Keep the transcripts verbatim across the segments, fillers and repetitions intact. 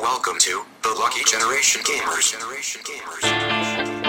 Welcome to the Lucky Generation Gamers. Generation Gamers.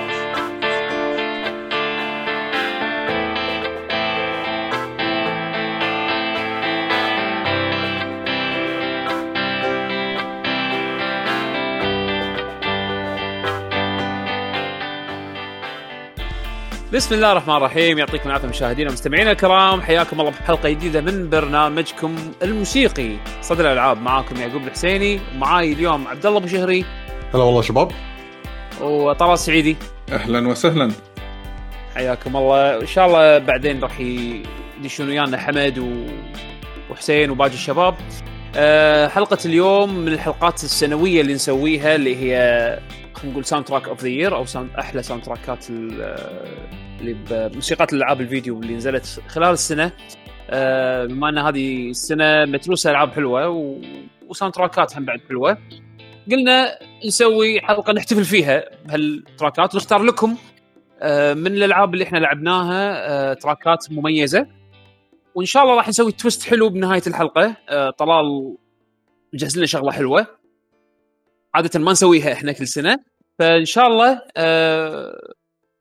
بسم الله الرحمن الرحيم. يعطيكم العافية مشاهدينا ومستمعينا الكرام، حياكم الله بحلقة جديدة من برنامجكم الموسيقي صدى الألعاب. معاكم يعقوب الحسيني ومعاي اليوم عبد الله بشهري. هلا والله شباب. وطلال السعيدي. اهلا وسهلا، حياكم الله. ان شاء الله بعدين راح يدشون ويانا حمد و... وحسين وباقي الشباب. أه حلقة اليوم من الحلقات السنوية اللي نسويها، اللي هي خلينا نقول ساوند تراك اوف ذا يير، او ساوند احلى ساوند تراكات اللي بموسيقات الالعاب الفيديو اللي نزلت خلال السنه. أه بما ان هذه السنه متروسه العاب حلوه و... وساوند تراكات هم بعد حلوه، قلنا نسوي حلقه نحتفل فيها بهالتراكات ونختار لكم أه من الالعاب اللي احنا لعبناها أه تراكات مميزه، وان شاء الله راح نسوي تويست حلو بنهايه الحلقه. أه طلال مجهز لنا شغله حلوه عاده ما نسويها احنا كل سنه، فان شاء الله أه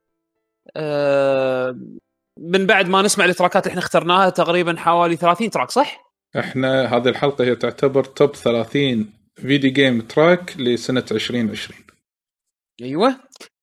أه من بعد ما نسمع التراكات اللي احنا اخترناها، تقريبا حوالي ثلاثين تراك صح؟ احنا هذه الحلقه هي تعتبر توب ثلاثين فيديو جيم تراك لسنه عشرين عشرين. ايوه،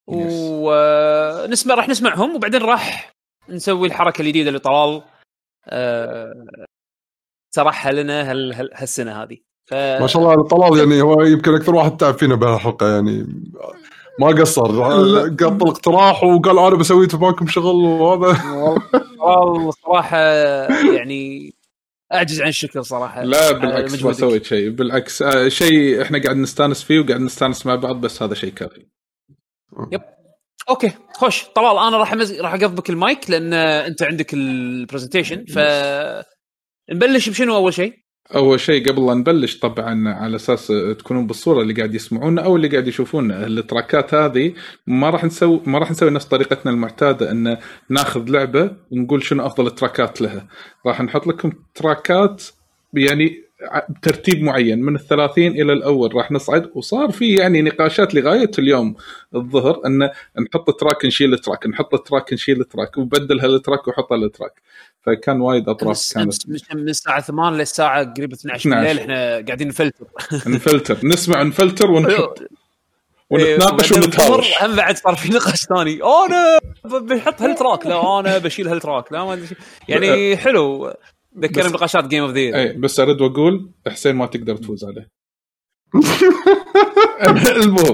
ونسمع راح نسمعهم وبعدين راح نسوي الحركه الجديده اللي طلال أه سرحها لنا هال هالسنه هذه. ف... ما شاء الله طلال، يعني هو يمكن اكثر واحد تعب فينا بهالحلقه، يعني ما قصر، قط الاقتراح وقال انا بسوي معكم شغل. وهذا والله صراحه يعني اعجز عن الشكر صراحه. لا بالعكس ما سويت شيء، بالعكس آه شيء احنا قاعد نستانس فيه وقاعد نستانس مع بعض، بس هذا شيء كافي. يب اوكي خوش طلال، انا راح مز... راح اقضبك المايك لان انت عندك البرزنتيشن، ف نبلش بشنو اول شيء؟ اول شيء قبل لا نبلش طبعا على اساس تكونون بالصوره اللي قاعد يسمعونا او اللي قاعد يشوفونا، التراكات هذه ما راح نسوي ما راح نسوي نفس طريقتنا المعتاده ان ناخذ لعبه ونقول شنو افضل التراكات لها. راح نحط لكم تراكات يعني بترتيب معين من الثلاثين إلى الأول، راح نصعد. وصار في يعني نقاشات لغاية اليوم الظهر أن نحط تراك نشيل تراك، نحط تراك نشيل تراك، وبدل هالتراك وحط هالتراك. فكان وايد أطراف كانت من الساعة ثمانية للساعة قريبة اثنا عشر بالليل احنا قاعدين نفلتر نفلتر نسمع نفلتر ونحط ونتناقش ونتهاوش. هم بعد صار في نقاش ثاني، أنا بحط هالتراك، لا أنا بشيل هالتراك، لا ما يعني حلو. ذكرني بنقاشات جيم اوف ذا يير. اي بس ارد واقول حسين ما تقدر تفوز عليه. المهم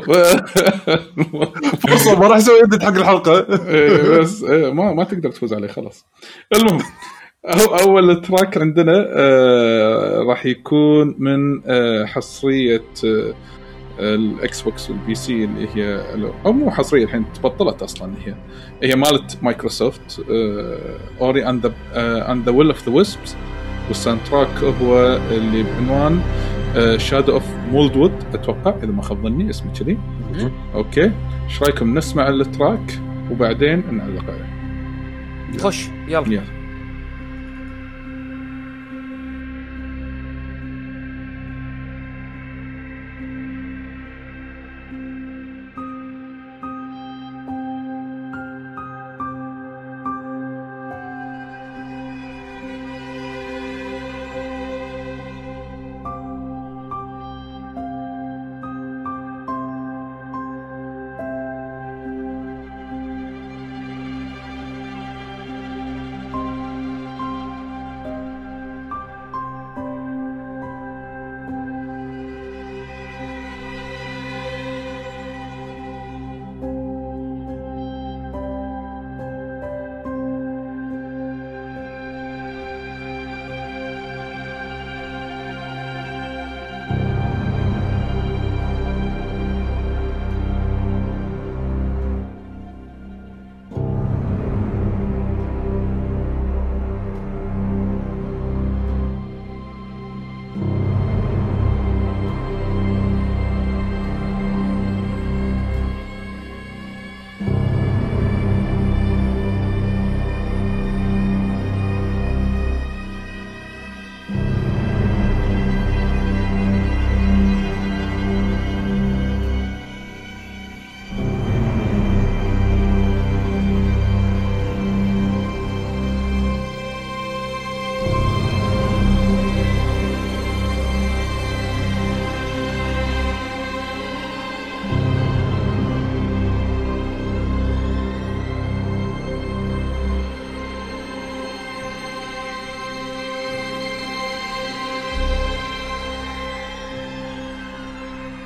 فرصه ما راح اسوي ادت حق الحلقه. بس ما ما تقدر تفوز عليه خلاص. المهم اول تراك عندنا آه راح يكون من آه حصريه آه الاكس بوكس والبي سي، اللي هي او مو حصريه الحين تبطلت اصلا، هي هي مالت مايكروسوفت، اوري اند اند ذا ويل اوف ذا ويسبس. والساوند تراك هو اللي بعنوان شادو اوف مولدوود، اتوقع اذا ما خاب ظني اسمه كذي. اوكي ايش رايكم نسمع التراك وبعدين نعلق عليه؟ خش يلا, يلا.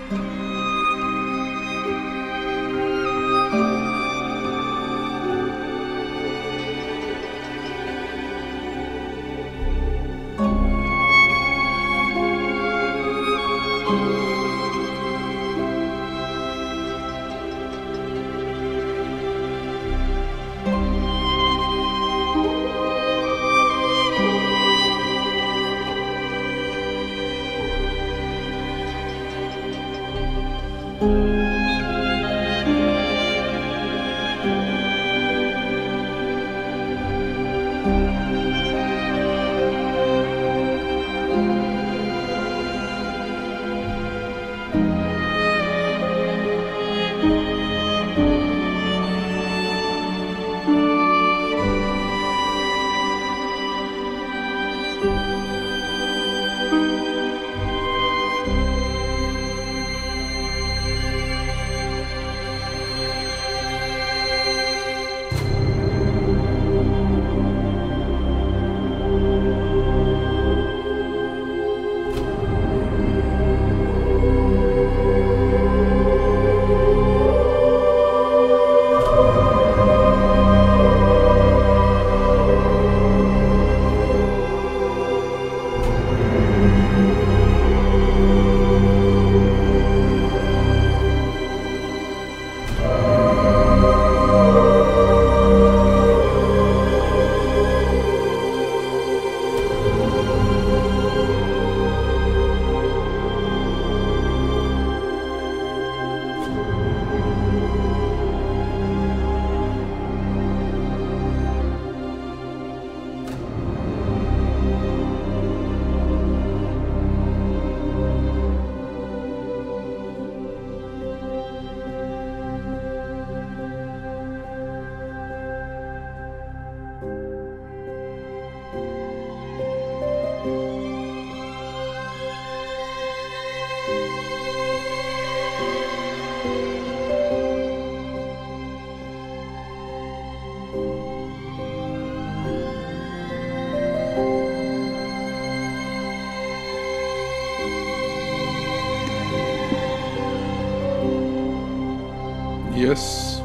يس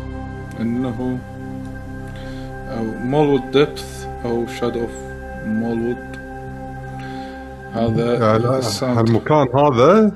انه او مولود ديبث او شادو اوف مولود. هذا المكان هذا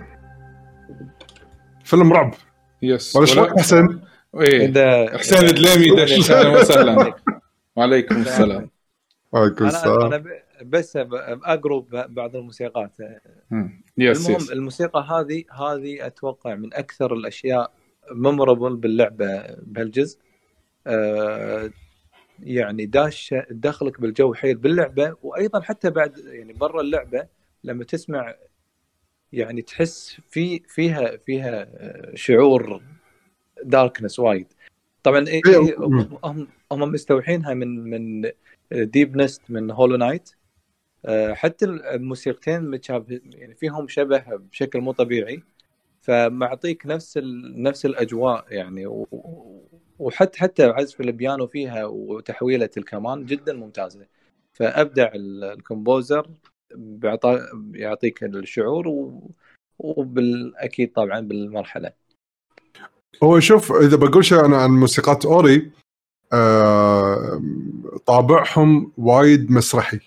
فيلم رعب. يس ولا حسن ايه حسين الدليمي دش. اهلا وسهلا. وعليكم السلام. وعليكم السلام. انا بس اقرب بعض الموسيقات. يس المهم يس. الموسيقى هذه هذه اتوقع من اكثر الاشياء ميمورابل باللعبه بهالجزء. أه يعني داش دخلك بالجو حيل باللعبه، وايضا حتى بعد يعني برا اللعبه لما تسمع يعني تحس في فيها فيها شعور داركنس وايد. طبعا إيه هم هم مستوحينها من من ديب نست من هولو نايت. أه حتى الموسيقتين متشابه يعني فيهم شبه بشكل مو طبيعي، فمعطيك نفس نفس الاجواء يعني. وحتى حتى عزف البيانو فيها وتحويله الكمان جدا ممتازه. فابدع الكومبوزر بيعطيك الشعور، وبالاكيد طبعا بالمرحله. هو شوف اذا بقول شيء انا عن موسيقات اوري، آه طابعهم وايد مسرحي.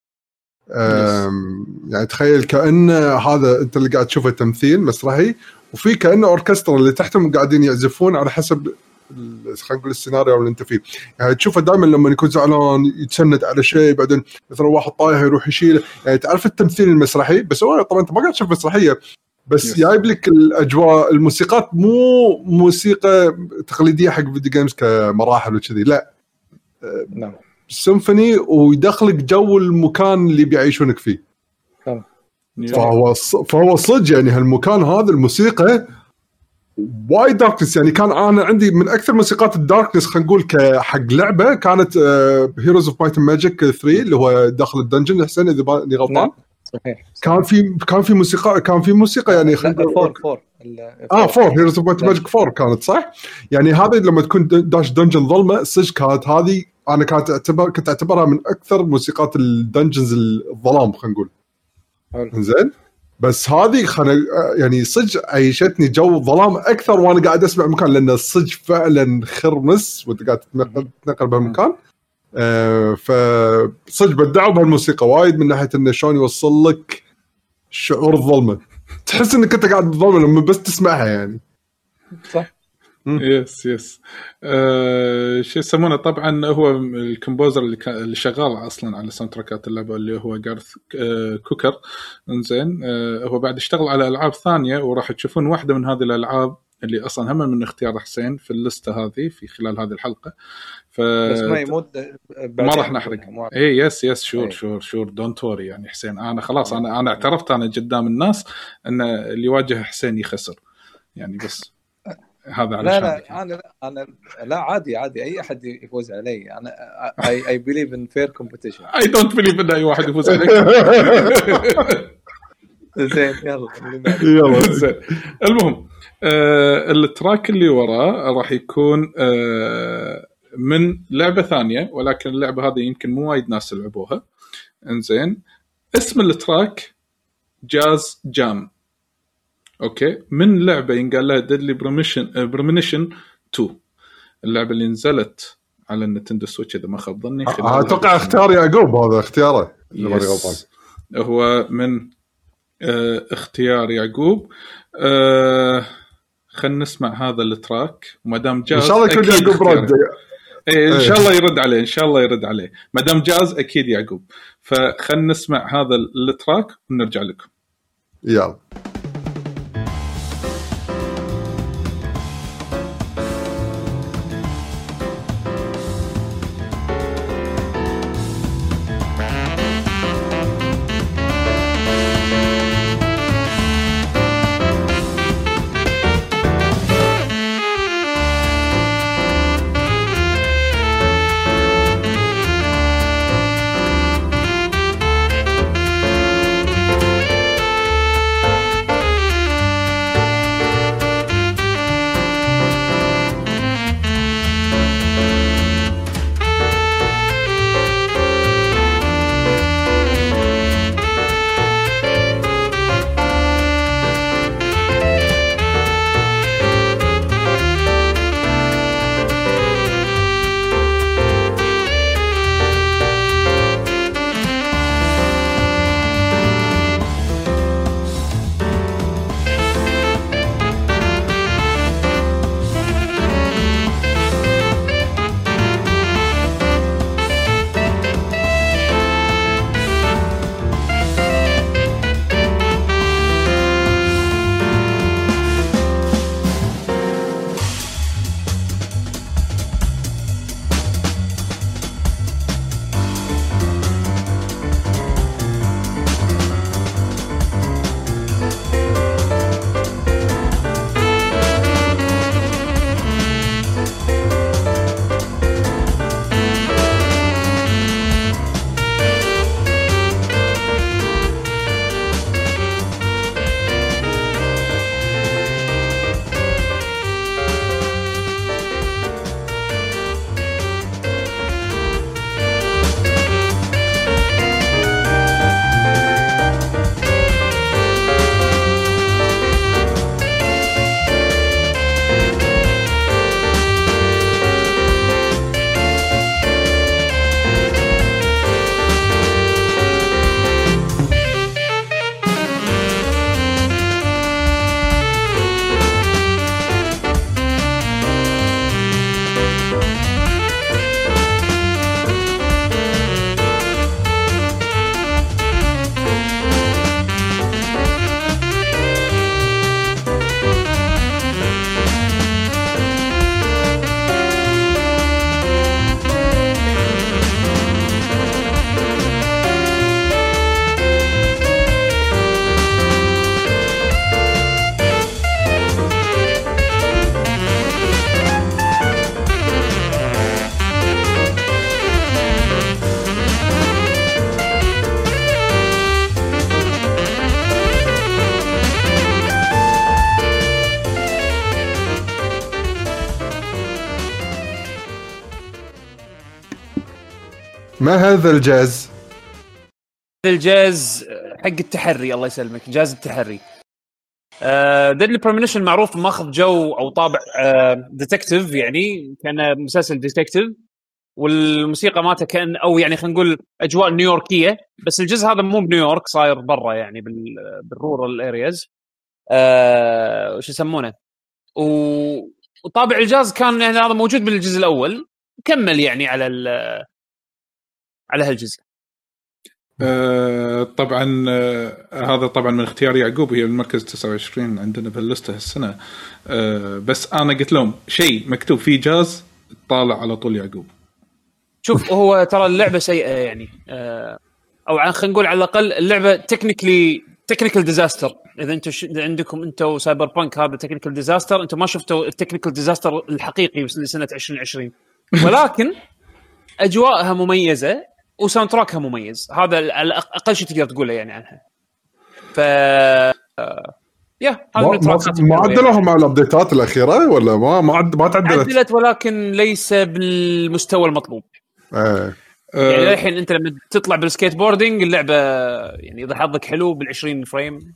يعني تخيل كأن هذا انت اللي قاعد تشوفه تمثيل مسرحي، وفي كأنه اوركسترا اللي تحتهم قاعدين يعزفون على حسب خلينا نقول السيناريو اللي انت فيه. يعني تشوفه دائما لما يكون زعلان يتسند على شيء، بعدين مثلا واحد طايح يروح يشيله. يعني تعرف التمثيل المسرحي، بس هو طبعا انت ما قاعد تشوف مسرحيه، بس جايب لك الاجواء. الموسيقات مو موسيقى تقليديه حق فيديو جيمز كمراحل وكذي، لا نعم سيمفوني، ويدخلك جو المكان اللي بيعيشونك فيه. فهو فهو صدق يعني هالمكان هذا الموسيقى وايد داركنس. يعني كان انا عندي من اكثر موسيقات الداركنس خلينا نقول كحق لعبه كانت هيروز اوف مايت ماجيك ثلاثة اللي هو داخل الدنجن. حسين اذا ماني غلطان صحيح. كان في كان في موسيقى كان في موسيقى يعني خلينا نقول فور اه فور هيروز اوف مايت ماجيك فور كانت صح. يعني هذه لما تكون داش دنجن ظلمه صدق كانت هذه انا كانت اعتبر كنت اعتبرها من اكثر موسيقات الدنجنز الظلام خلينا نقول. زين بس هذه خل... يعني صدق عيشتني جو ظلام اكثر وانا قاعد اسمع مكان، لان الصدق فعلا خرمس وانت قاعد تتنقل بهالمكان. آه فصدق بدعوا بهالموسيقى وايد من ناحيه انه شلون يوصل لك شعور الظلمه، تحس انك انت قاعد بالظلمه لما بس تسمعها يعني. صح. يس يس آه شو يسمونه طبعا هو الكمبوزر اللي, اللي شغال اصلا على ساوند تراكات اللعبه اللي هو جارث آه كوكر. انزين آه هو بعد اشتغل على العاب ثانيه وراح تشوفون واحده من هذه الالعاب اللي اصلا هم من اختيار حسين في اللسته هذه في خلال هذه الحلقه. ف بس ما يمود ما راح نحرق. اي يس يس شور أي. شور شور دونت وري يعني حسين انا خلاص انا انا اعترفت انا قدام الناس ان اللي يواجه حسين يخسر يعني بس هذا على لا لا انا انا لا عادي عادي اي احد يفوز علي انا اي اي بليف ان فير كومبيتيشن. اي دونت بليف ان اي واحد يفوز عليك. زين يلا يلا زين المهم آه التراك اللي وراه راح يكون آه من لعبه ثانيه ولكن اللعبه هذه يمكن مو وايد ناس لعبوها. انزين اسم التراك جاز جام اوكي من لعبه ينقال لها ديدلي بريميشن بريميشن تو اللعبه اللي نزلت على النينتندو سويتش اذا ما خاب ظني. اتوقع اختار يعقوب هذا اختياره يس. هو من اه اختيار يعقوب. اه خلينا نسمع هذا التراك وما دام جاز ان شاء الله يكون يعقوب رد. ايه ان شاء الله يرد عليه ان شاء الله يرد عليه ما دام جاز اكيد يعقوب. فخلينا نسمع هذا التراك ونرجع لكم. يلا ما هذا الجاز؟ الجاز حق التحري، الله يسلمك، جاز التحري. ديدلي بريمونيشن معروف ماخذ جو او طابع ديتكتيف، يعني كان مسلسل ديتكتيف، والموسيقى مالته كان او يعني خلينا نقول اجواء نيويوركيه، بس الجزء هذا مو بنيويورك، صاير برا يعني بالرورال ارياز. أه وش يسمونه، وطابع الجاز كان يعني هذا موجود بالجزء الاول، كمل يعني على على هالجزء. أه طبعا أه هذا طبعا من اختيار يعقوب، هي المركز تسعة وعشرين عندنا باللسته هالسنه. أه بس انا قلت لهم شيء مكتوب فيه جاز، طالع على طول يعقوب. شوف هو ترى اللعبه سيئه يعني، أه او خلينا نقول على الاقل اللعبه تكنيكلي تكنيكال ديزاستر. اذا انتم ش... عندكم انتم سايبر بانك هذا تكنيكال ديزاستر، انتم ما شفتوا التكنيكال ديزاستر الحقيقي لسنه عشرين عشرين، ولكن اجواءها مميزه وساوند تراكها مميز، هذا اقل شيء تقدر تقوله يعني عنها. ف يا هذا ما عدلوهم على الابديتات الاخيره ولا ما ما عد... ما تعدلت عدلت، ولكن ليس بالمستوى المطلوب. ايه يعني الحين انت لما تطلع بالسكيت بوردينج اللعبه يعني اذا حظك حلو بالعشرين فريم.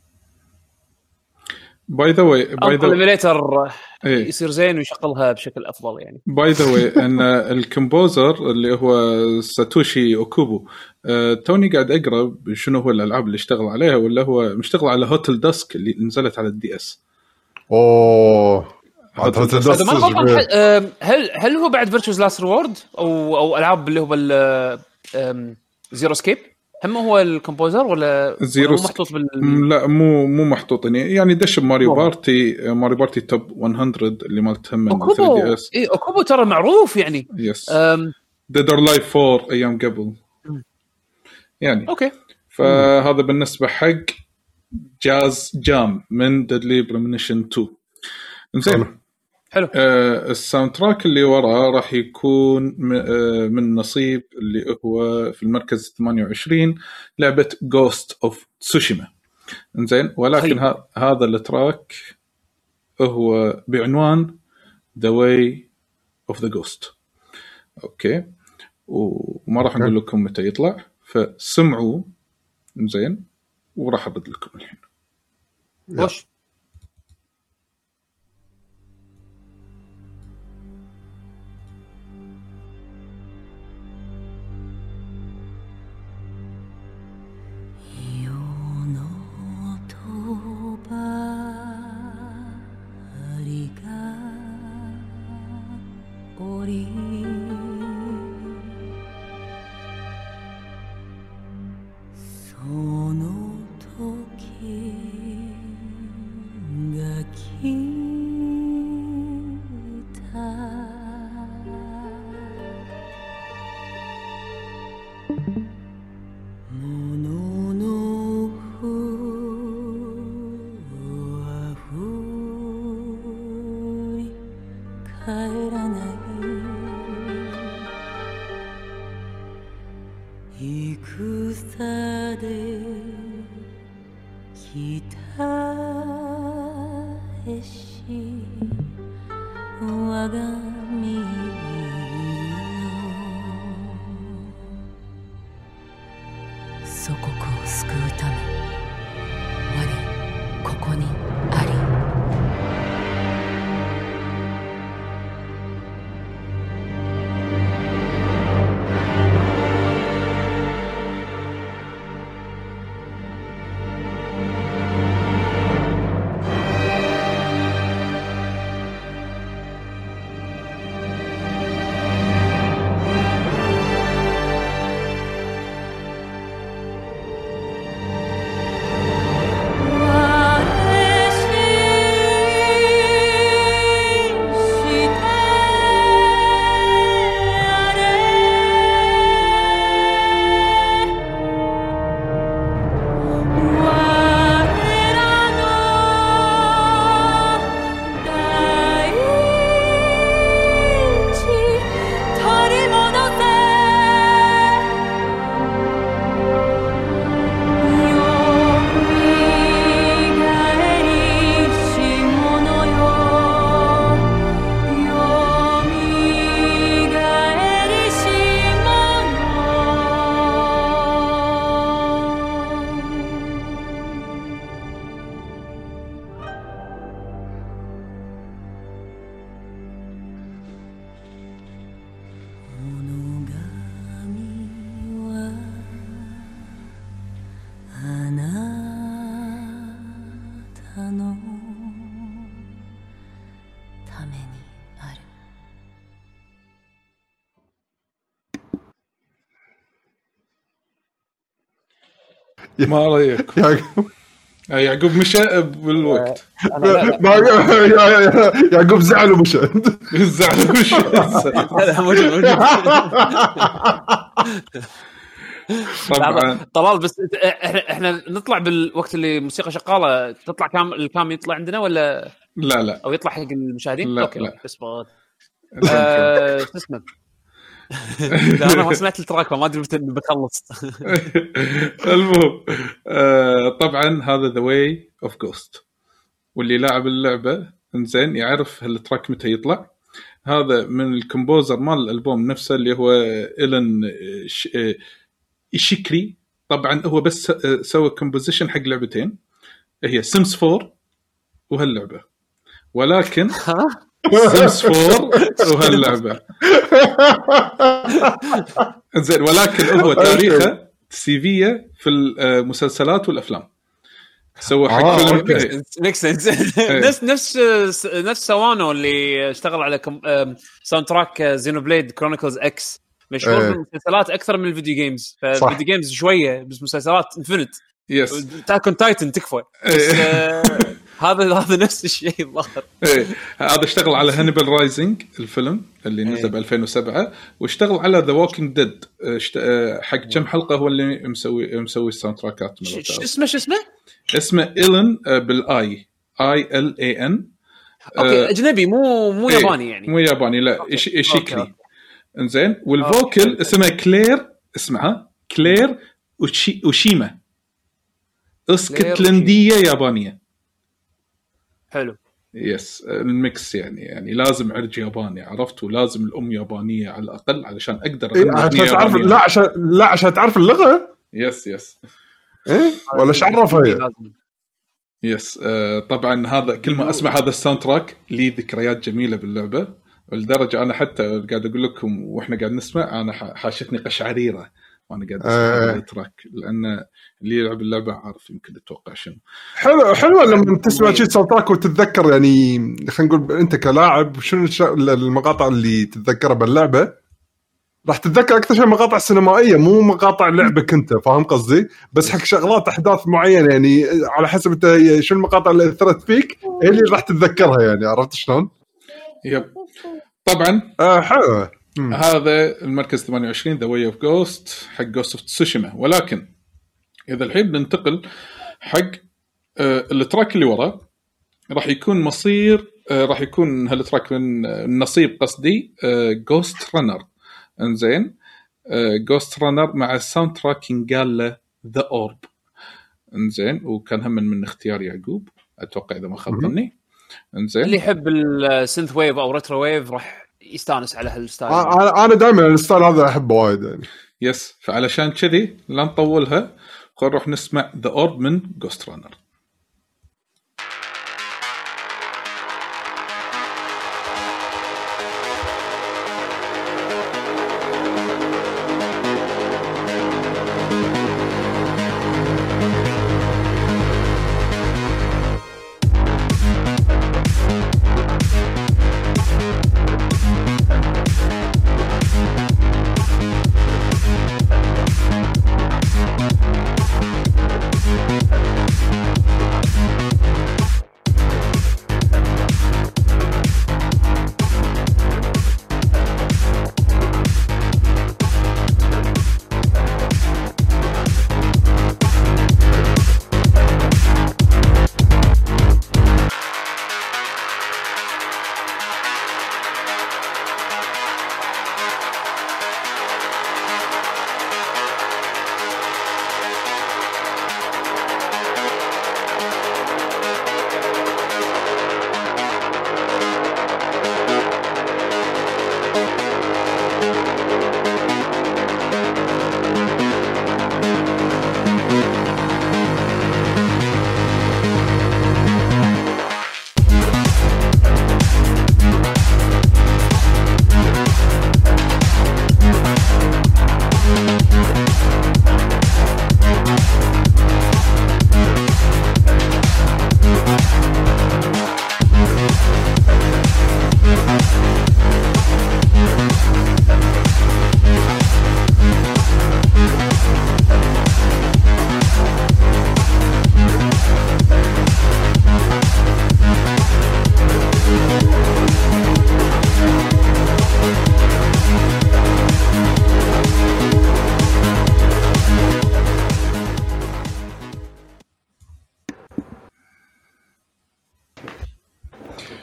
باي ذا واي باي ذا الايميليتر يصير زين ويشغلها بشكل افضل يعني. باي ذا واي ان الكومبوزر اللي هو ساتوشي اوكوبو، أه توني قاعد اقرا شنو هو الالعاب اللي اشتغل عليها، ولا هو مشتغل على هوتل داسك اللي نزلت على الدي اس. اوه هوتل داسك هل هل هو بعد فيرتشوز لاست ريورد او او العاب اللي هو بال زيرو سكيب، هم هو الكومبوزر ولا زيرو مو محطوط بال... لا مو مو محطوط يعني دش ماريو بارتي ماريو بارتي توب مية اللي مالت هم ثري دي اس. اي اوكوبو ترى معروف يعني. يس ديد اور لايف فور ايام قبل يعني. اوكي فهذا بالنسبه حق جاز جام من ديدلي بريمونيشن تو. زين حلو. آه الساوند تراك اللي وراه راح يكون آه من نصيب اللي هو في المركز ثمانية وعشرين لعبة Ghost of Tsushima. إنزين ولكن ه- هذا التراك هو بعنوان The Way of the Ghost. أوكي وما راح نقول لكم متى يطلع، فسمعوا إنزين وراح أرد لكم الحين. وش ما رايك يعقوب يعقوب مشى بالوقت أنا لا لا ما- يعقوب زعل ومشى. الزعل وش لا موجود موجود طبعا طلال بس احنا احنا نطلع بالوقت اللي الموسيقى شغاله تطلع كام الكام يطلع عندنا ولا لا لا او يطلع حق المشاهدين؟ لا، اوكي لا. بس بغض آه، شو اسمه لا انا ما سمعت التراك فما ادري متى بخلص. المهم آه، طبعا هذا ذا واي اوف جوست، واللي لاعب اللعبه انزين يعرف هالتراك متى يطلع. هذا من الكومبوزر مال الالبوم نفسه اللي هو إيلن ش... إيشيكري. طبعا هو بس سوى كومبوزيشن حق لعبتين، هي سيمز فور وهاللعبه، ولكن سيمز فور وهاللعبه زين، ولكن هو تاريخه سيفيه في المسلسلات والافلام. سوى حق آه، فيلم أوكي. إيه. ميك سنس. نفس نفس نفس سوانو اللي اشتغل على كم... ساوند تراك زينوبليد كرونيكلز اكس، مشهور إيه. بالمسلسلات اكثر من الفيديو جيمز. فالفيديو جيمز شويه بس مسلسلات انفنت يس تاكون تايتن تكفى بس آه، هذا هذا نفس الشيء الظاهر. ايه هذا اشتغل على هانيبال رايزنج الفيلم اللي نزل ب ألفين وسبعة، واشتغل على ذا ووكينج ديد حق كم حلقه هو اللي مسوي مسوي الساوند تراكات. شو اسمه شو اسمه اسمه إيلن بالاي اي ال اي ان. اوكي اجنبي مو مو إيه، ياباني يعني. مو ياباني لا أوكي. إيش إيشيكري. أوكي. انزين والفوكل أوكي. اسمها كلير، اسمها كلير وشي وشيما، اسكتلنديه يابانيه. حلو. يس الميكس يعني يعني لازم عرج ياباني عرفت، ولازم الام يابانيه على الاقل علشان اقدر إيه، أغني عشان أغنية تعرف يابانية. لا عشان لا عشان تعرف اللغه. يس يس ايه ولا ايش عرفها هي؟ لازم. يس آه طبعا هذا كل ما اسمع هذا الساوند تراك لي ذكريات جميله باللعبه، ولدرجه انا حتى قاعد اقول لكم واحنا قاعد نسمع انا حاشتني قشعريره وانا قاعد اسمع آه. هذا التراك، لان اللي يلعب اللعبه عارف يمكن تتوقع شنو. حلو حلو لما تسمع شيء ساوند تراك وتتذكر، يعني خلينا نقول انت كلاعب شنو الش- المقاطع اللي تتذكرها باللعبه، راح تتذكر اكثر شيء مقاطع سينمائيه مو مقاطع لعبك انت، فاهم قصدي؟ بس حق شغلات احداث معينه يعني على حسب انت شنو المقاطع اللي اثرت فيك هي اللي راح تتذكرها، يعني عرفت شلون؟ يب طبعا آه حلو. مم. هذا المركز ثمانية وعشرين ذا واي اوف جوست حق جوست اوف تسوشيما. ولكن اذا الحين بننتقل حق آه التراك اللي وراه، راح يكون مصير آه راح يكون هالتراك من النصيب قصدي جوست رانر. انزين جوست رانر مع الساوند تراك قال له ذا اورب. انزين وكان هم من اختيار يعقوب اتوقع اذا ما خاب ظني. انزين اللي يحب السينث ويف او ريترو ويف راح يستانس على هالستايل. انا انا دائما الستايل هذا احبه وايد يعني. يس فعلشان كذي لا نطولها خل نروح نسمع ذا اورب من جوست رانر.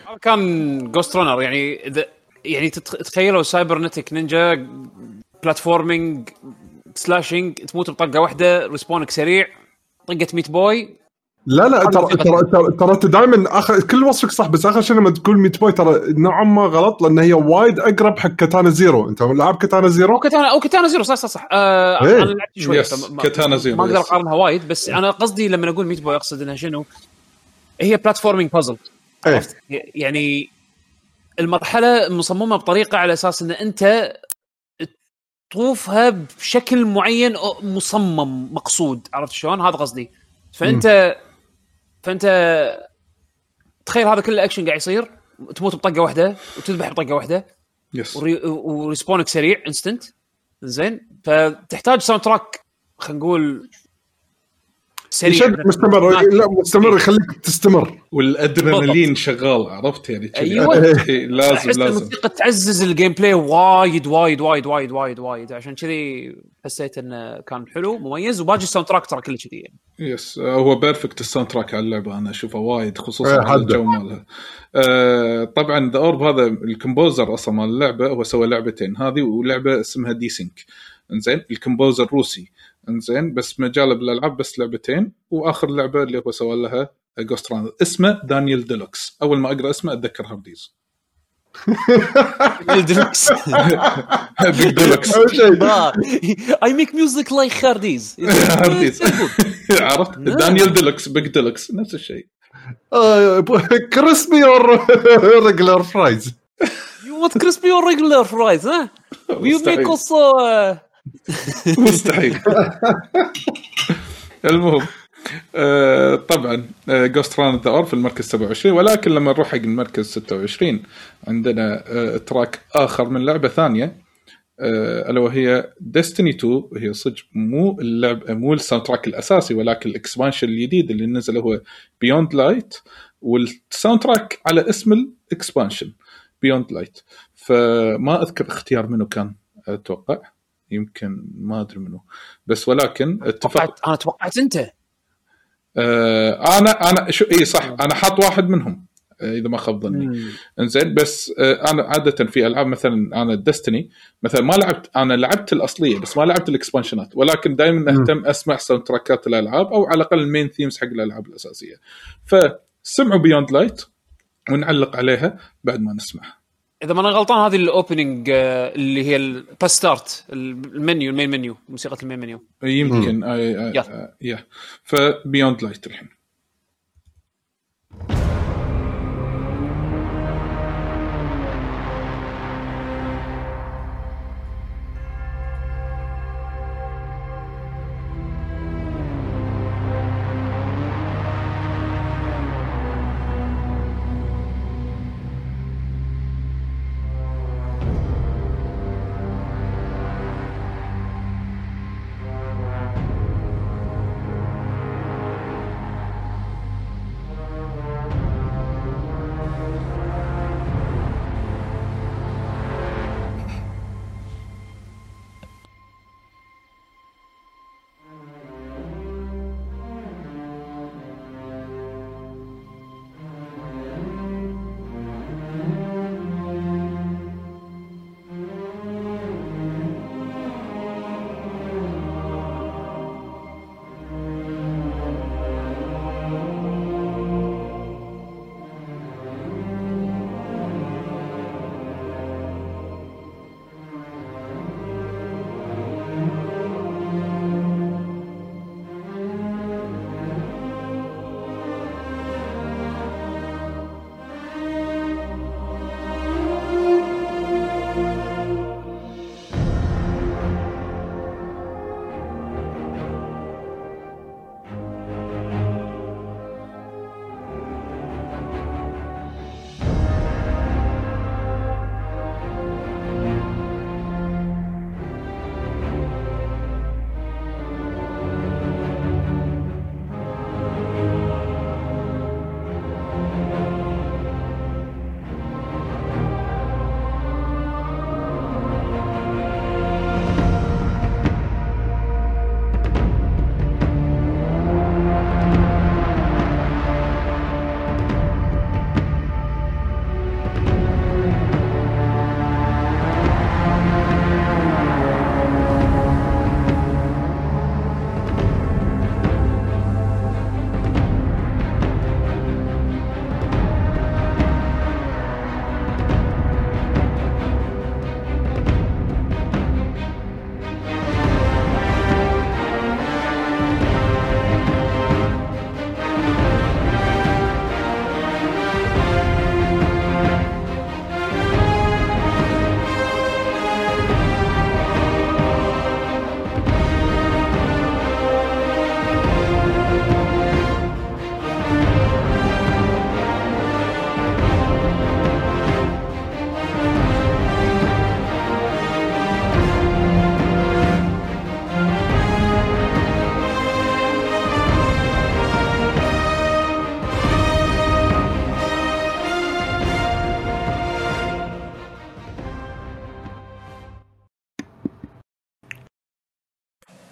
كان جوست رانر يعني إذا يعني تتخيلوا سايبرنتيك نينجا بلاتفورمينج سلاشينج تموت بطقه واحده ريسبونك سريع طقه ميت بوي. لا لا ترى ترى ترى انت دائما اخر كل وصفك صح بس اخر شيء لما تقول ميت بوي ترى نوعا ما غلط لان هي وايد اقرب حق كاتانا زيرو. انت لعب كاتانا زيرو او كاتانا او كاتانا زيرو صح صح صح آه إيه. انا لعبت شويه كاتانا زيرو ما اقدر اقارنها وايد بس انا قصدي لما اقول ميت بوي اقصد انها شنو هي بلاتفورمينج بازل إيه. يعني المرحله مصممه بطريقه على اساس ان انت تطوفها بشكل معين مصمم مقصود عرفت شلون هذا قصدي. فانت م. فانت تخيل هذا كله اكشن قاعد يصير تموت بطقه واحده وتذبح بطقه واحده يس وري... وريسبونك سريع انستنت زين. فتحتاج ساوند تراك خلينا نقول سريع مستمر لا مستمر يخليك تستمر والادرينالين شغال عرفت يعني أيوة. لازم لازم الموسيقى تعزز الجيم بلاي وايد وايد وايد وايد وايد وايد عشان كذي حسيت انه كان حلو مميز وباقي الساوند تراك ترى كله كذي يعني. يس هو بيرفكت الساوند تراك على اللعبه انا اشوفه وايد خصوصا على الجو مالها. آه طبعا ذا اورب هذا الكومبوزر اصلا مال اللعبه هو سوى لعبتين هذه ولعبه اسمها دي سينك انزين الكومبوزر روسي انزين بس مجاله بالالعاب بس لعبتين واخر لعبه اللي هو سوى لها جوست رانر اسمه دانيال ديلوكس. اول ما اقرا اسمه اتذكر هارديز ديلوكس بيج ديلوكس اي ميك ميوزك لايك هارديز هارديز عرفت دانيال ديلوكس بيج ديلوكس نفس الشيء. كريسبي اور ريجولار فرايز يو وات كريسبي اور ريجولار فرايز ها ويو ميك اوسو مستحيل. المهم آه طبعا جوست ران ذا اور في المركز سبعة وعشرين ولكن لما نروح حق المركز ستة وعشرين عندنا آه تراك آخر من لعبة ثانية آه ألا وهي ديستني تو. وهي صدق مو اللعبة مو الساوند تراك الأساسي ولكن الإكسبانشن الجديد اللي نزل هو بيوند لايت والساوند تراك على اسم الإكسبانشن بيوند لايت. فما أذكر اختيار منه كان أتوقع يمكن ما أدري منه بس ولكن اتفقت أنا توقعت أنت آه أنا أنا شو إيه صح أنا حاط واحد منهم إذا ما خاب ظني إنزين. بس آه أنا عادة في ألعاب مثلا أنا ديستني مثلا ما لعبت أنا لعبت الأصلية بس ما لعبت الإكسبانشنات ولكن دائما أهتم أسمع ساوند تراكات الألعاب أو على الأقل المين ثيمز حق الألعاب الأساسية. فسمعوا بيوند لايت ونعلق عليها بعد ما نسمعها. اذا ما انا غلطان هذه الاوبننج اللي هي الستارت المنيو المين منيو موسيقى المين منيو يمكن آه آه يا فبيوند لايت الحين.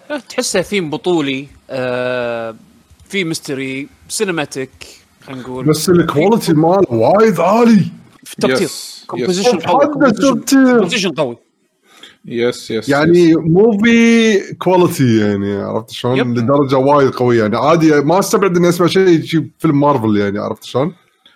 تحسه ثيم بطولي، آه في ميستري سينماتيك خلينا نقول، بس الكواليتي ماله وايد عالي في التبتير Yes, كومبوزيشن yes. قوي، حتى كومبوزيشن قوي يس يس يعني موفي كواليتي يعني، عرفت شلون؟ يب. لدرجه وايد قويه يعني، عادي ما استبعد اني اسمع شيء يجيب فيلم مارفل يعني، عرفت شلون؟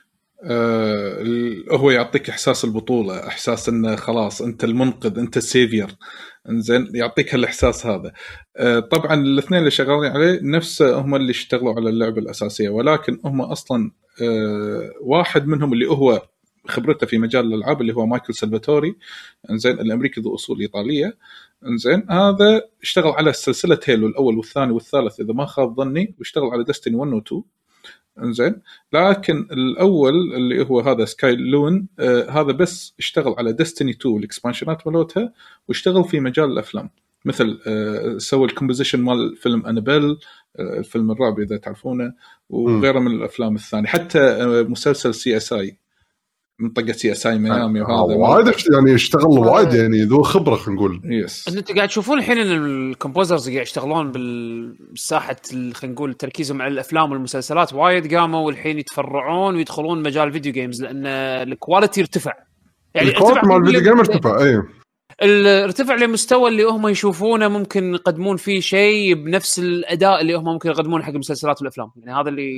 آه هو يعطيك احساس البطوله، احساس انه خلاص انت المنقذ، انت السيفير، انزين يعطيك هالاحساس هذا. آه طبعا الاثنين اللي شغالين عليه نفس هم اللي اشتغلوا على اللعبه الاساسيه، ولكن هم اصلا آه واحد منهم اللي هو خبرته في مجال الالعاب اللي هو مايكل سلفاتوري، انزين الامريكي ذو اصول ايطاليه، انزين هذا اشتغل على سلسله هيلو الاول والثاني والثالث اذا ما خاب ظني، واشتغل على دستني واحد و اثنين، انزين لكن الاول اللي هو هذا سكاي لون آه هذا بس اشتغل على دستني اثنين والاكسبانشنات مالتها، واشتغل في مجال الافلام مثل آه سوى الكومبوزيشن مال فيلم انابيل، آه الفيلم الرعب اذا تعرفونه، وغيره من الافلام الثانيه، حتى آه مسلسل سي اس اي، منطقه سي اس اي ميامي، وهذا وايد يعني اشتغل وايد يعني ذو خبره خلينا نقول. يس انت قاعد تشوفون الحين ان الكومبوزرز قاعد يشتغلون بالساحه خلينا نقول تركيزهم على الافلام والمسلسلات وايد قاموا، والحين يتفرعون ويدخلون مجال الفيديو جيمز لان الكواليتي ارتفع، يعني الكواليتي مال الفيديو جيم ارتفع، اي ارتفع لمستوى اللي هم يشوفونه ممكن يقدمون فيه شيء بنفس الاداء اللي هم ممكن يقدمون حق المسلسلات والافلام، يعني هذا اللي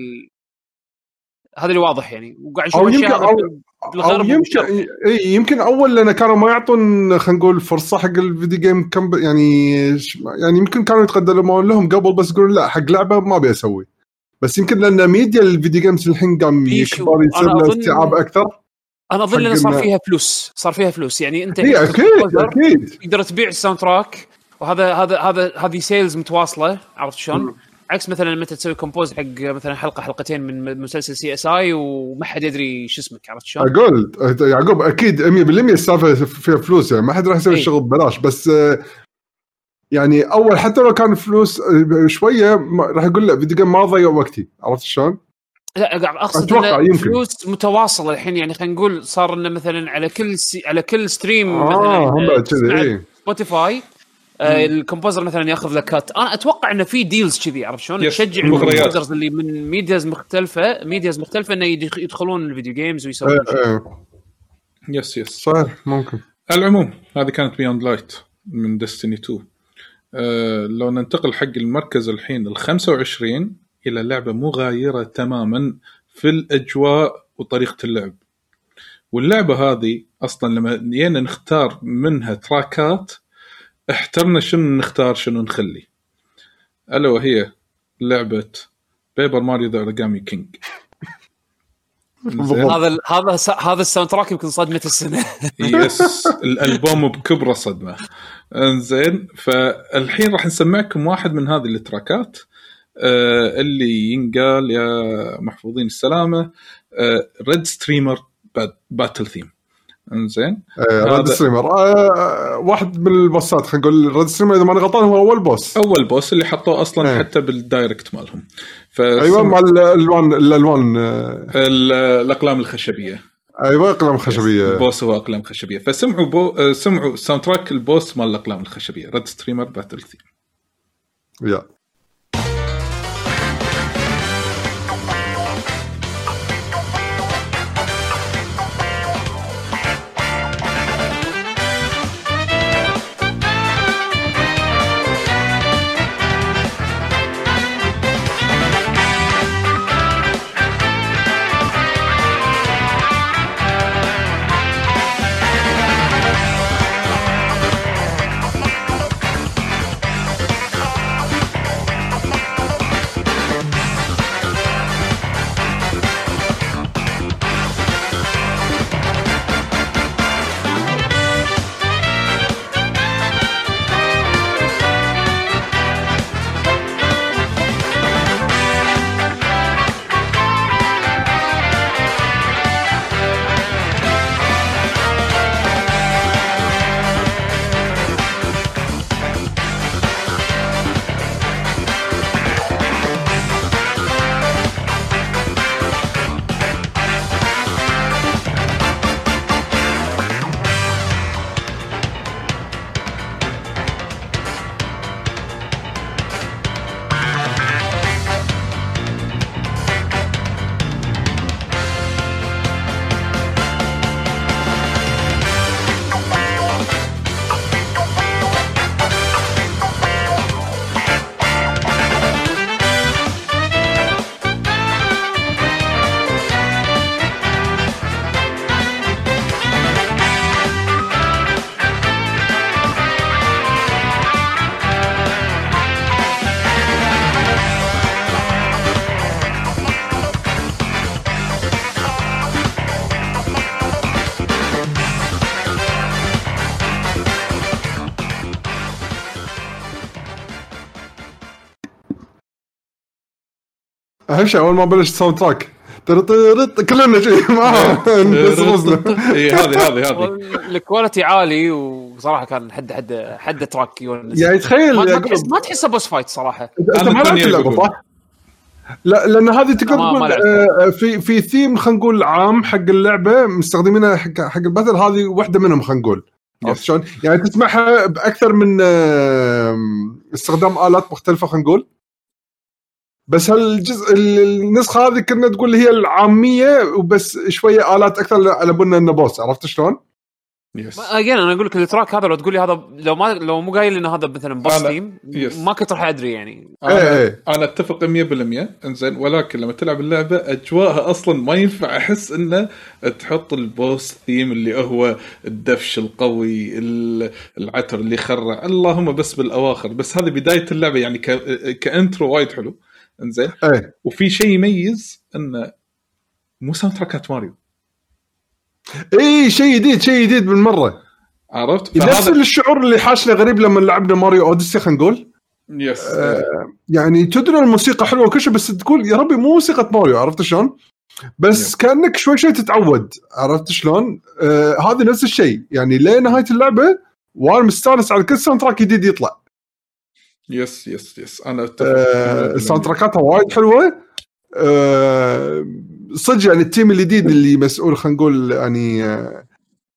هذا اللي واضح يعني، وقاعد نشوف اشياء بالغرب يمكن اي يمكن اول لان كانوا ما يعطون خلينا نقول فرصه حق الفيديو جيم كم يعني يعني يمكن كانوا يتقدمون لهم قبل، بس يقولون لا حق لعبه ما ابي اسوي، بس يمكن لان ميديا الفيديو جيمز الحين قام يكبر يصير له استيعاب اكثر. انا اظن انه صار فيها فلوس، صار فيها فلوس يعني انت اكيد اكيد تقدر تبيع الساوند تراك، وهذا هذا هذا هذه سيلز متواصله، عرفت شلون؟ عكس مثلا متى تسوي كومبوز حق مثلا حلقه حلقتين من مسلسل سي اس اي وما حد يدري شو اسمك، عرفت شلون؟ اقول يعقوب اكيد مية بالمية السالفه فيها فلوس يعني، ما حد راح يسوي الشغل ببلاش، بس يعني اول حتى لو كان فلوس شويه راح يقول لا فيديو جيم ما ضيع وقتي، عرفت شلون؟ لا قاعد اقصد فلوس متواصله الحين، يعني خلينا نقول صار لنا مثلا على كل سي... على كل ستريم آه مثلا سبوتيفاي آه الكومبوزر مثلا ياخذ لكات، انا اتوقع انه في ديلز كذي، عرفت شلون؟ تشجع الكومبوزرز اللي من ميدياز مختلفه ميدياز مختلفه انه يدخلون الفيديو جيمز ويسوون يس يس صح ممكن. العموم هذه كانت بيوند لايت من ديستني اثنين. أه لو ننتقل حق المركز الحين الخمسة وعشرين إلى لعبة مغايرة تماما في الأجواء وطريقة اللعب، واللعبة هذه أصلا لما جينا نختار منها تراكات احترنا شنو نختار شنو نخلي، ألا وهي لعبة بيبر ماريو ذا أوريجامي كينج. هذا هذا هذا الساوند تراك يمكن صدمة السنة. يس الألبوم بكبره صدمة. انزين فالحين راح نسمعكم واحد من هذه التراكات آه اللي ينقال يا محفوظين السلامة آه ريد ستريمر باتل ثيم. انزين آه ريد ستريمر آه واحد من البوسات، خلينا نقول ريد ستريمر اذا ما غلطان هو اول بوس اول بوس اللي حطوه اصلا آه. حتى بالدايركت مالهم. ايوه مع الالوان الالوان آه الاقلام الخشبيه. ايوه اقلام خشبيه، البوس هو اقلام خشبيه، فسمعوا بو... سمعوا ساوند تراك البوس مال الاقلام الخشبيه ريد ستريمر باتل ثيم. يا اهم شيء اول ما بلش ساوند تراك ترطرط كلنا شيء ما بس غزنا. اي هذه هذه هذه الكواليتي عالي وصراحه كان حد حد حد تراك يونس يعني تخيل ما تحس ما تحسه بوس فايت صراحه. انت ما لعبت اللعبه صح؟ لا لان هذه تقدر تقول في في ثيم خلينا نقول عام حق اللعبه مستخدمينها حق حق الباتل هذه واحده منهم خلينا نقول عرفت شلون يعني تسمعها باكثر من استخدام آلات مختلفه خلينا نقول بس هالجزء النسخه هذه كنا تقول هي العاميه وبس شويه آلات اكثر على بنا النبوس عرفت شلون؟ يس اجين انا اقول لك التراك هذا لو تقول لي هذا لو ما لو مو قايل ان هذا مثلا بوس ثيم ما كنت راح ادري يعني. انا, ايه. أنا اتفق مية بالمية انزين ولكن لما تلعب اللعبه اجواءها اصلا ما ينفع احس انه تحط البوس ثيم اللي هو الدفش القوي العتر اللي يخرع اللهم بس بالاواخر بس هذه بدايه اللعبه يعني ك... كانترو وايد حلو انزين ايه. وفي شيء يميز انه مو ساوند تراكات ماريو اي شيء جديد شيء جديد بالمره عرفت نفس الشعور اللي حاشنا غريب لما لعبنا ماريو اوديسي خلينا نقول يس آه يعني تدري الموسيقى حلوه وكل شيء بس تقول يا ربي مو موسيقى ماريو عرفت شلون بس يس. كانك شوي شوي تتعود عرفت شلون آه هذا نفس الشيء يعني لنهايه اللعبه وانا مستانس على كل ساوند تراك جديد يطلع يس يس يس انا اتفق آه الساوند تراكاتها وايد حلوه آه صدق يعني التيم الجديد اللي مسؤول خلينا نقول يعني آه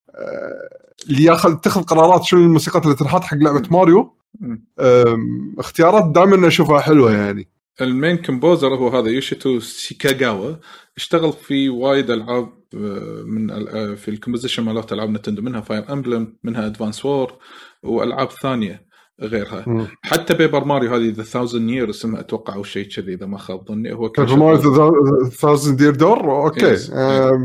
اللي ياخذ تاخذ قرارات شنو الموسيقى اللي تنحط حق لعبه ماريو اختيارات دائما اشوفها حلوه يعني. المين كومبوزر هو هذا يوشيتو شيكاغاوا اشتغل في وايد العاب من في الكومبوزيشن مالات العاب نينتندو منها فاير امبلم منها ادفانس وور والعاب ثانيه غيرها م. حتى بيبر ماريو هذه ذا ثاوزند يير اسمها اتوقع او شيء كذي اذا ما خاب ظني هو بيبر ماريو ذا ثاوزند يير دور اوكي yes.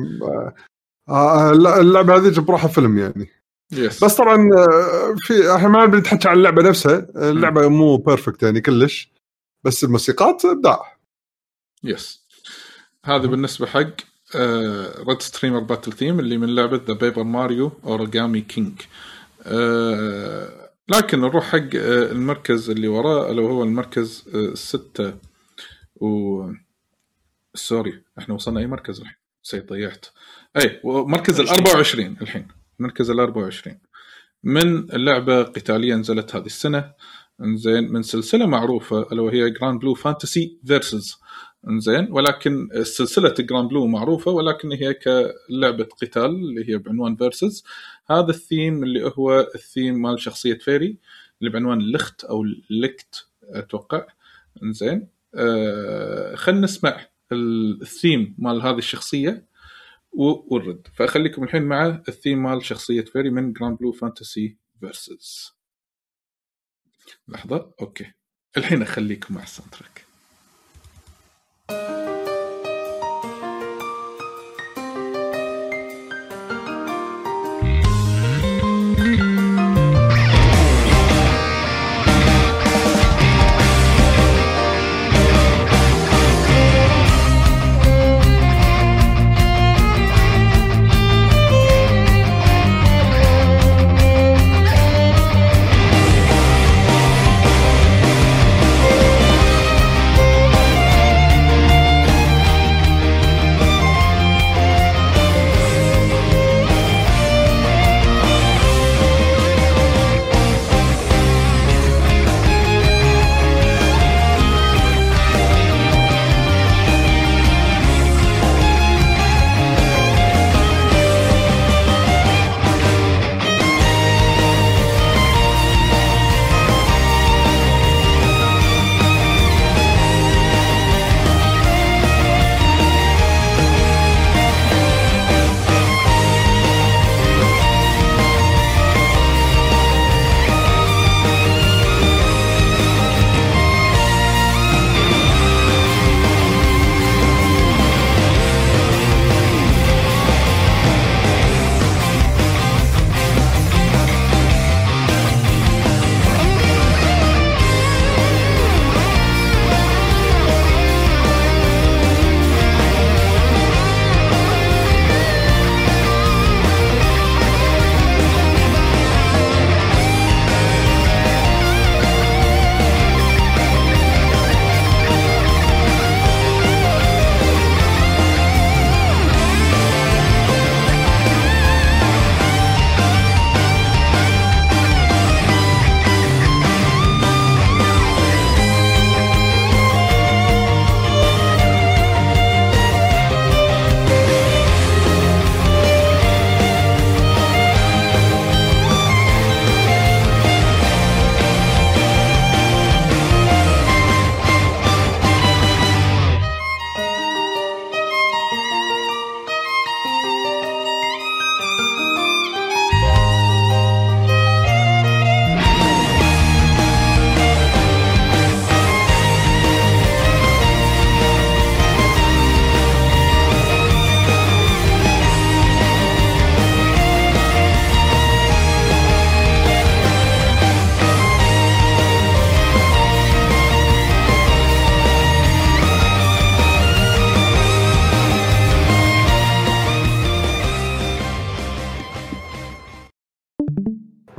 آه اللعبه هذه بروحها فيلم يعني yes. بس طبعا في احنا ما بنتحكي عن اللعبه نفسها اللعبه م. مو بيرفكت يعني كلش بس الموسيقات ابداع يس yes. هذا بالنسبه حق ريد ستريمر باتل ثيم اللي من لعبه ذا بيبر ماريو اوريجامي كينج أه لكن نروح حق المركز اللي وراه اللي هو المركز ستة و سوري احنا وصلنا اي مركز الحين سيد ضيعت اي مركز الأربعة وعشرين الحين مركز الأربعة وعشرين من اللعبة قتالية نزلت هذه السنة انزين من سلسلة معروفة اللي هي جراند بلو فانتسي فيرسز انزين ولكن سلسلة جراند بلو معروفة ولكن هي كلعبة قتال اللي هي بعنوان فيرسز هذا الثيم اللي هو الثيم مال شخصية فيري اللي بعنوان لخت أو لكت أتوقع إنزين آه خلنا نسمع الثيم مال هذه الشخصية والرد فأخليكم الحين مع الثيم مال شخصية فيري من جراند بلو فانتسي فيرسز لحظة أوكي الحين أخليكم مع الساوند تراك.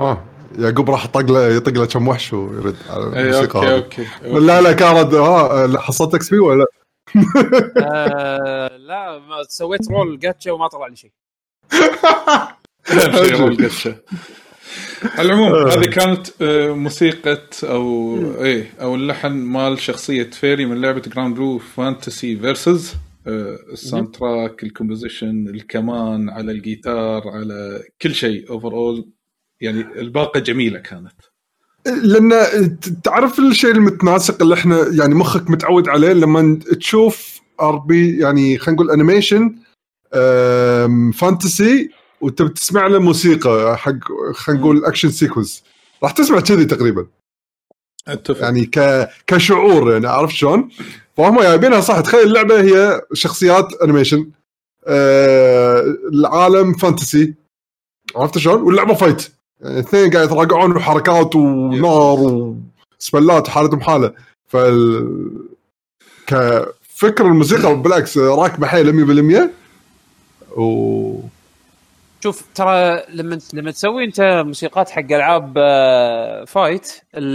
اه يعقوب راح طق له يطق له كم وحش ويرد على الموسيقى. أوكي, هذه. أوكي, أوكي. لا لا كانت اه حصلت اكس بي ولا آه لا ما سويت رول جاتشا وما طلع لي شيء. شيء رول جاتشا. على العموم هذه كانت موسيقى او ايه او اللحن مال شخصيه فيري من لعبه جراند بلو فانتسي فيرسز. الساوند تراك الكومبوزيشن الكمان على الجيتار على كل شيء اوفر اول يعني الباقه جميله كانت. لان تعرف الشيء المتناسق اللي احنا يعني مخك متعود عليه لما تشوف ار بي يعني خلينا نقول انيميشن فانتسي وانت بتسمع له موسيقى حق خلينا نقول اكشن سيكونس راح تسمع كذي تقريبا. اتفق. يعني ك كشعور يعني عرفت شلون فهم جايبينها صح. تخيل اللعبه هي شخصيات انيميشن آه العالم فانتسي عرفت شلون واللعبه فايت يعني اثنين قاعد يتراجعون وحركات ونار وسبلات حالتهم حاله. فال كفكر الموسيقى بالعكس راكبه حيل مية بالمية. و شوف ترى لما لما تسوي انت موسيقات حق العاب فايت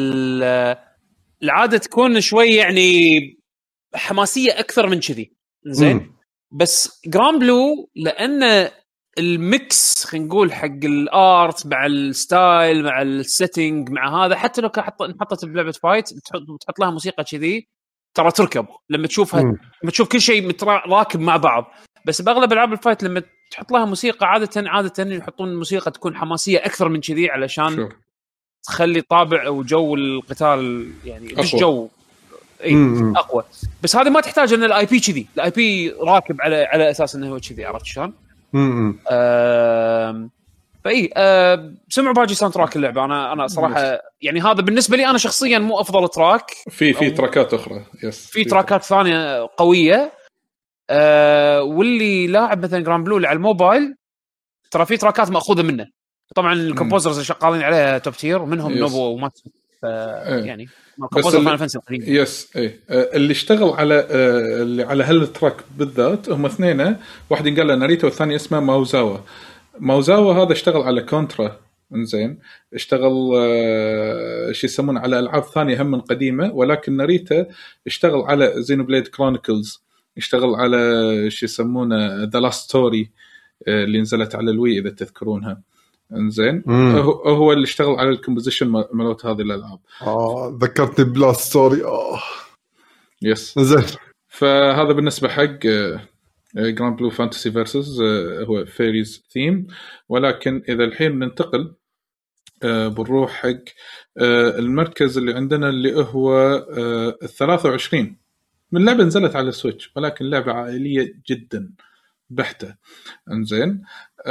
العاده تكون شوي يعني حماسيه اكثر من كذي زين. بس جراند بلو لان الميكس خلينا نقول حق الارت مع الستايل مع السيتنج مع هذا حتى لو كحط انحطت بلعبه فايت تحط تحط لها موسيقى كذي ترى تركب لما تشوفها مم. لما تشوف كل شيء راكب مع بعض. بس باغلب العاب الفايت لما تحط لها موسيقى عاده عاده يحطون موسيقى تكون حماسيه اكثر من كذي علشان شو. تخلي طابع وجو القتال يعني مش جو اي اقوى. بس هذه ما تحتاج ان الاي بي كذي الاي بي راكب على على اساس انه هو كذي عرفت شلون. امم آه فاي آه سمعوا باجي ساوند تراك اللعبه. انا انا صراحه يعني هذا بالنسبه لي انا شخصيا مو افضل تراك. في في تراكات اخرى يس في تراكات ثانيه قويه. آه واللي لاعب مثلا جراند بلو على الموبايل ترى في تراكات ماخوذه منه. طبعا الكومبوزرز اللي شغالين عليها توب تير ومنهم يس. نوبو وماتسو يعني الكومبوزر فاينل فانتسي القديم يس اي اللي اشتغل على اللي على هالتراك بالذات هم اثنين. واحد قال له ناريتو والثاني اسمه ماوزاوا. ماوزاوا هذا اشتغل على كونترا انزين اشتغل آه شو يسمونه على العاب ثانيه هم من قديمه. ولكن ناريتا اشتغل على زينوبليد كرونيكلز اشتغل على شو يسمونه ذا لاست ستوري اللي نزلت على الوي اذا تذكرونها انزين. هو اللي اشتغل على الكومبوزيشن مالت هذه الالعاب. اه ذكرتني بلاست ستوري اه يس زين. فهذا بالنسبه حق جراند بلو فانتسي فيرسز هو فيريز ثيم. ولكن اذا الحين ننتقل بنروح حق المركز اللي عندنا اللي هو الثلاثة وعشرين من لعبه نزلت على السويتش ولكن لعبه عائليه جدا بحته انزين.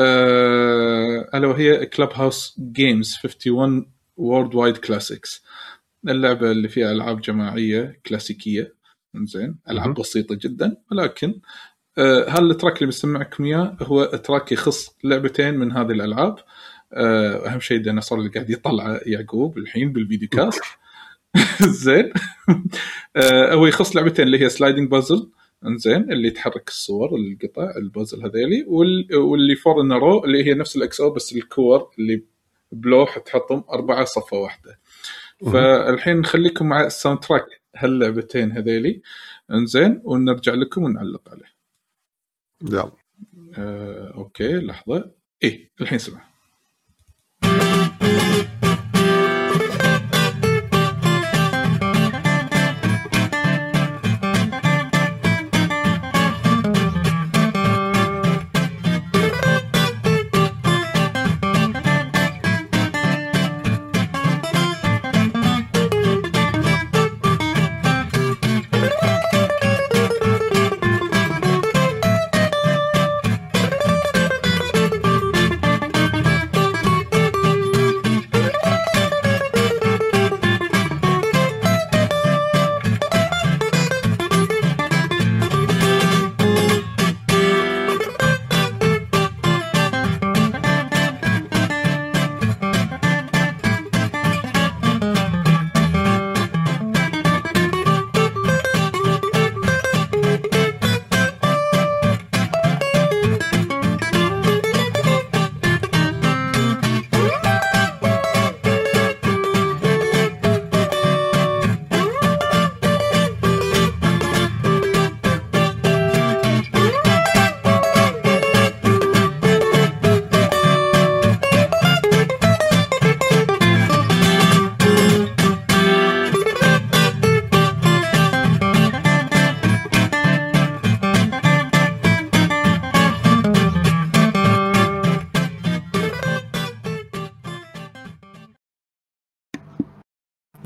أه ألا وهي كلاب هاوس جيمز واحد وخمسين وورد وايد كلاسيكس. اللعبة اللي فيها ألعاب جماعية كلاسيكية انزين ألعاب بسيطة جدا. ولكن أه هالتراك اللي بسمعكم إياه هو تراك يخص لعبتين من هذه الألعاب. أه أهم شيء ده صار اللي قاعد يطلع يعقوب الحين بالفيديو كاست زين. أه هو يخص لعبتين اللي هي سلايدنج بازل انزين اللي تحرك الصور القطع البازل هذيلي واللي فور نرو اللي هي نفس الاكس او بس الكور اللي بلوح تحطهم أربعة صفة واحدة. فالحين نخليكم مع الساوند تراك هاللعبتين هذيلي انزين ونرجع لكم ونعلق عليه. يلا آه، اوكي لحظة ايه الحين سمع.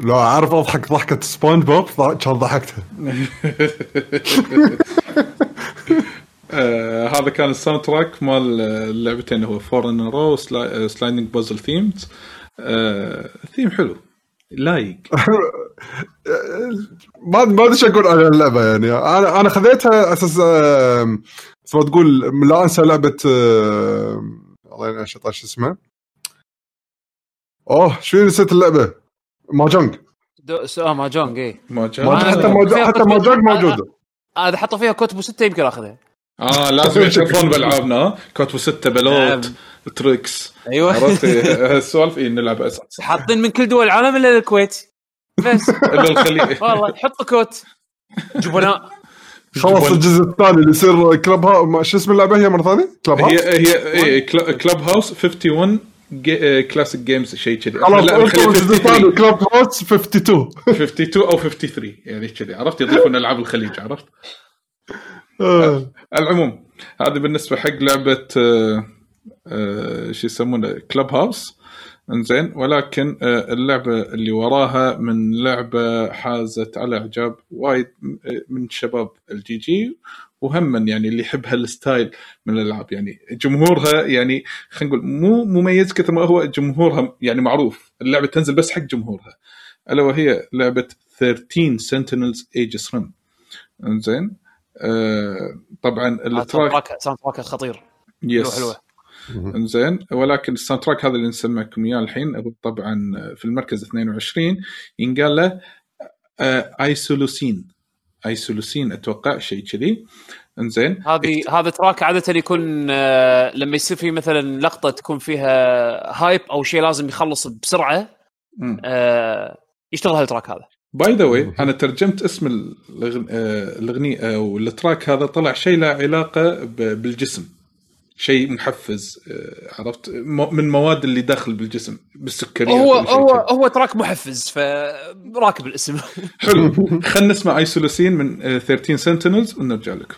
لا اعرف اضحك ضحكه سبونج بوب كان ضحكتها. آه هذا كان الساوند تراك مال اللعبتين، هو فور ان رو سلايدنج بازل ثيمز. آه ثيم حلو لايق. ما ما ادري شو اقول على اللعبه يعني. انا انا خذيتها اساس ما تقول لا انسى لعبه الله ينشط ايش اسمها. اوه شو نسيت اللعبه ماجونج. اه ماجونج ايه ماجونج حتى موجود حتى ماجونج موجوده. هذا حطوا فيها كتب ستة يمكن اخذها. اه لازم يشوفون بالعابنا كتب ستة بلوت تريكس. ايوه عرفت السوالف إيه نلعب اساس حاطين من كل دول العالم الا الكويت بس الا الخليج. والله حط كوت جبناء. خلاص الجزء الثاني اللي يصير كلب ها شو اسم اللعبه هي مره ثانيه كلب هاوس. هي هي كلب هاوس واحد وخمسين كلاسيك جيمز شيء كذي. الجزء الثاني كلب هاوس اثنين وخمسين اثنين وخمسين او ثلاثة وخمسين يعني كذي. عرفت يضيفون العاب الخليج. عرفت. آه. العموم هذا بالنسبه حق لعبه آه آه شو يسمونه كلب هاوس. انزين ولكن آه اللعبه اللي وراها من لعبه حازت على اعجاب وايد من شباب الجي جي، وهم يعني اللي يحب هالستايل من الالعاب. يعني جمهورها يعني خلينا نقول مو مميز كثر ما هو جمهورها يعني معروف. اللعبه تنزل بس حق جمهورها، الا وهي لعبه ثيرتين Sentinels Aegis Rim. انزين آه طبعا التراك ساوند تراك خطير يس حلوه. انزين ولكن الساوند تراك هذا اللي نسمعكم اياه الحين طبعا في المركز اثنين وعشرين ينقال له آه ايسولوسين. ايسولوسين اتوقع شيء كذي. انزين هذه هذا تراك عاده يكون آه لما يصير في مثلا لقطه تكون فيها هايب او شيء لازم يخلص بسرعه آه يشتغل هالتراك هذا. باي ذا واي انا ترجمت اسم الاغنيه او التراك هذا طلع شيء له علاقه بالجسم، شيء محفز. عرفت من مواد اللي داخل بالجسم بالسكريات. هو هو هو تراك محفز فراكب الاسم. حلو خلينا نسمع ايسولوسين من ثيرتين Sentinels ونرجع لكم.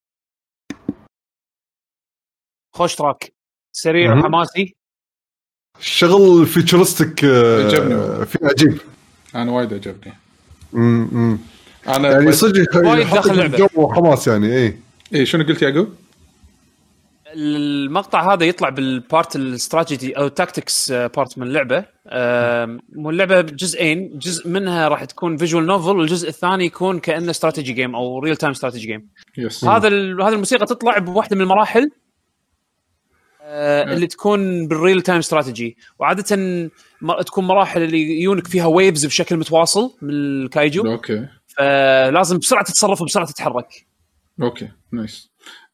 خوش تراك سريع وحماسي الشغل فيتشرستك عجبني في عجيب. انا وايد عجبني. امم انا يعني صدق وايد داخل اللعبة. جو وحماس يعني. ايه ايه شنو قلت يعقوب؟ المقطع هذا يطلع بالبارت الاستراتيجي او تاكتكس بارت من اللعبه. مو اللعبه جزئين، جزء منها راح تكون فيجوال نوفل والجزء الثاني يكون كانه استراتيجي جيم او ريل تايم استراتيجي جيم. يس. هذا هذا الموسيقى تطلع بواحده من المراحل اللي تكون بالريل تايم استراتيجي، وعاده تكون مراحل اللي يونك فيها ويفز بشكل متواصل من الكايجو. اوكي. فلازم بسرعه تتصرف وبسرعه تتحرك. اوكي نايس.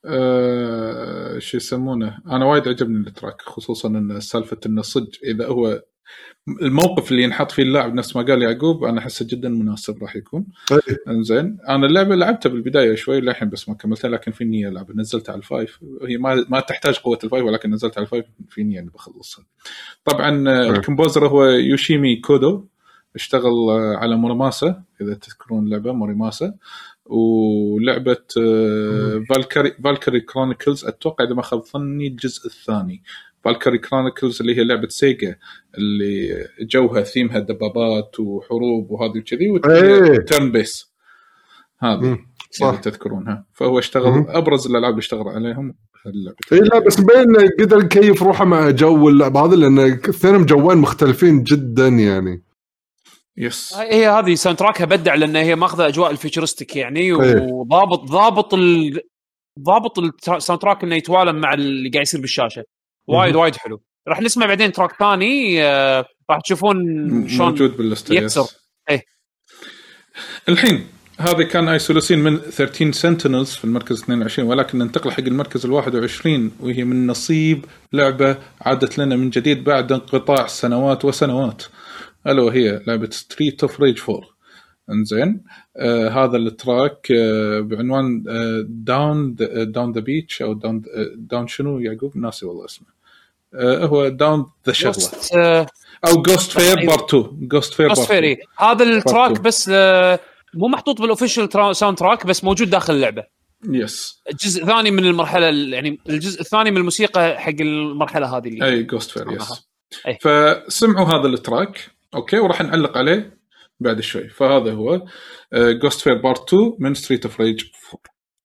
أه... شو يسمونه، انا وايد عجبني التراك، خصوصا ان سالفه انه صدق اذا هو الموقف اللي ينحط فيه اللاعب نفس ما قال يعقوب، انا احسه جدا مناسب راح يكون. انزين انا اللعبه لعبتها بالبدايه شوي للحين بس ما كملتها، لكن في نيه العب، نزلتها على الفايف، هي ما ما تحتاج قوه الفايف ولكن نزلتها على الفايف في نيه اني بخلصها. طبعا الكومبوزر هو يوشيمي كودو، اشتغل على موريماسا اذا تذكرون اللعبه موريماسا، ولعبه فالكري فالكري كرونيكلز اتوقع اذا ما خاب ظني الجزء الثاني. فالكري كرونيكلز اللي هي لعبه سيجا اللي جوها ثيمها دبابات وحروب وهذه وكذي وتيرن بيس هذه صح تذكرونها. فهو اشتغل مم. ابرز الالعاب اللي اشتغل عليهم اللعبه. اي لا بس بين قدر يكيف روحه مع جو اللعبه هذا لان اثنين جوين مختلفين جدا يعني. يس هي هذه ساوند تراكها بدع لان هي ماخذه اجواء الفيوتشرستيك يعني، وضابط ضابط ال... ضابط الساوند تراك انه يتوالم مع اللي قاعد يصير بالشاشه. وايد وايد حلو. راح نسمع بعدين تراك ثاني آه راح تشوفون شلون موجود بالستيس. ايه الحين هذا كان ايسولوسين من ثلاثة عشر سنتينلز في المركز اثنين وعشرين، ولكن ننتقل حق المركز الواحد وعشرين وهي من نصيب لعبه عادت لنا من جديد بعد انقطاع سنوات وسنوات، الا وهي لعبه ستريت اوف ريج فور. انزين آه هذا التراك آه بعنوان داون داون ذا بيتش او داون داون شنو يعقوب ناسي والله اسمه. آه هو داون ذا شغله آه او جوست فير بارت اثنين. جوست فير جوست فير هذا التراك بس آه مو محطوط بالاوفيشال ساوند تراك بس موجود داخل اللعبه. يس الجزء الثاني من المرحله يعني الجزء الثاني من الموسيقى حق المرحله هذه اللي اي جوست فير يس. فسمعوا هذا التراك اوكي وراح نعلق عليه بعد شوي. فهذا هو Ghost Fair Part اثنين من Street of Rage فور.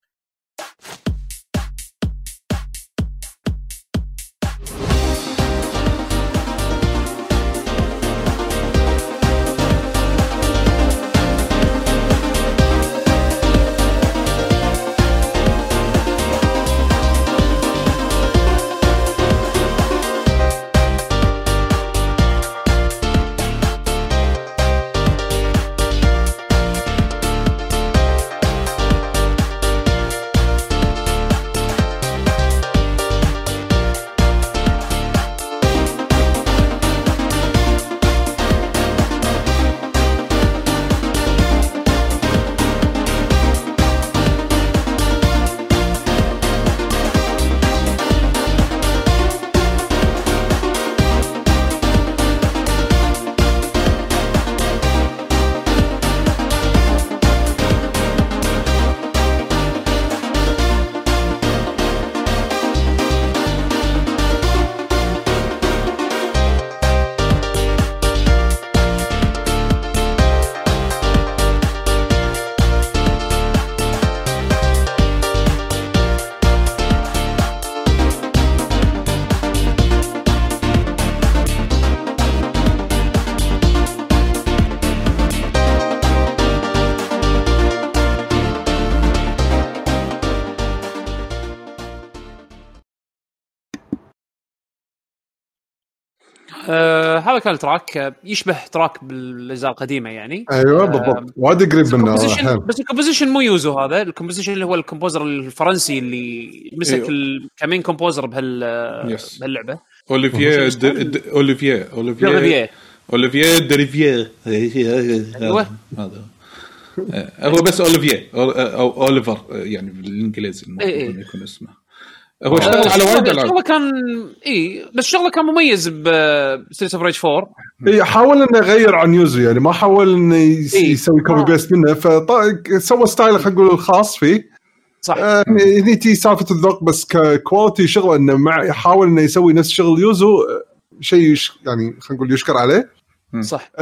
آه هذا كان التراك يشبه تراك بالاجزاء القديمه يعني. ايوه بالضبط وايد قريب منه بس الكومبوزيشن مو يوزو هذا الكومبوزيشن اللي هو الكومبوزر الفرنسي اللي مسك أيوه. الكامين كومبوزر بهال بهاللعبه اوليفييه اوليفييه اوليفييه اوليفييه دريفييه ايوه هذا هو بس اوليفييه او اوليفر يعني بالانجليزي المفروض يكون اسمه. هو اشتغل على وايد العاب. شغله كان اي بس شغله كان مميز بستريت اوف ريج فور. اي حاول انه يغير عن يوزو يعني ما حاول انه يسوي كوبي بيست منه فسوى ستايل خلينا نقول الخاص فيه صح. آه هني تي سالفه الذوق بس ككواليتي شغله انه مع يحاول انه يسوي نفس شغل يوزو شيء يش يعني خلينا نقول يشكر عليه. صح.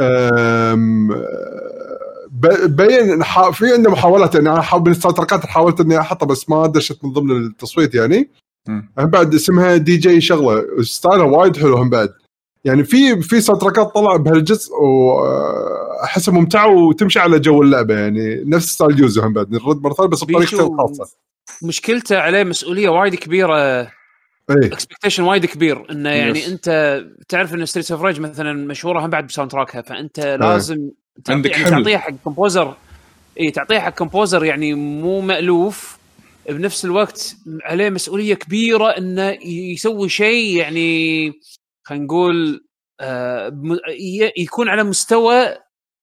بين في عنده محاولات يعني انا حاول بالستار تركات حاولت اني احطها بس ما دشت من ضمن التصويت يعني. هم بعد اسمها دي جي شغله ستايلها وايد حلو هم بعد يعني في في ساتركات طلع بهالجزء واحسها ممتعه وتمشي على جو اللعبه يعني نفس ستايل يوزو هم بعد نرد مرة بس بطريقه خاصه. مشكلته عليه مسؤوليه وايد كبيره اكسبكتيشن وايد كبير انه يعني انت تعرف ان ستريت اوف ريج مثلا مشهوره هم بعد بساوند تراكها فانت لازم عندك يعني تعطيها حق كومبوزر اي تعطيها حق كومبوزر يعني مو مألوف بنفس الوقت عليه مسؤوليه كبيره انه يسوي شيء يعني خلينا نقول آه يكون على مستوى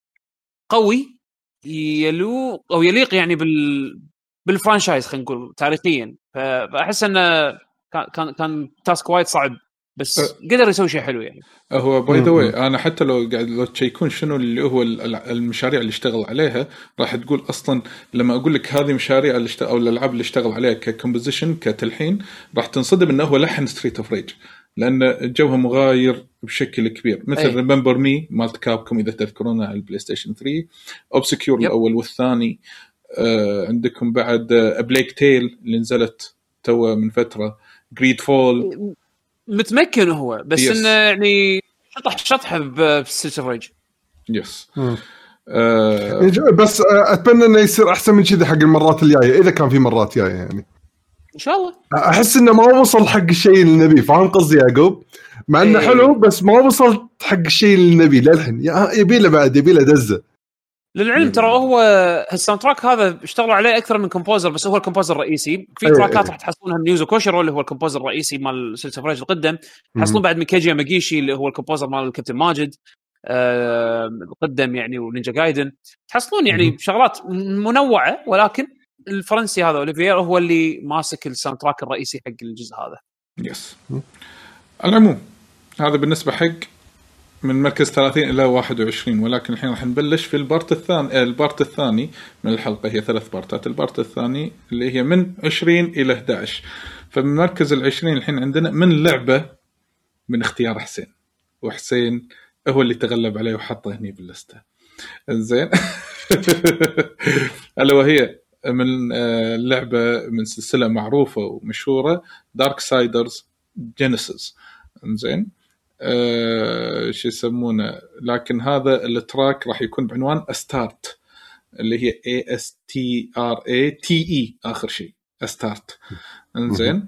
قوي يلو او يليق يعني بال بالفرانشايز خلينا نقول تاريخيا. فاحس انه كان كان كان تاسك وايد صعب بس أه قدر يسوي شيء حلو يعني. هو باي ذا واي انا حتى لو قاعد لو تشيكون شنو اللي هو المشاريع اللي اشتغل عليها راح تقول اصلا لما اقول لك هذه مشاريع اللي اشتغل او الالعاب اللي اشتغل عليها ككومبوزيشن كتلحين راح تنصدم انه هو لحن ستريت اوف ريج لان جوها مغاير بشكل كبير مثل ريمبر مي مالت كابكوم اذا تذكرون على البلاي ستيشن ثري اوبسكيور الاول والثاني. آه عندكم بعد آه بليك تيل اللي نزلت تو من فتره جريد فول متمكن هو بس yes. انه يعني شطح شطحه بالسلسفريج يس yes. آه بس اتمنى انه يصير احسن من كذا حق المرات الجايه اذا كان في مرات جايه يعني ان شاء الله. احس انه ما وصل حق الشيء اللي نبيه فاهم قصدي يعقوب مع انه ايه. حلو بس ما وصل حق الشيء اللي نبيه للحين يبي له بعد يبي له دزه. للعلم ترى هو الساوند تراك هذا اشتغلوا عليه اكثر من كومبوزر بس هو الكومبوزر الرئيسي في تراكات راح تحصلونها من يوزو كوشيرو اللي هو الكومبوزر الرئيسي مال سلسله فريج القدم تحصلون بعد من كيجي ماجيشي اللي هو الكومبوزر مال الكابتن ماجد آه القدم يعني ونينجا جايدن تحصلون يعني شغلات منوعه ولكن الفرنسي هذا اوليفير هو اللي ماسك الساوند تراك الرئيسي حق الجزء هذا. يس العموم هذا بالنسبه حق من مركز ثلاثين إلى واحد وعشرين ولكن الحين راح نبلش في البارت الثاني. البارت الثاني من الحلقة هي ثلاث بارتات. البارت الثاني اللي هي من عشرين إلى إحدى عشر. فمن مركز العشرين الحين عندنا من لعبة من اختيار حسين وحسين هو اللي تغلب عليه وحطه هني باللستة زين. ألا وهي من اللعبة من سلسلة معروفة ومشهورة Darksiders Genesis زين. أه شو يسمونه لكن هذا التراك راح يكون بعنوان أستارت اللي هي A S T R A T E آخر شيء أستارت إنزين.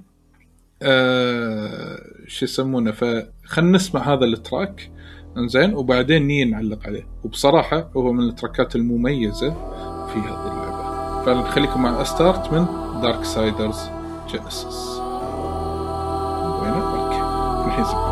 أه شو يسمونه فخلنا نسمع هذا التراك إنزين وبعدين نيجي نعلق عليه وبصراحة هو من التراكات المميزة في هذه اللعبة. فنخليكم مع أستارت من Darksiders Genesis. وينه أوكي الحين سمع.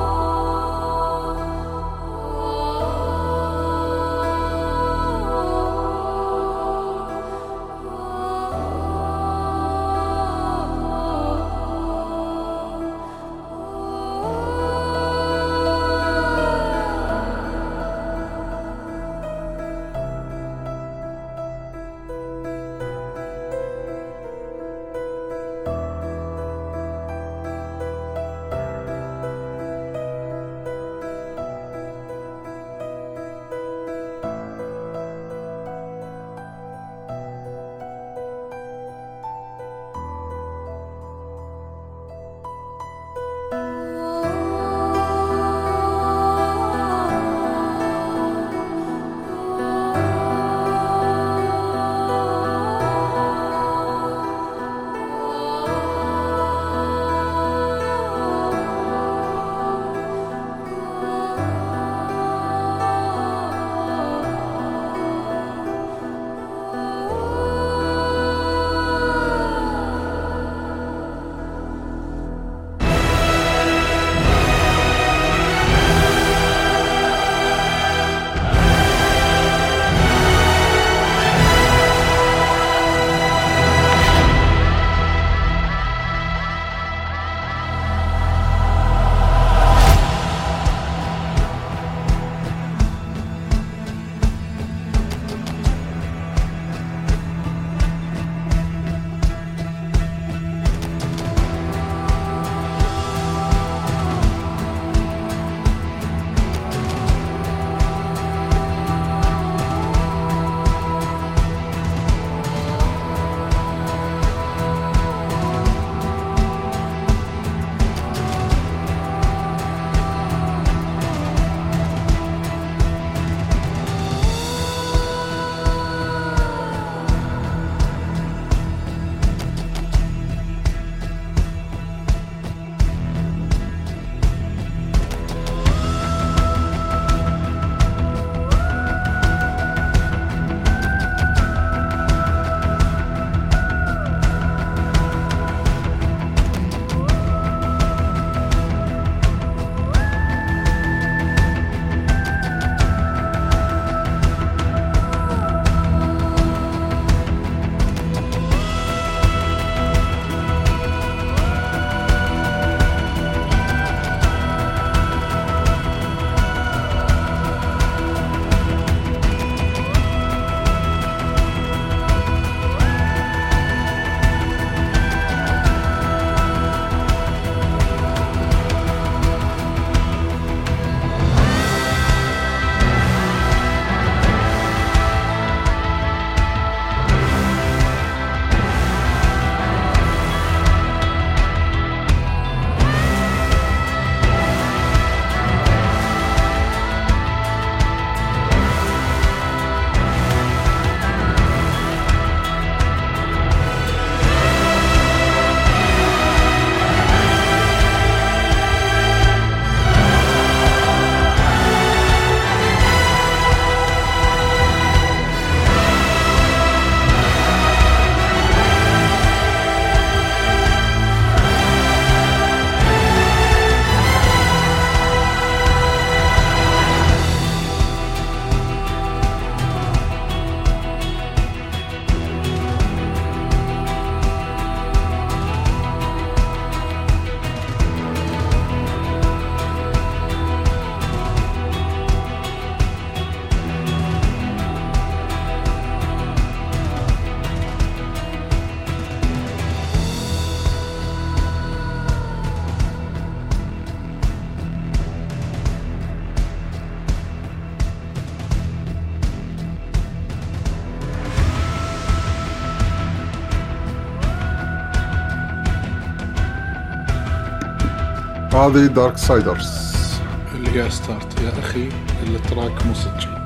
هذه دارك سايدرز اللي قاعد ستارت يا اخي التراك مو صدق.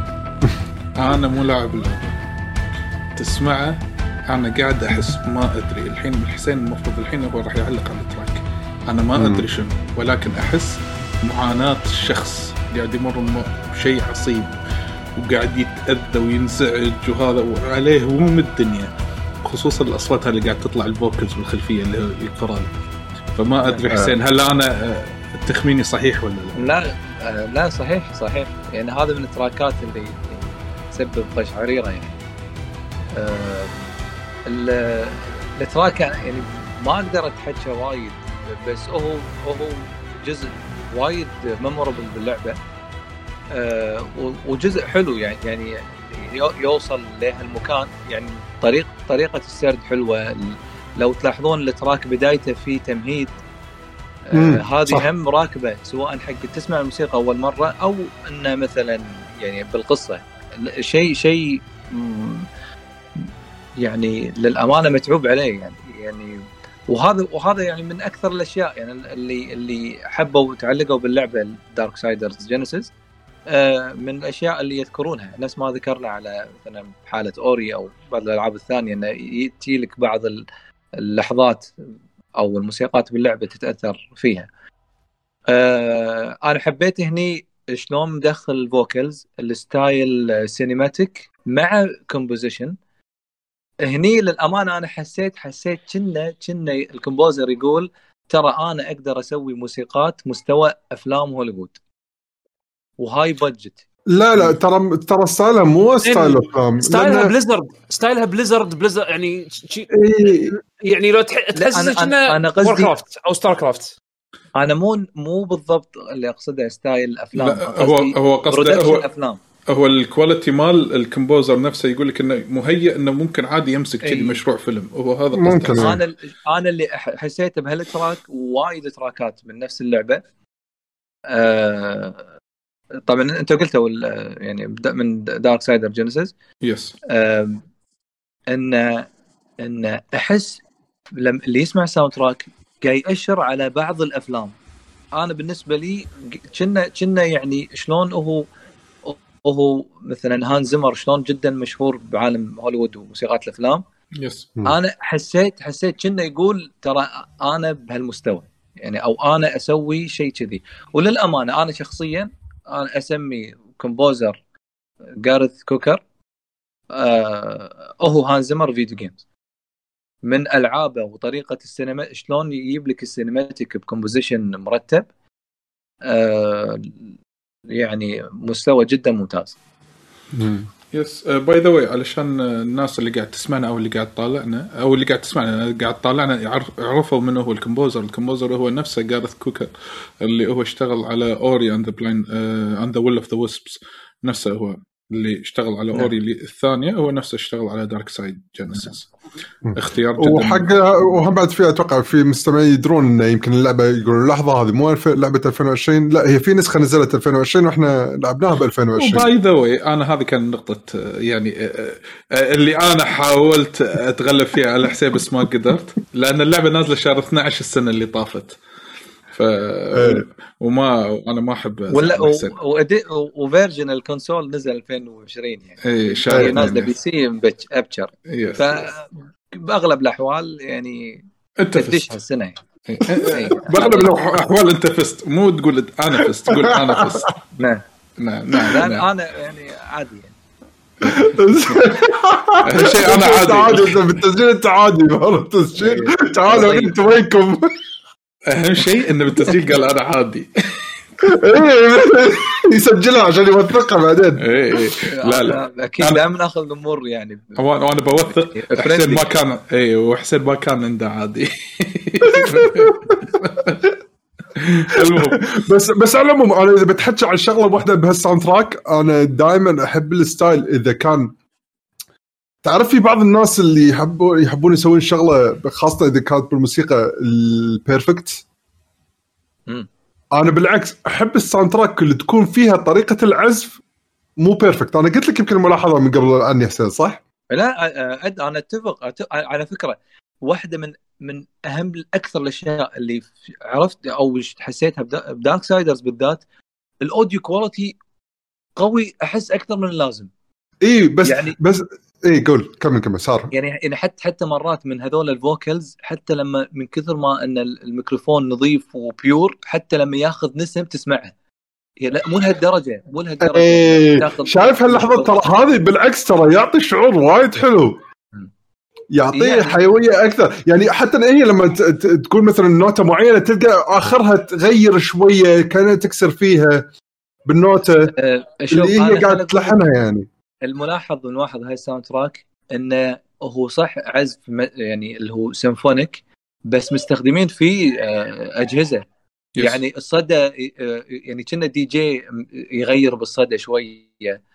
انا مو لاعب اللعبه تسمعه، انا قاعد احس ما ادري. الحين الحسين المفروض الحين هو راح يعلق على التراك، انا ما مم. ادري شنو، ولكن احس معاناه الشخص قاعد يمر بشيء عصيب وقاعد يتاذى وينزعج وهذا وعليه هموم الدنيا، خصوصا الاصوات اللي قاعد تطلع الفوكلز بالخلفيه اللي هو يقرأ. فما ادري حسين هل انا تخميني صحيح ولا لا؟ لا آه، لا صحيح صحيح يعني هذا من التراكات اللي تسبب قشعريره يعني. آه، ال- التراك يعني ما اقدر اتحكى وايد، بس هو هو جزء وايد ميموربل باللعبه، آه، و- وجزء حلو يعني يعني يو- يوصل لهالمكان يعني. طريق طريقه السرد حلوه. لو تلاحظون التراك بدايته في تمهيد، مم، آه هذه صح. هم راكبه، سواء حق تسمع الموسيقى اول مره او انه مثلا يعني بالقصه شيء شيء مم، يعني للامانه متعوب عليه يعني يعني وهذا وهذا يعني من اكثر الاشياء يعني اللي اللي حبوا وتعلقوا باللعبه دارك سايدرز جينيسيس، آه من الاشياء اللي يذكرونها نفس ما ذكرنا على مثلا حاله اوري او بعض الالعاب الثانيه، انه ياتي لك بعض اللحظات او الموسيقات باللعبه تتاثر فيها. آه انا حبيت هني شلون مدخل الفوكلز الستايل سينماتيك مع كومبوزيشن. هني للامانه انا حسيت حسيت كنا كنا الكومبوزر يقول ترى انا اقدر اسوي موسيقات مستوى افلام هوليوود وهاي بادجت. لا لا ترى ترى ستايلها مو ستايل افلام، ستايلها لأن- بليزرد ستايلها بليزرد بليزرد يعني شي إيه، يعني لو تح- تحس أنا- كنا أنا قصدي- ووركرافت او ستار كرافت. انا مو مو بالضبط اللي اقصده ستايل افلام، لا، هو هو قصده هو افلام. هو الكواليتي مال الكمبوزر نفسه يقول لك انه مهيئ انه ممكن عادي يمسك كذي أي. مشروع فيلم، وهو هذا ممكن. قصده. انا انا اللي أح- حسيته بهالتراك وايد تراكات من نفس اللعبه. آه طبعا انت قلتوا يعني من دارك سايدر جينيسيس، يس آه ان ان احس لما اللي يسمع ساوند تراك جاي يأشر على بعض الافلام. انا بالنسبه لي كنا كنا يعني شلون هو هو مثلا هان زمر شلون جدا مشهور بعالم هوليوود وموسيقات الافلام. يس مم. انا حسيت حسيت كنا يقول ترى انا بهالمستوى يعني، او انا اسوي شيء كذي. وللامانه انا شخصيا انا اسمي كومبوزر جارث كوكر آه هو هان زمر فيديو جيمز، من العابه وطريقه السينما شلون يجيب لك السينماتيك بكومبوزيشن مرتب، آه يعني مستوى جدا ممتاز. يس باي ذا واي، علشان الناس اللي قاعد تسمعنا او اللي قاعد تطالعنا او اللي قاعد تسمعنا قاعد تطالعنا يعرف يعرفوا منه هو الكمبوزر. الكمبوزر هو نفسه جارث كوكر اللي هو اشتغل على اوري اند ذا بلايند اند ذا ويل اوف ذا ويسبس، نفسه هو اللي اشتغل على نعم. اوري الثانيه، هو نفسه اشتغل على دارك سايد جينيسيس. اختيار جدا وحق وهم بعد فيها اتوقع في مستمعين يدرون انه يمكن اللعبه يقولون لحظه هذه مو الف... لعبه ألفين وعشرين، لا هي في نسخه نزلت ألفين وعشرين واحنا لعبناها ب ألفين وعشرين. باي ذا واي انا هذه كان نقطه يعني اللي انا حاولت اتغلب فيها على حساب بس ما قدرت، لان اللعبه نازله شهر اثنا عشر السنه اللي طافت، ف وما انا ما احب ولا وفيرجن الكونسول نزل ألفين وعشرين يعني اي شهر نازله بي سي ابشر، فباغلب الاحوال يعني انت تدش هالسنه يعني. باغلب الاحوال انت فزت، مو تقول انا فزت، تقول انا فزت. نعم نعم نعم انا يعني عادي يعني شيء انا عادي عادي بالتسجيل، انت عادي والله التسجيل. تعالوا انتوا وينكم؟ اهم شيء انه بالتسجيل قال انا عادي. يسجلها عشان يوثقها بعدين. اي اي لا لا اكيد دائما اخذ الامور يعني وانا بوثق. حسين ما كان اي وحسين ما كان عنده عادي. المهم بس بس على العموم انا اذا بتحكي عن شغله واحده بهالساوند تراك، انا دائما احب الستايل. اذا كان تعرف في بعض الناس اللي يحبوا يحبون يسوون شغله خاصه اذا كانت بالموسيقى البيرفكت، انا بالعكس احب الساوند تراك اللي تكون فيها طريقه العزف مو بيرفكت. انا قلت لك يمكن ملاحظه من قبل عني حسين صح؟ لا انا اتفق على فكره. واحده من من اهم اكثر الاشياء اللي عرفت او حسيتها بدارك سايدرز بالذات، الاوديو كواليتي قوي احس اكثر من اللازم. اي بس يعني بس اي قول كمل كمل صار يعني يعني حتى حتى مرات من هذول الفوكلز، حتى لما من كثر ما ان الميكروفون نظيف وبيور، حتى لما ياخذ نسم تسمعها. لا مو لهالدرجه مو لهالدرجه ايه تاخذ. شايف هاللحظه ترى هذه بالعكس ترى يعطي شعور وايد حلو، يعطيه يعني حيويه اكثر. يعني حتى هي لما تقول مثلا نوته معينه تلقى اخرها تغير شويه كانت تكسر فيها بالنوته اللي هي قاعده تلحنها. يعني الملاحظ ونلاحظ هاي الساوند تراك انه هو صح عزف يعني اللي هو سيمفونيك، بس مستخدمين فيه اجهزه. yes. يعني الصدى يعني كنا دي جي يغير بالصدى شويه،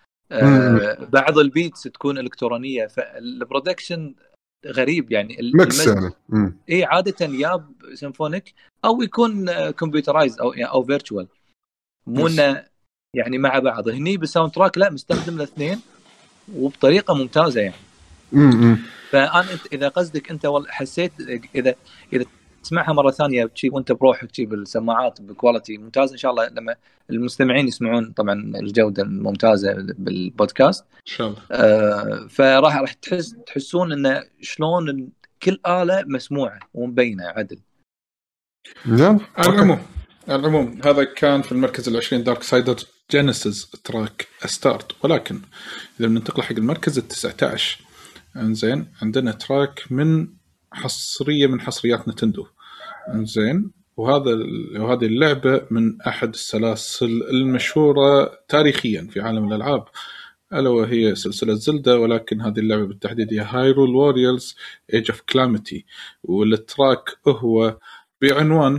بعض البيتس تكون الكترونيه، فالبرودكشن غريب يعني ميكس يعني. اي عاده ياب سيمفونيك او يكون كمبيوترايز او يعني او فيرتشوال، مو yes. يعني مع بعض. هني بالساوند تراك لا مستخدم الاثنين وبطريقه ممتازه يعني. امم فانا اذا قصدك انت حسيت اذا اذا تسمعها مره ثانيه بشي وانت بروحك تجيب بالسماعات بكواليتي ممتاز، ان شاء الله لما المستمعين يسمعون طبعا الجوده الممتازه بالبودكاست ان شاء الله. آه فراح راح تحس تحسون انه شلون كل آلة مسموعه ومبينه عدل. نعم. العموم العموم هذا كان في المركز العشرين دارك سايدر جينيسيس تراك ستارت. ولكن إذا بننتقل حق المركز التسعة عشر، انزين عندنا تراك من حصرية من حصريات نتندو. انزين وهذا وهذه اللعبة من أحد السلاسل المشهورة تاريخيا في عالم الألعاب، ألا وهي سلسلة زلدة. ولكن هذه اللعبة بالتحديد هي هايرول ووريرز ايج اوف كلاميتي، والتراك هو بعنوان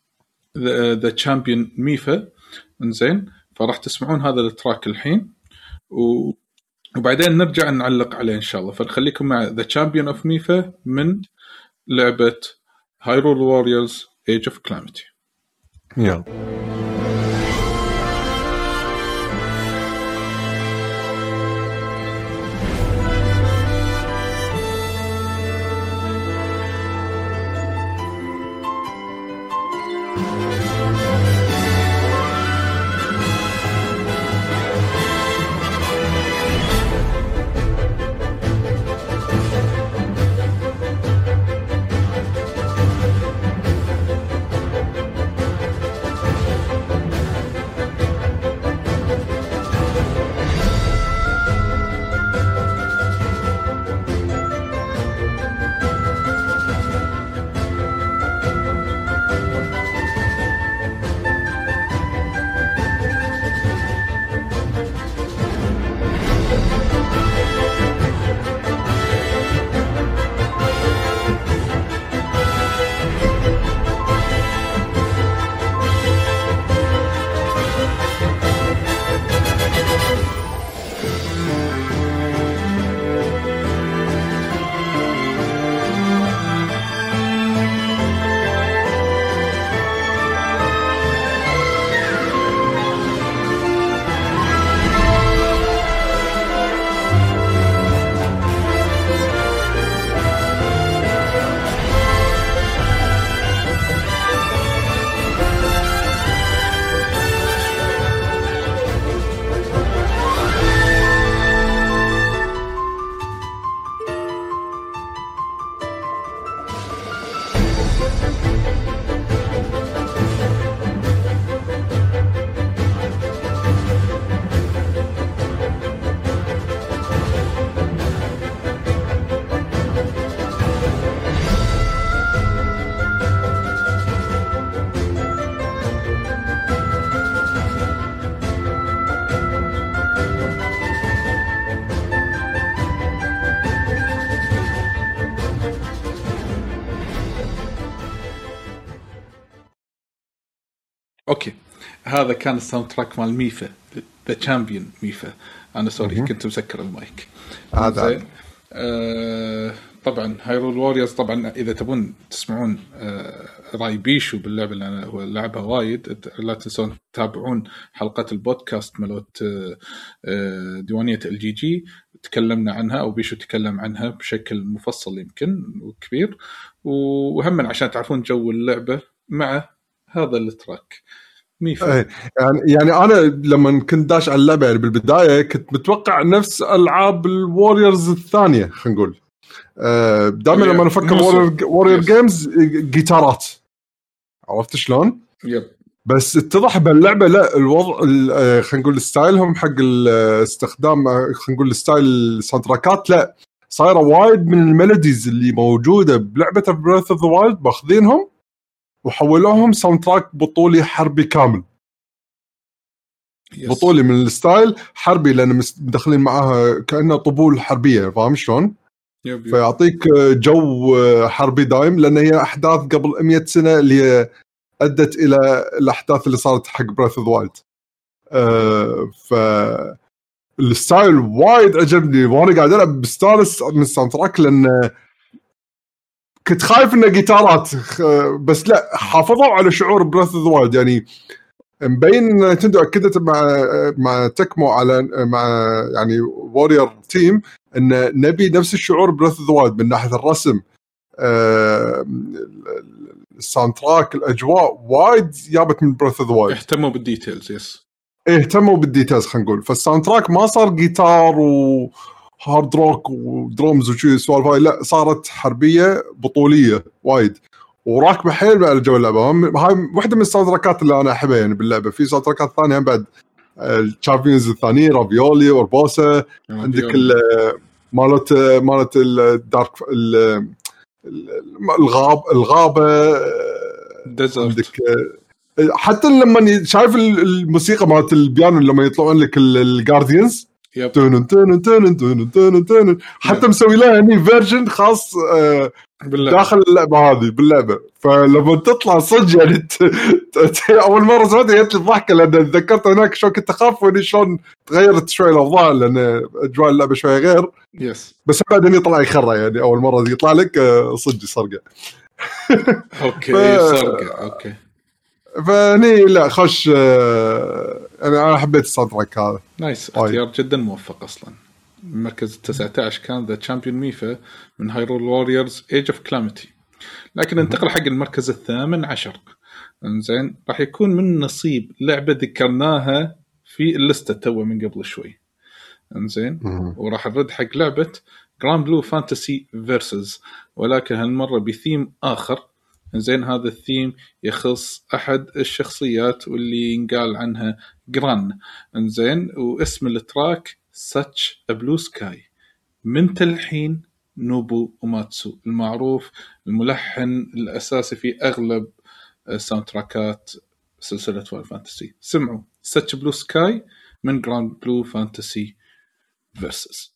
ذا تشامبيون ميفا. انزين فراح تسمعون هذا التراك الحين و... وبعدين نرجع نعلق عليه ان شاء الله. فنخليكم مع ذا تشامبيون اوف ميفا من لعبة هايرول ووريرز ايج اوف كلاميتي. يلا اوكي هذا كان الساوند تراك مال ميفا ذا تشامبيون ميفا. انا سوري كنت مسكر المايك هذا. آه طبعا هايرول ووريرز طبعا اذا تبون تسمعون آه راي بيشو باللعبه اللي انا هو لعبها وايد، لا تنسون تتابعون حلقات البودكاست مالت آه ديوانيه الجي جي تكلمنا عنها او بيشو تكلم عنها بشكل مفصل يمكن وكبير. وهم عشان تعرفون جو اللعبة مع هذا التراك. ميفا إيه، يعني يعني انا لما كنت داش على اللعبه يعني بالبدايه كنت متوقع نفس العاب الواريورز الثانيه، خلينا نقول أه دائما لما نفكر واريور جيمز جيتارات، عرفت شلون؟ يب. بس اتضح باللعبه لا، الوضع خلينا نقول ستايلهم حق الاستخدام، خلينا نقول ستايل الساوندتراكات لا صايره وايد من الميلوديز اللي موجوده بلعبه بريث اوف ذا وايلد ماخذينهم وحولوهم ساوند تراك بطولي حربي كامل. yes. بطولي من الستايل حربي لأن مدخلين معاها كأنها طبول حربية، فاهم شلون؟ يب يب. فيعطيك جو حربي دايم، لأن هي أحداث قبل مية سنة اللي أدت إلى الأحداث اللي صارت حق براث اوف ذا وايلد. أه ف الستايل وايد عجبني وانا قاعد العب بستانس من الساوند تراك، لأن كنت خايف انه جيتارات بس لا حافظوا على شعور براث اوف ذا وايلد. يعني مبين نتندو اكدت مع مع تكمو على مع يعني واريور تيم ان نبي نفس الشعور براث اوف ذا وايلد من ناحيه الرسم، الساوند تراك، الاجواء وايد جابت من براث اوف ذا وايلد. اهتموا بالديتيلز. يس اهتموا بالديتيلز خلينا نقول. فالساوند تراك ما صار جيتار و هارد روك ودرومز وشي سوالف هاي، لا صارت حربيه بطوليه وايد وراكبه حيل على جو اللعبه. هاي واحده من الساوند تراكات اللي انا احبها يعني باللعبه. في ساوند تراكات ثانيه بعد الشامبيونز الثانيين رافيولي وربوسا، عندك مالت مالت الدارك الغاب الغابه عندك، حتى لما شايف الموسيقى مالت البيانو لما يطلعون لك الجارديانز تون تون تون تون تون تون، حتى مسوي لها هني فيرجن خاص آه داخل اللعبه هذه باللعبه. فلما تطلع صدق يعني ت... ت... اول مره سمعتها جت لي الضحكه، لان تذكرت هناك شو كنت اخاف واني شلون تغيرت شوي الاوضاع لان اجواء اللعبه شويه غير. يس بس بعدين يطلع يخرع يعني اول مره يطلع لك صدق سرقه. اوكي سرقه اوكي. فني لا خش انا حبيت الساوند تراك هذا. نايس اختيار جدا موفق. اصلا المركز التاسع عشر كان ذا تشامبيون ميفا من هايرول واريورز ايج اوف كلاميتي. لكن انتقل حق المركز الثامن عشر. انزين راح يكون من نصيب لعبه ذكرناها في الليسته تو من قبل شوي. انزين وراح نرد حق لعبه جراند بلو فانتسي فيرسز، ولكن هالمره بثيم اخر. إنزين هذا الثيم يخص أحد الشخصيات واللي ينقال عنها جران. إنزين واسم التراك Such a Blue Sky من تلحين نوبو أوماتسو المعروف الملحن الأساسي في أغلب ساوند تراكات سلسلة فاينل فانتسي. سمعوا Such a Blue Sky من Grand Blue Fantasy Versus.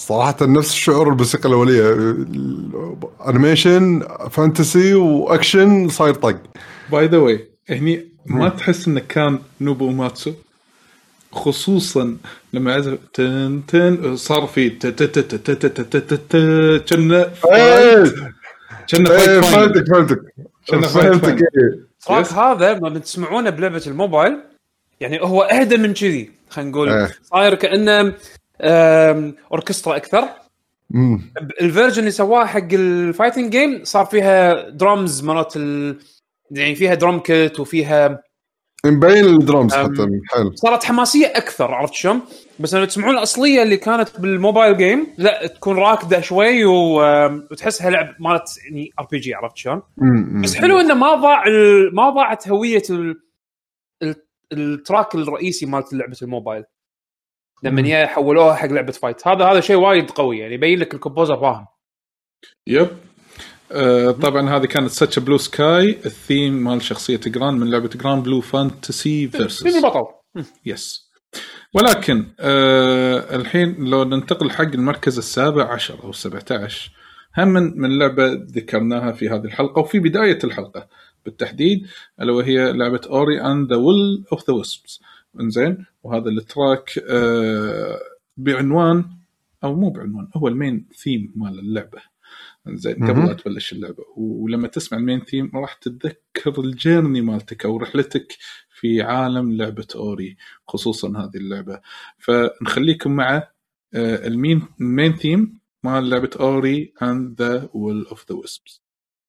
صراحة نفس الشعور الموسيقى الأولية، أنيميشن فانتسي وأكشن صاير طق. باي ذا واي هني ما تحس إنه كان نوبو ماتسو، خصوصا لما عزف تن تن صار في ت ت ت ت ت ت ت ت كنا فايت كنا فايت فهمتك فهمتك فهمتك. صراحة هذا ما بتسمعونه بلعبة الموبايل يعني هو أهدى من كذي، خلينا نقول صاير كأنه أوركسترا أكثر. الفيرجن اللي سواه حق الفايتنج جيم صار فيها درامز مرات ال... يعني فيها درام كيت وفيها مبين الدرامز حتى حلو، صارت حماسية أكثر، عرفت شلون؟ بس لما تسمعون الأصلية اللي كانت بالموبايل جيم لا تكون راكدة شوي و... وتحسها لعب مالت يعني ار بي جي، عرفت شلون؟ بس حلو إنه ما ضاع ال... ما ضاعت هوية ال... ال... التراك الرئيسي مالت لعبة الموبايل لما نيا حولوها حق لعبة فايت. هذا هذا شيء وايد قوي يعني، يبين لك الكومبوزر فاهم. يب آه طبعا هذه كانت ساتش بلو سكاي، الثيم مال شخصية جران من لعبة جران بلو فانتسي فيرسس مين بطل. يس. ولكن آه الحين لو ننتقل حق المركز السابع عشر أو سبعة عشر، هم من, من لعبة ذكرناها في هذه الحلقة وفي بداية الحلقة بالتحديد، ألا وهي لعبة أوري and the Will of the Wisps. إنزين، وهذا التراك آه بعنوان أو مو بعنوان، هو المين ثيم مال اللعبة. إنزين قبل لا تبلش اللعبة، ولما تسمع المين ثيم راح تتذكر الجيرني مالتك أو رحلتك في عالم لعبة أوري، خصوصا هذه اللعبة. فنخليكم مع المين المين ثيم مال لعبة أوري and the Will of the Wisps.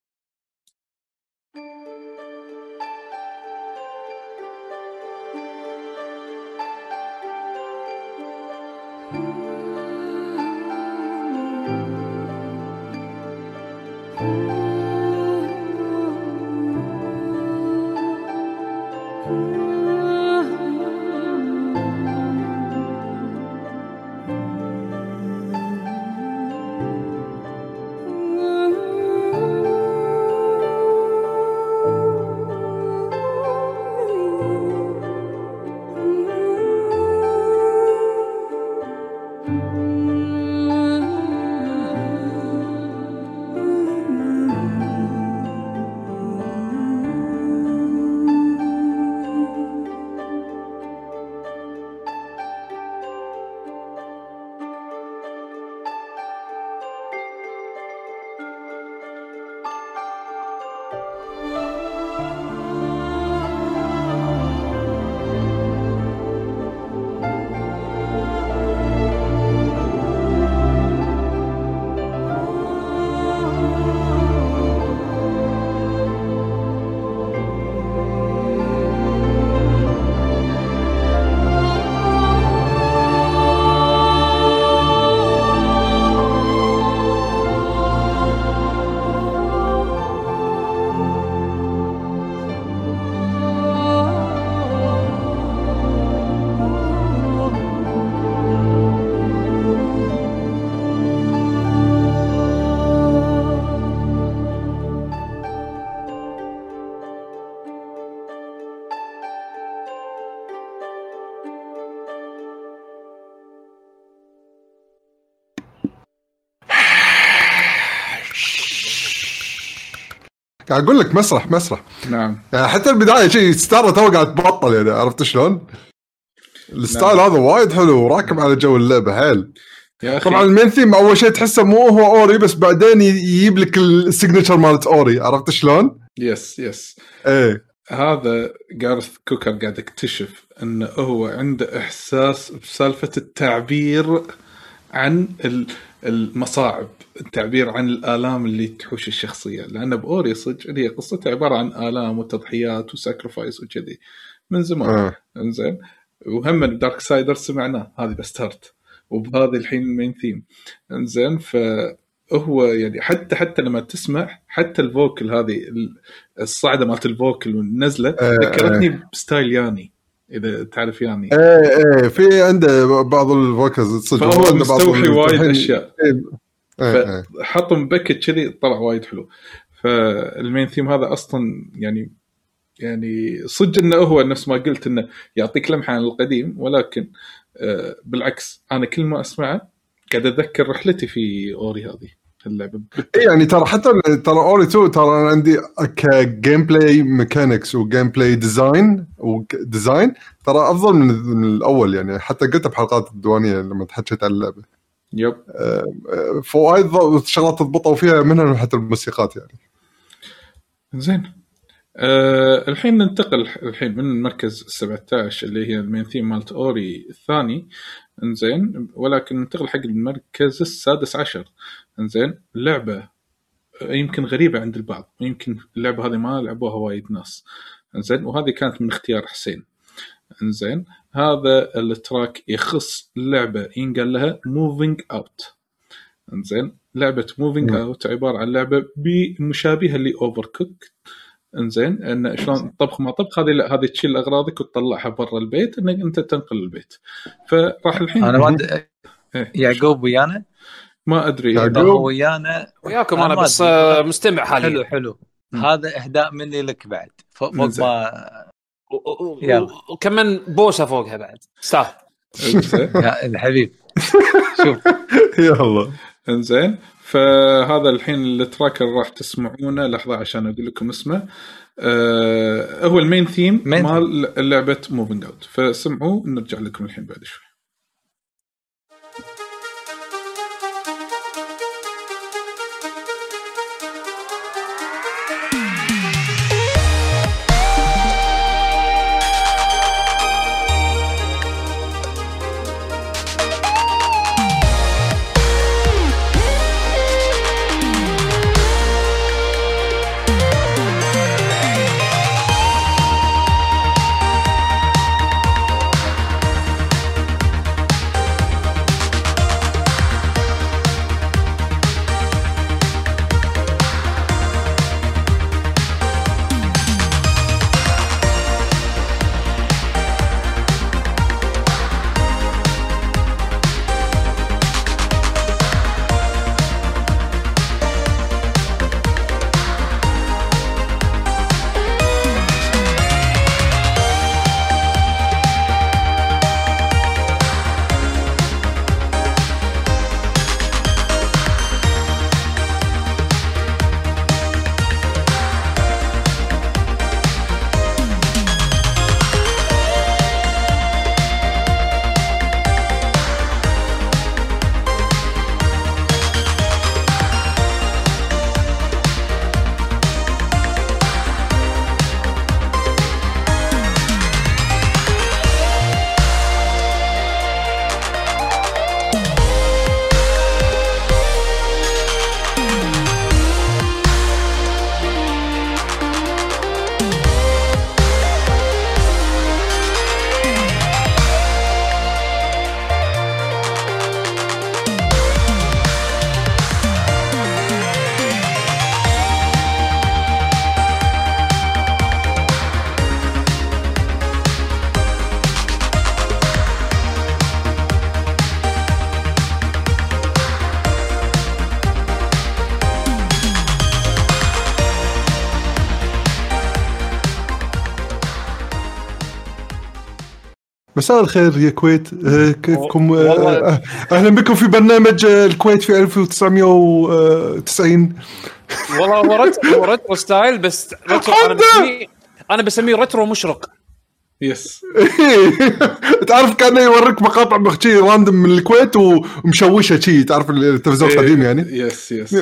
أقول لك مسرح مسرح نعم يعني حتى البداية شيء ستار تو قاعد تبطل يعني، عرفت شلون؟ الستايل نعم. هذا وايد حلو وراكب على جو اللعبة حيل. طبعا المين ثيم أول شيء تحسه مو هو أوري، بس بعدين يجيب لك السيجنتشر مالت أوري، عرفت شلون؟ يس يس إيه هذا جارث كوكر قاعد يكتشف أنه هو عنده إحساس بسالفة التعبير عن المصاعب، التعبير عن الآلام اللي تحوش الشخصية، لأن بأوري صدق هي قصة عبارة عن آلام وتضحيات وساكرفايس وكذي من زمان. آه. إنزين، وهم من دارك سايدر سمعناه هذه بستارت، وبهذه الحين المين ثيم. إنزين، فهو يعني حتى حتى لما تسمع حتى الفوكل هذه الصعدة مالت الفوكل والنزلة آه ذكرتني آه. بستايل ياني، إذا تعرف يعني. إيه إيه في عنده بعض الفوكلز تصدق، فهو مستوحي وايد أشياء. إيه. فحطهم باكت كذي طلع وايد حلو. فالمين ثيم هذا أصلا يعني يعني صدق إنه هو نفس ما قلت إنه يعطيك لمحة عن القديم، ولكن آه بالعكس أنا كل ما أسمعه قاعد اتذكر رحلتي في اوري هذه اللعبه. إيه يعني ترى حتى ترى اوري تو ترى انا عندي كجيم بلاي ميكانكس وجيم بلاي ديزاين وديزاين ترى افضل من, من الاول يعني. حتى قلت بحلقات الديوانيه لما تحكيت عن اللعبه يب فوايد شغلات تضبطوا فيها منها حتى الموسيقات يعني. زين أه الحين ننتقل الحين من المركز سبعة عشر اللي هي المين ثيم مالت اوري الثاني. انزين ولكن ننتقل حق المركز السادس عشر. انزين اللعبه يمكن غريبه عند البعض ويمكن اللعبه هذه ما لعبوها وايد ناس. انزين وهذه كانت من اختيار حسين. انزين هذا التراك يخص اللعبه ينقال لها موفينج اوت. انزين لعبه موفينج اوت عباره عن لعبه بمشابهه لاوفر كوك. انزين ان شلون طبخ ما طبخ هذه لا هذه تشيل اغراضك وتطلعها برا البيت انك انت تنقل البيت. فراح الحين انا ما د... يعقوب ويانا ما ادري هو ويانا وياكم انا, أنا بس مستمع حاليا. حلو حلو م. هذا اهداء مني لك بعد فوق ما يلا وكمان بوسه فوقها بعد صح يا الحبيب شوف يلا انزين. فهذا الحين التراك اللي راح تسمعونه لحظه عشان اقول لكم اسمه. أه هو المين ثيم مال لعبه موفينج اوت. فسمعوا نرجع لكم الحين بعد شوي. مساء الخير يا كويت، كيفكم؟ اهلا بكم في برنامج الكويت في ألف وتسعمية وتسعين. والله هو رترو رترو ستايل بس رترو انا بسميه انا بسميه رترو مشرق. يس تعرف كان يوريك مقاطع مخشي راندم من الكويت ومشوشه شيء، تعرف التلفزيون القديم يعني. يس يس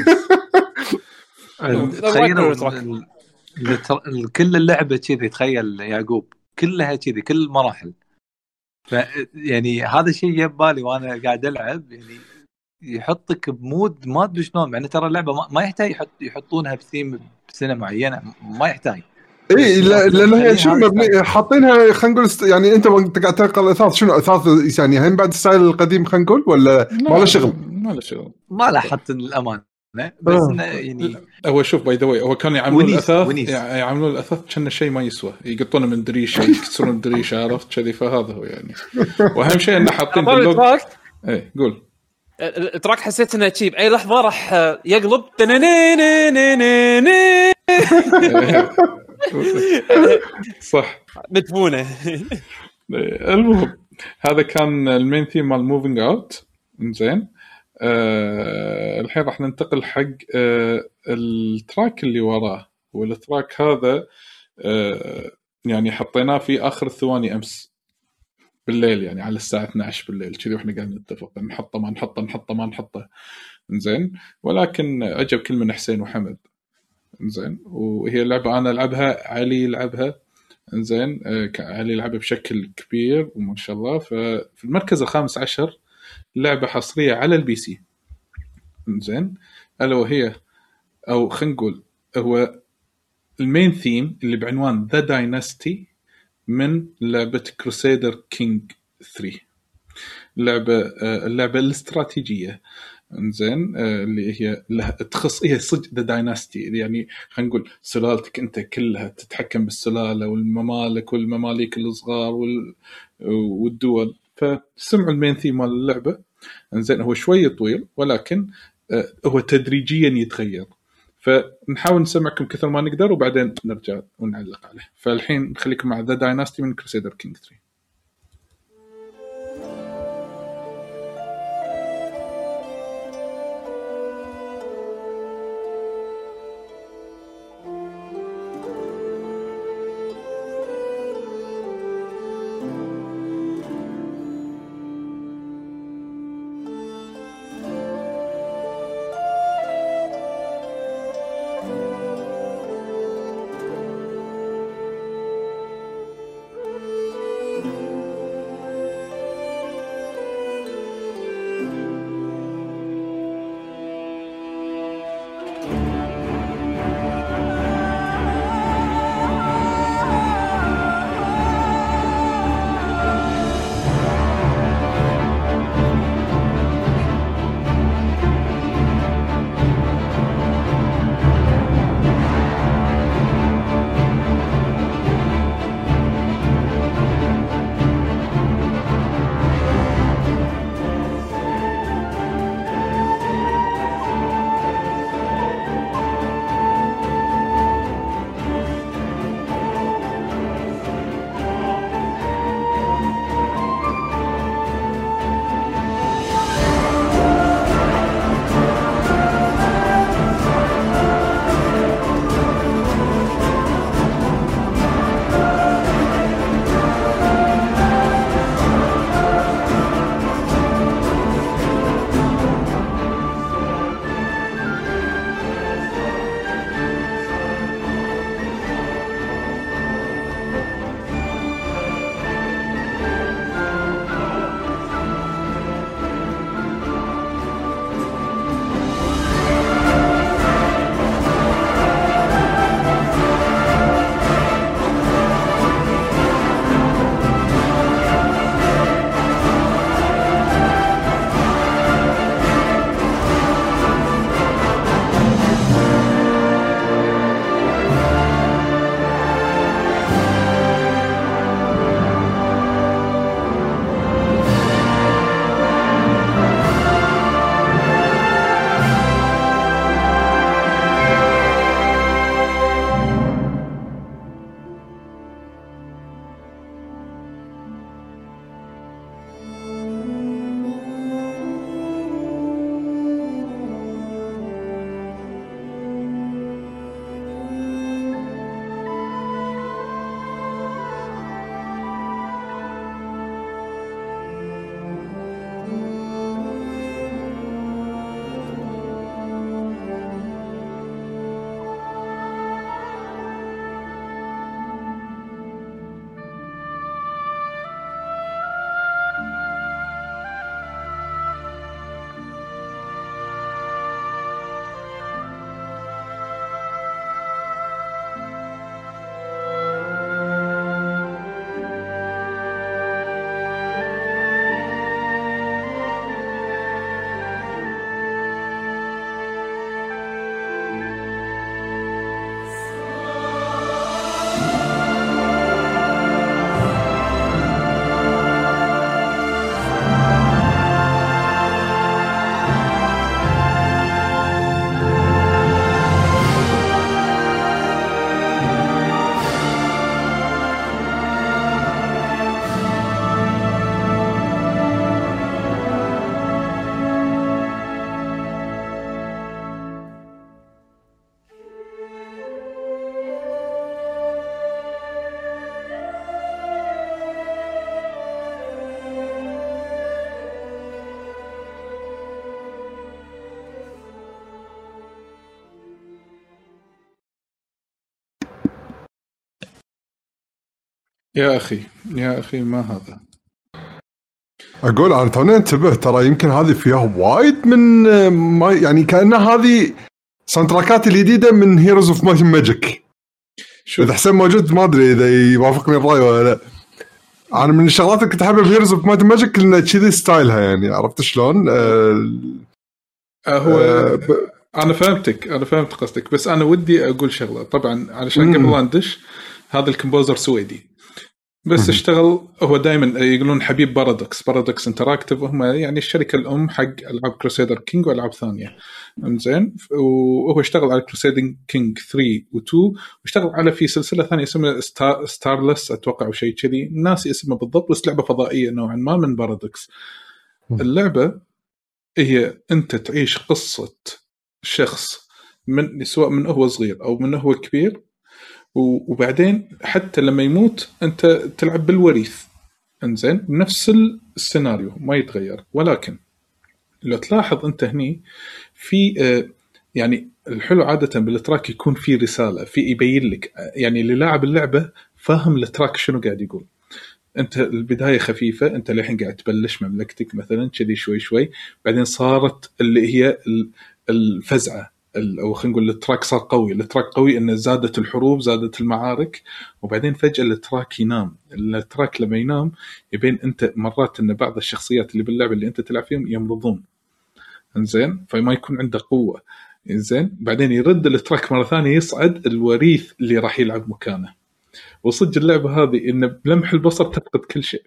تخيل كل اللعبه كذي، تخيل يعقوب كلها كذي كل المراحل. ف يعني هذا الشيء جاب بالي وانا قاعد العب، يعني يحطك بمود ما ادري شلون، يعني ترى اللعبه ما يحتاج يحط يحطونها بثيم بسنه معينه، ما يحتاج. اي لان هي شنو مبني حاطينها، خلينا نقول يعني انت وانت قاعد تنقل اثاث شنو اثاث يعني هم بعد ستايل القديم خلينا نقول، ولا ما له شغل؟ ما له شغل، ما له حتى الامانه. بس آه. يعني هو شوف باي ذا واي هو كانوا يعملون الاثاث يعني يعملون الاثاث كأنه شيء ما يسوى، يقطونه من دريشه يكسرون الدريشه، عرفت كذي. فهذا هو يعني. واهم شيء انه حاطين باللوج. اي قول التراك حسيت انه تشيب اي لحظه راح يقلب صح مدفونه. المهم هذا كان المين ثيم مال موفينج اوت. إنزين آه الحين راح ننتقل حق آه التراك اللي وراه، والتراك هذا آه يعني حطيناه في آخر الثواني أمس بالليل، يعني على الساعة اثنا عشر بالليل كذي، وإحنا قاعدين نتفق نحطه ما نحطه نحطه ما نحطه. إنزين ولكن عجب كل من حسين وحمد. إنزين وهي لعبة أنا ألعبها، علي يلعبها. إنزين آه علي يلعبها بشكل كبير وما شاء الله. ففي المركز الخامس عشر لعبة حصرية على البي سي. إنزين ألا وهي أو خلينا نقول هو المين ثيم اللي بعنوان ذا دايناستي من لعبة كروسيدر كينج ثري، لعبة اللعبة الاستراتيجية. إنزين اللي هي لها تخص هي صج ذا دايناستي، يعني خلينا نقول سلالتك أنت كلها تتحكم بالسلالة والممالك والمماليك الصغار وال... والدول. فسمعوا المين ثيم مال اللعبة. إنزين هو شوي طويل ولكن هو تدريجيا يتغير، فنحاول نسمعكم كثر ما نقدر وبعدين نرجع ونعلق عليه. فالحين نخليكم مع ذا دايناستي من كروسيدر كينج ثري. يا اخي يا اخي ما هذا اقول انا توني انتبه ترى يمكن هذه فيها وايد من ما يعني كأنها هذه ساوندتراكات الجديده من هيروز اوف مايت ماجيك. شوف اذا حسين موجود ما ادري اذا يوافقني الراي ولا لا. انا من الشغلات اللي كنت احبها بهيروز اوف مايت ماجيك انه كذي ستايلها يعني عرفت شلون آه هو آه ب... انا فهمتك انا فهمت قصدك بس انا ودي اقول شغله طبعا علشان قبل لا ندش هذا الكمبوزر سويدي بس اشتغل هو دائما يقولون حبيب بارادوكس بارادوكس انتراكتيف هم يعني الشركه الام حق العاب كروسيدر كينج والعاب ثانيه زين وهو اشتغل على كروسيدر كينج ثري و2 واشتغل على في سلسله ثانيه اسمها ستار ستارلس اتوقع او شيء كذي ناسي اسمه بالضبط بس لعبه فضائيه نوعا ما من بارادوكس. اللعبه هي انت تعيش قصه شخص من سواء من هو صغير او من هو كبير وبعدين حتى لما يموت أنت تلعب بالوريث إنزين بنفس السيناريو ما يتغير. ولكن لو تلاحظ أنت هني في آه يعني الحلو عادة بالتراك يكون في رسالة في يبين لك يعني اللي لاعب اللعبة فاهم التراك شنو قاعد يقول. أنت البداية خفيفة أنت لحين قاعد تبلش مملكتك مثلا كذي شوي شوي بعدين صارت اللي هي الفزعة او خلينا نقول التراك صار قوي التراك قوي انه زادت الحروب زادت المعارك وبعدين فجأة التراك ينام. التراك لما ينام يبين انت مرات ان بعض الشخصيات اللي باللعبة اللي انت تلعب فيهم يمرضون انزين فما يكون عنده قوة انزين بعدين يرد التراك مرة ثانية يصعد الوريث اللي راح يلعب مكانه. وصدق اللعبة هذه ان بلمح البصر تفقد كل شيء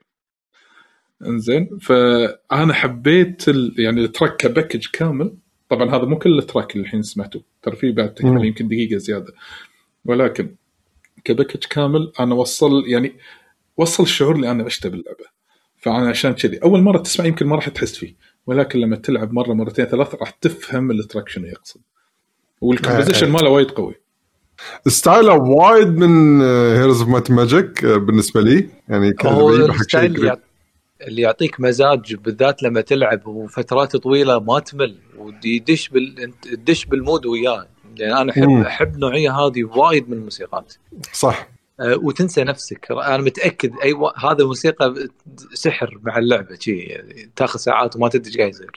انزين. فانا حبيت يعني التراك كباكج كامل. طبعا هذا مو كل التراك اللي الحين سمعته ترى فيه بعد تكمل يمكن دقيقة زيادة ولكن كباكج كامل أنا وصل يعني وصل الشعور اللي أنا عشته باللعبة. فأنا عشان كذي أول مرة تسمع يمكن ما راح تحس فيه ولكن لما تلعب مرة مرتين ثلاثة راح تفهم التراك شنو يقصد والكومبوزيشن ماله وايد قوي. ستايله وايد من هيروز اوف مايت ماجيك بالنسبة لي يعني كان حق شيء اللي يعطيك مزاج بالذات لما تلعب وفترات طويلة ما تمل ويدش بال تدش بالمود وياه. يعني أنا أحب أحب نوعية هذه وايد من الموسيقات صح أه وتنسى نفسك. أنا متأكد أي و... هذا الموسيقى سحر مع اللعبة شيء يعني تاخذ ساعات وما تدري ايش قاعد يصير.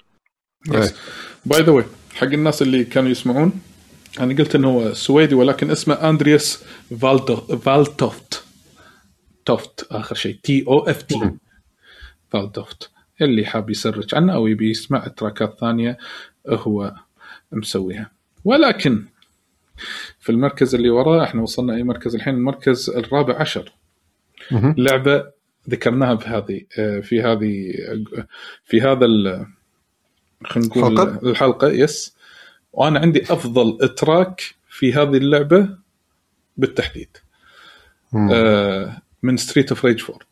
باي ذا واي حق الناس اللي كانوا يسمعون أنا قلت إنه هو سويدي ولكن اسمه أندرياس فالدو فالتوفت توفت آخر شيء تي أو إف تي فالدوفت. اللي حاب يسرج عنه أو يبي يسمع تراكات ثانية هو مسويها. ولكن في المركز اللي وراه احنا وصلنا أي مركز الحين المركز الرابع عشر لعبة ذكرناها بهذه في هذه في هذا خلينا نقول الحلقة يس. وأنا عندي أفضل تراك في هذه اللعبة بالتحديد آه من ستريت اوف ريج فور.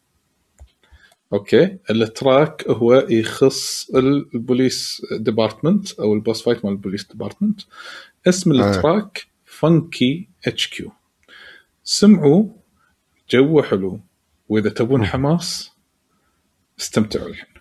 اوكي التراك هو يخص البوليس ديبارتمنت او البوس فايت مال البوليس ديبارتمنت. اسم التراك فانكي اتش كيو. سمعوا جو حلو واذا تبون حماس استمتعوا الحين.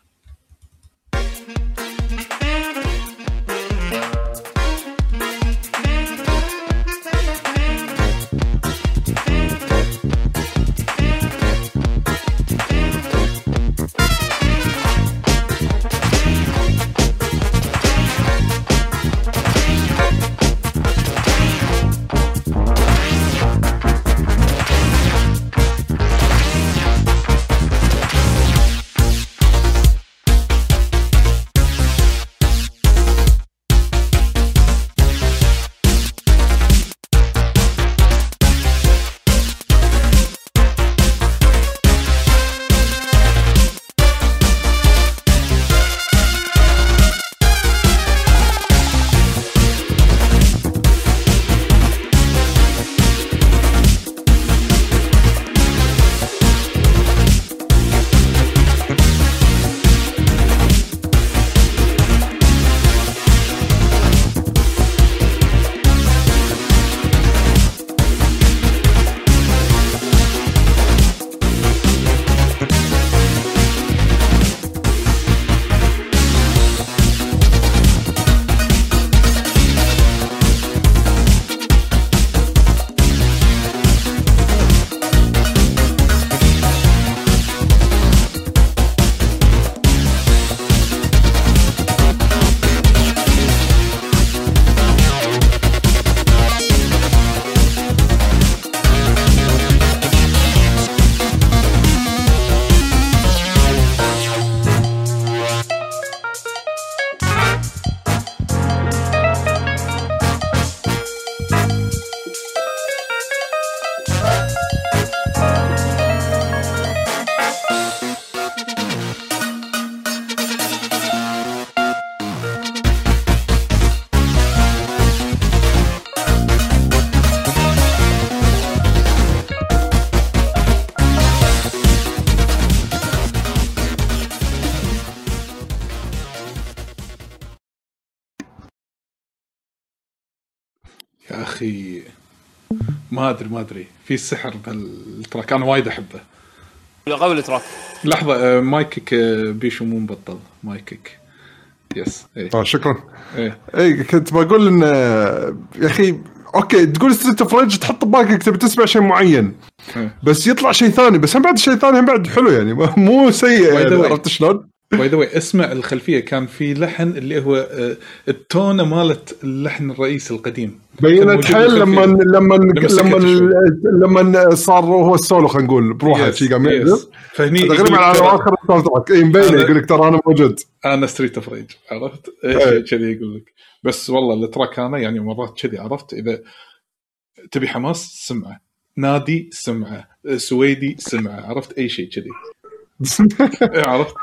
يا اخي ما ادري ما ادري في سحر بالتراك، انا وايد احبه. قبل التراك لحظه، مايكك بيشو مو مبطل مايكك. يس ايه اه شكرا. ايه اي كنت بقول ان يا اخي اوكي تقول ستريت اوف ريج تحط ببالك تبي تسمع شيء معين إيه. بس يطلع شيء ثاني، بس هم بعد الشيء الثاني هم بعد حلو يعني مو سيء يعني. عرفت شلون؟ باي ذا واي اسمع الخلفيه كان في لحن اللي هو التونه مالت اللحن الرئيسي القديم بينت حيل لما لما لما لما صار هو السولو خلينا نقول بروحه شيء قام يعزف فهني تقريبا على اخر التراك اي مبين يقول لك ترى انا موجود انا ستريت اوف ريج. عرفت ايش كذي يقول لك؟ بس والله التراك انا يعني مرات كذي عرفت اذا تبي حماس سمعه، نادي سمعه، سويدي سمعه، عرفت اي شيء كذي. عرفت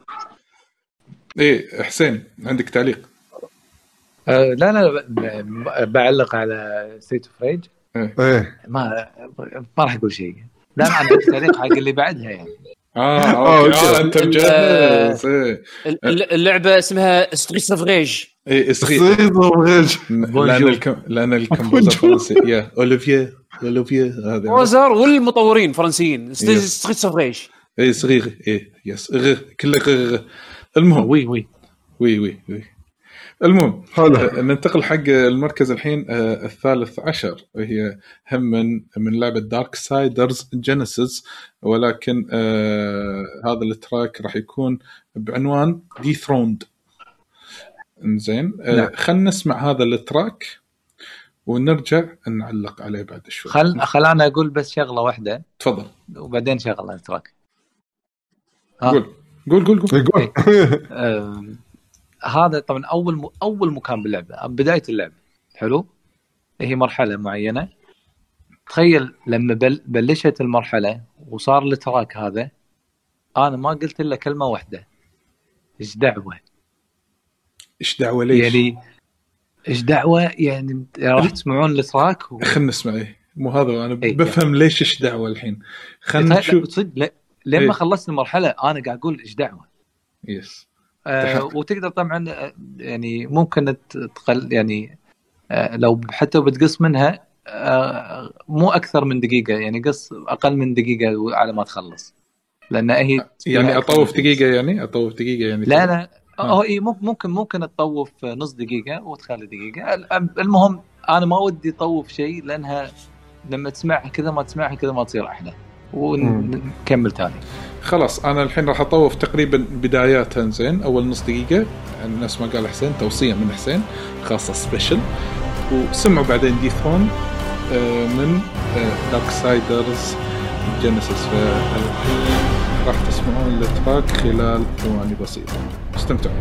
ايه. حسين عندك تعليق؟ أه لا لا بعلق على ستريت اوف ريج. ايه ما ما راح اقول شيء. لا انا عندي تعليق حق اللي بعدها يعني. اه اه انت مجهز. اللعبه اسمها ستريت اوف ريج. ايه ستريت اوف ريج لان الكم لان الكمبوزر فرنسي يا اوليفييه اوليفييه هذا روزر والمطورين فرنسيين. ستريت اوف ريج ايه صغير ايه يس كله غير. المهم وي وي وي وي وي المهم آه ننتقل حق المركز الحين آه الثالث عشر، وهي هم من من لعبة دارك سايدرز جينيسيس، ولكن آه هذا التراك راح يكون بعنوان دي ثروند. إنزين آه خلنا نسمع هذا التراك ونرجع نعلق عليه بعد شوي. خل خل أنا أقول بس شغلة واحدة. تفضل. وبعدين شغلة التراك. قول قول قول قول, قول. آه هذا طبعا اول م... اول مكان باللعبه بدايه اللعبه حلو. هي مرحله معينه. تخيل لما بل... بلشت المرحله وصار التراك هذا، انا ما قلت الا كلمه واحده: ايش دعوه. ايش دعوه ليش يعني ايش دعوه يعني راح تسمعون التراك و... خلنا نسمع. ايه مو هذا انا ايه بفهم يعني. ليش ايش دعوه الحين. خلنا نشوف صدق ل... لما ايه. خلصت المرحله انا قاعد اقول ايش دعوه. يس آه وتقدر طبعا يعني ممكن تقل يعني آه لو حتى بتقص منها آه مو اكثر من دقيقه، يعني قص اقل من دقيقه على ما تخلص، لان هي يعني اطوف دقيقه يعني اطوف دقيقه يعني لا لا اه اي ممكن ممكن تطوف نص دقيقه وتخلي دقيقه. المهم انا ما ودي اطوف شيء لانها لما تسمعها كذا ما تسمعها كذا ما تصير احلى، ونكمل تاني. خلاص انا الحين راح اطوف تقريبا بداياتها. زين اول نص دقيقه يعني نفس ما قال حسين، توصيه من حسين خاصه سبيشل، وسمعوا بعدين دي ثرون من دارك سايدرز جينيسيس. راح تسمعون التراك خلال ثواني بسيطه. استمتعوا.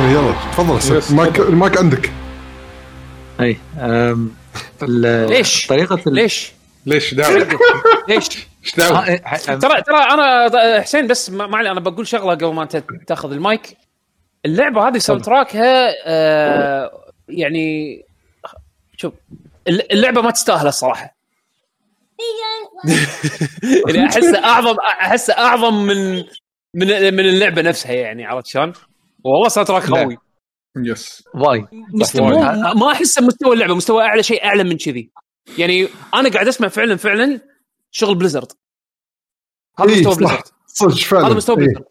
يلا تفضل حسين يس، المايك تفضل. المايك عندك. اي أم، ال- ليش طريقه ال- ليش ليش دعوه ليش ايش دعوه آه، إيه، ح- ترى ترى انا حسين بس ما ما علي، انا بقول شغله قبل ما انت تاخذ المايك. اللعبه هذه ساوند تراكها آه يعني شوف اللعبه ما تستاهل الصراحه. يعني احس اعظم احس اعظم من من من اللعبه نفسها، يعني عرفت شلون؟ والله ساوند تراك لا. قوي يس وايد مستوى وايد. ما احس مستوى اللعبه مستوى اعلى شيء اعلى من كذي. يعني انا قاعد اسمع فعلا فعلا شغل بليزرد. هذا إيه مستوى صح، بليزرد، صدق فعلا. هذا مستوى إيه. بليزرد.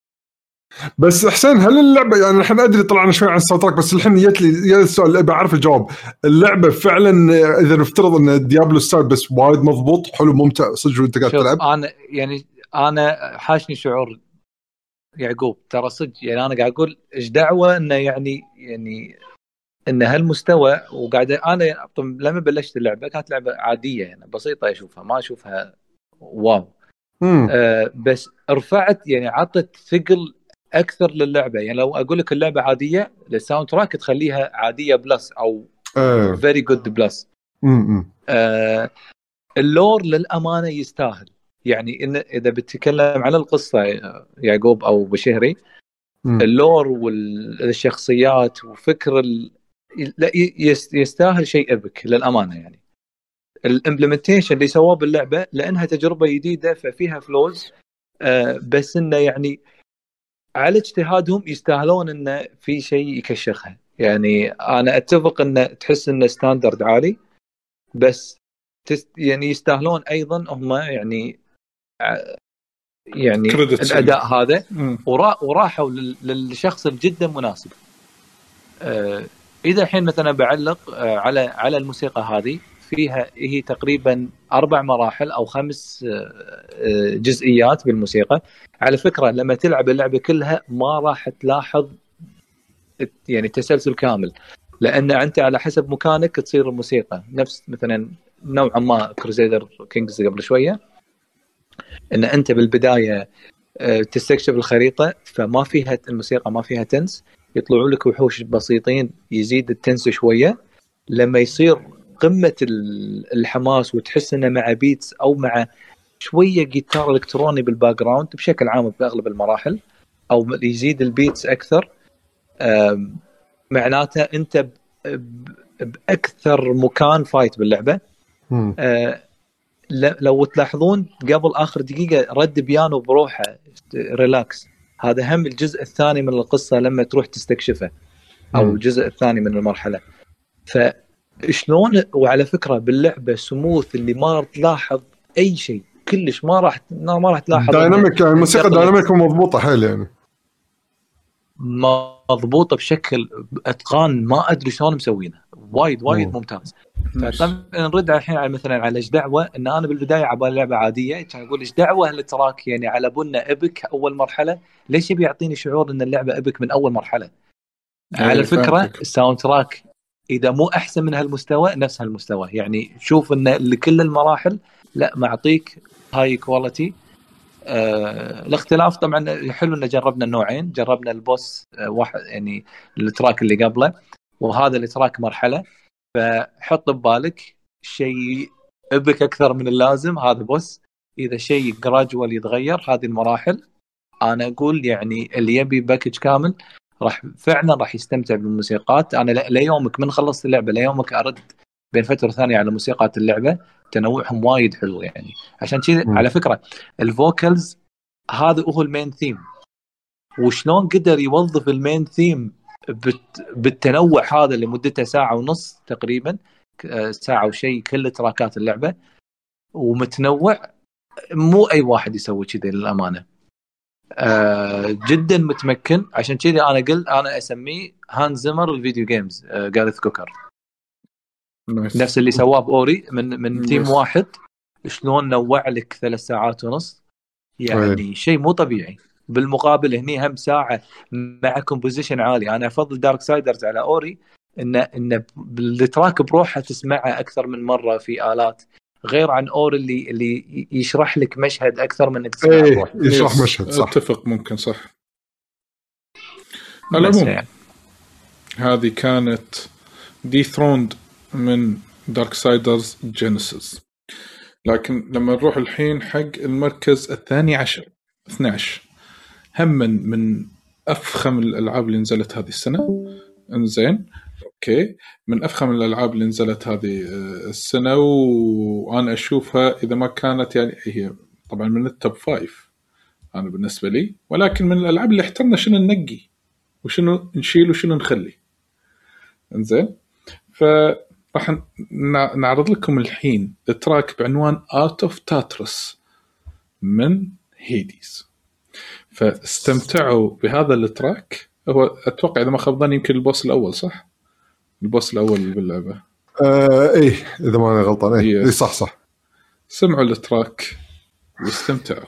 بس حسين هل اللعبه يعني الحين ادري طلعنا شوي عن الساوند تراك، بس الحين جت لي جت السؤال اللي بعرف الجواب. اللعبه فعلا اذا نفترض ان ديابلو ستايل بس وايد مضبوط حلو ممتع صدق وانت قاعد شوف تلعب. انا يعني انا حاشني شعور يعقوب، ترى صدق يعني انا قاعد اقول ايش دعوه انه يعني يعني ان هالمستوى. وقاعد انا لما بلشت اللعبه كانت لعبه عاديه يعني بسيطه اشوفها، ما اشوفها واو. امم آه بس رفعت يعني عطت ثقل اكثر للعبه. يعني لو اقول لك اللعبه عاديه للساوند تراك تخليها عاديه بلس او ايه فيري جود بلس. امم آه اللور للامانه يستاهل. يعني إن اذا بتتكلم على القصه يعقوب او بشهري، مم. اللور والشخصيات وفكر ال... لا يس- يستاهل شيء ابك للامانه. يعني الامبلمنتيشن اللي سووه باللعبه لانها تجربه جديده ففيها فلوز، آه بس انه يعني على اجتهادهم يستاهلون انه في شيء يكشخها. يعني انا اتفق ان تحس انه ستاندرد عالي، بس تست يعني يستاهلون ايضا هم يعني ع- يعني Credits الاداء هذا. مم. ورا وراحوا لل- للشخص الجدا مناسب. آه، اذا الحين مثلا بعلق آه، على على الموسيقى هذه، فيها هي تقريبا اربع مراحل او خمس آه، آه، جزئيات بالموسيقى. على فكره لما تلعب اللعبه كلها ما راح تلاحظ يعني تسلسل كامل، لان انت على حسب مكانك تصير الموسيقى. نفس مثلا نوعا ما كروسيدر كينجز قبل شويه، ان انت بالبدايه آه، تستكشف الخريطه فما فيها الموسيقى ما فيها تنس، يطلعوا لك وحوش بسيطين يزيد التنس شويه. لما يصير قمه ال- الحماس وتحس انه مع بيتس او مع شويه جيتار الكتروني بالباك جراوند بشكل عام باغلب المراحل، او يزيد البيتس اكثر، آم، معناته انت ب- ب- باكثر مكان فايت باللعبه. مم. آه، ل- لو تلاحظون قبل اخر دقيقه رد بيانو بروحه ريلاكس، هذا هم الجزء الثاني من القصه لما تروح تستكشفه، او مم. الجزء الثاني من المرحله. فشلون وعلى فكره باللعبه سموث اللي ما تلاحظ اي شيء كلش، ما راح ما راح تلاحظ دايناميك يعني الموسيقى انتقلت- دايناميك ومضبوطه حيل يعني. مضبوطه بشكل اتقان ما ادري شلون مسوينه، وايد وايد مم. ممتاز. فطبعا نرد الحين على مثلا على ايش دعوه ان انا بالبدايه عبال لعبه عاديه كان اقول ايش دعوه التراك يعني على بنا ابك اول مرحله، ليش يبي يعطيني شعور ان اللعبه ابك من اول مرحله؟ على فكره فهمتك. الساوند تراك اذا مو احسن من هالمستوى نفس هالمستوى. يعني شوف ان لكل المراحل لا معطيك هاي كواليتي. آه الاختلاف طبعا حلو ان جربنا النوعين، جربنا البوس آه واحد يعني التراك اللي قبله، وهذا التراك مرحله. فحط ببالك شيء ابك اكثر من اللازم هذا بوس، اذا شيء جراجوال يتغير هذه المراحل. انا اقول يعني اللي يبي باكج كامل راح فعلا راح يستمتع بالموسيقات. انا ل- ليومك من خلصت اللعبه ليومك ارد بين فتره ثانيه على موسيقات اللعبه، تنوعهم وايد حلو. يعني عشان كذا مم. على فكره الفوكالز هذا هو المين ثيم، وشلون قدر يوظف المين ثيم بالت... بالتنوع هذا اللي مدته ساعه ونص تقريبا، ك- ساعه وشيء كل تراكات اللعبه ومتنوع. مو اي واحد يسوي كذا للامانه. آه جدا متمكن. عشان كذا انا قلت انا اسميه هان زمر الفيديو جيمز، آه جارث كوكر، نايس. نفس اللي سواه باوري من من تيم Yes. واحد. شلون نوع لك ثلاث ساعات ونص، يعني شيء مو طبيعي. بالمقابل هني هم ساعه مع كومبوزيشن عالي. انا افضل دارك سايدرز على اوري، ان ان بالتراك بروحه تسمعه اكثر من مره في الات، غير عن اور اللي اللي يشرح لك مشهد اكثر من انك تسمعه ايه بروحه. يشرح Yes. مشهد صح. اتفق ممكن صح. بس العموم يعني. هذه كانت ديثروند من داركسايدرز جينيسيس. لكن لما نروح الحين حق المركز الثاني عشر اثني عشر، هم من من افخم الالعاب اللي نزلت هذه السنه. انزين اوكي، من افخم الالعاب اللي نزلت هذه السنه، وانا اشوفها اذا ما كانت يعني هي طبعا من التوب فايف انا بالنسبه لي، ولكن من الالعاب اللي احترنا شنو ننقي وشنو نشيل وشنو نخلي. انزين فراح نعرض لكم الحين التراك بعنوان Out of Tartarus من هيديز. فاستمتعوا بهذا التراك. هو اتوقع اذا ما خاب ظني يمكن البوس الاول، صح؟ البوس الاول باللعبه. آه ايه اذا ما انا غلطان. ايه, إيه صح صح. سمعوا التراك واستمتعوا.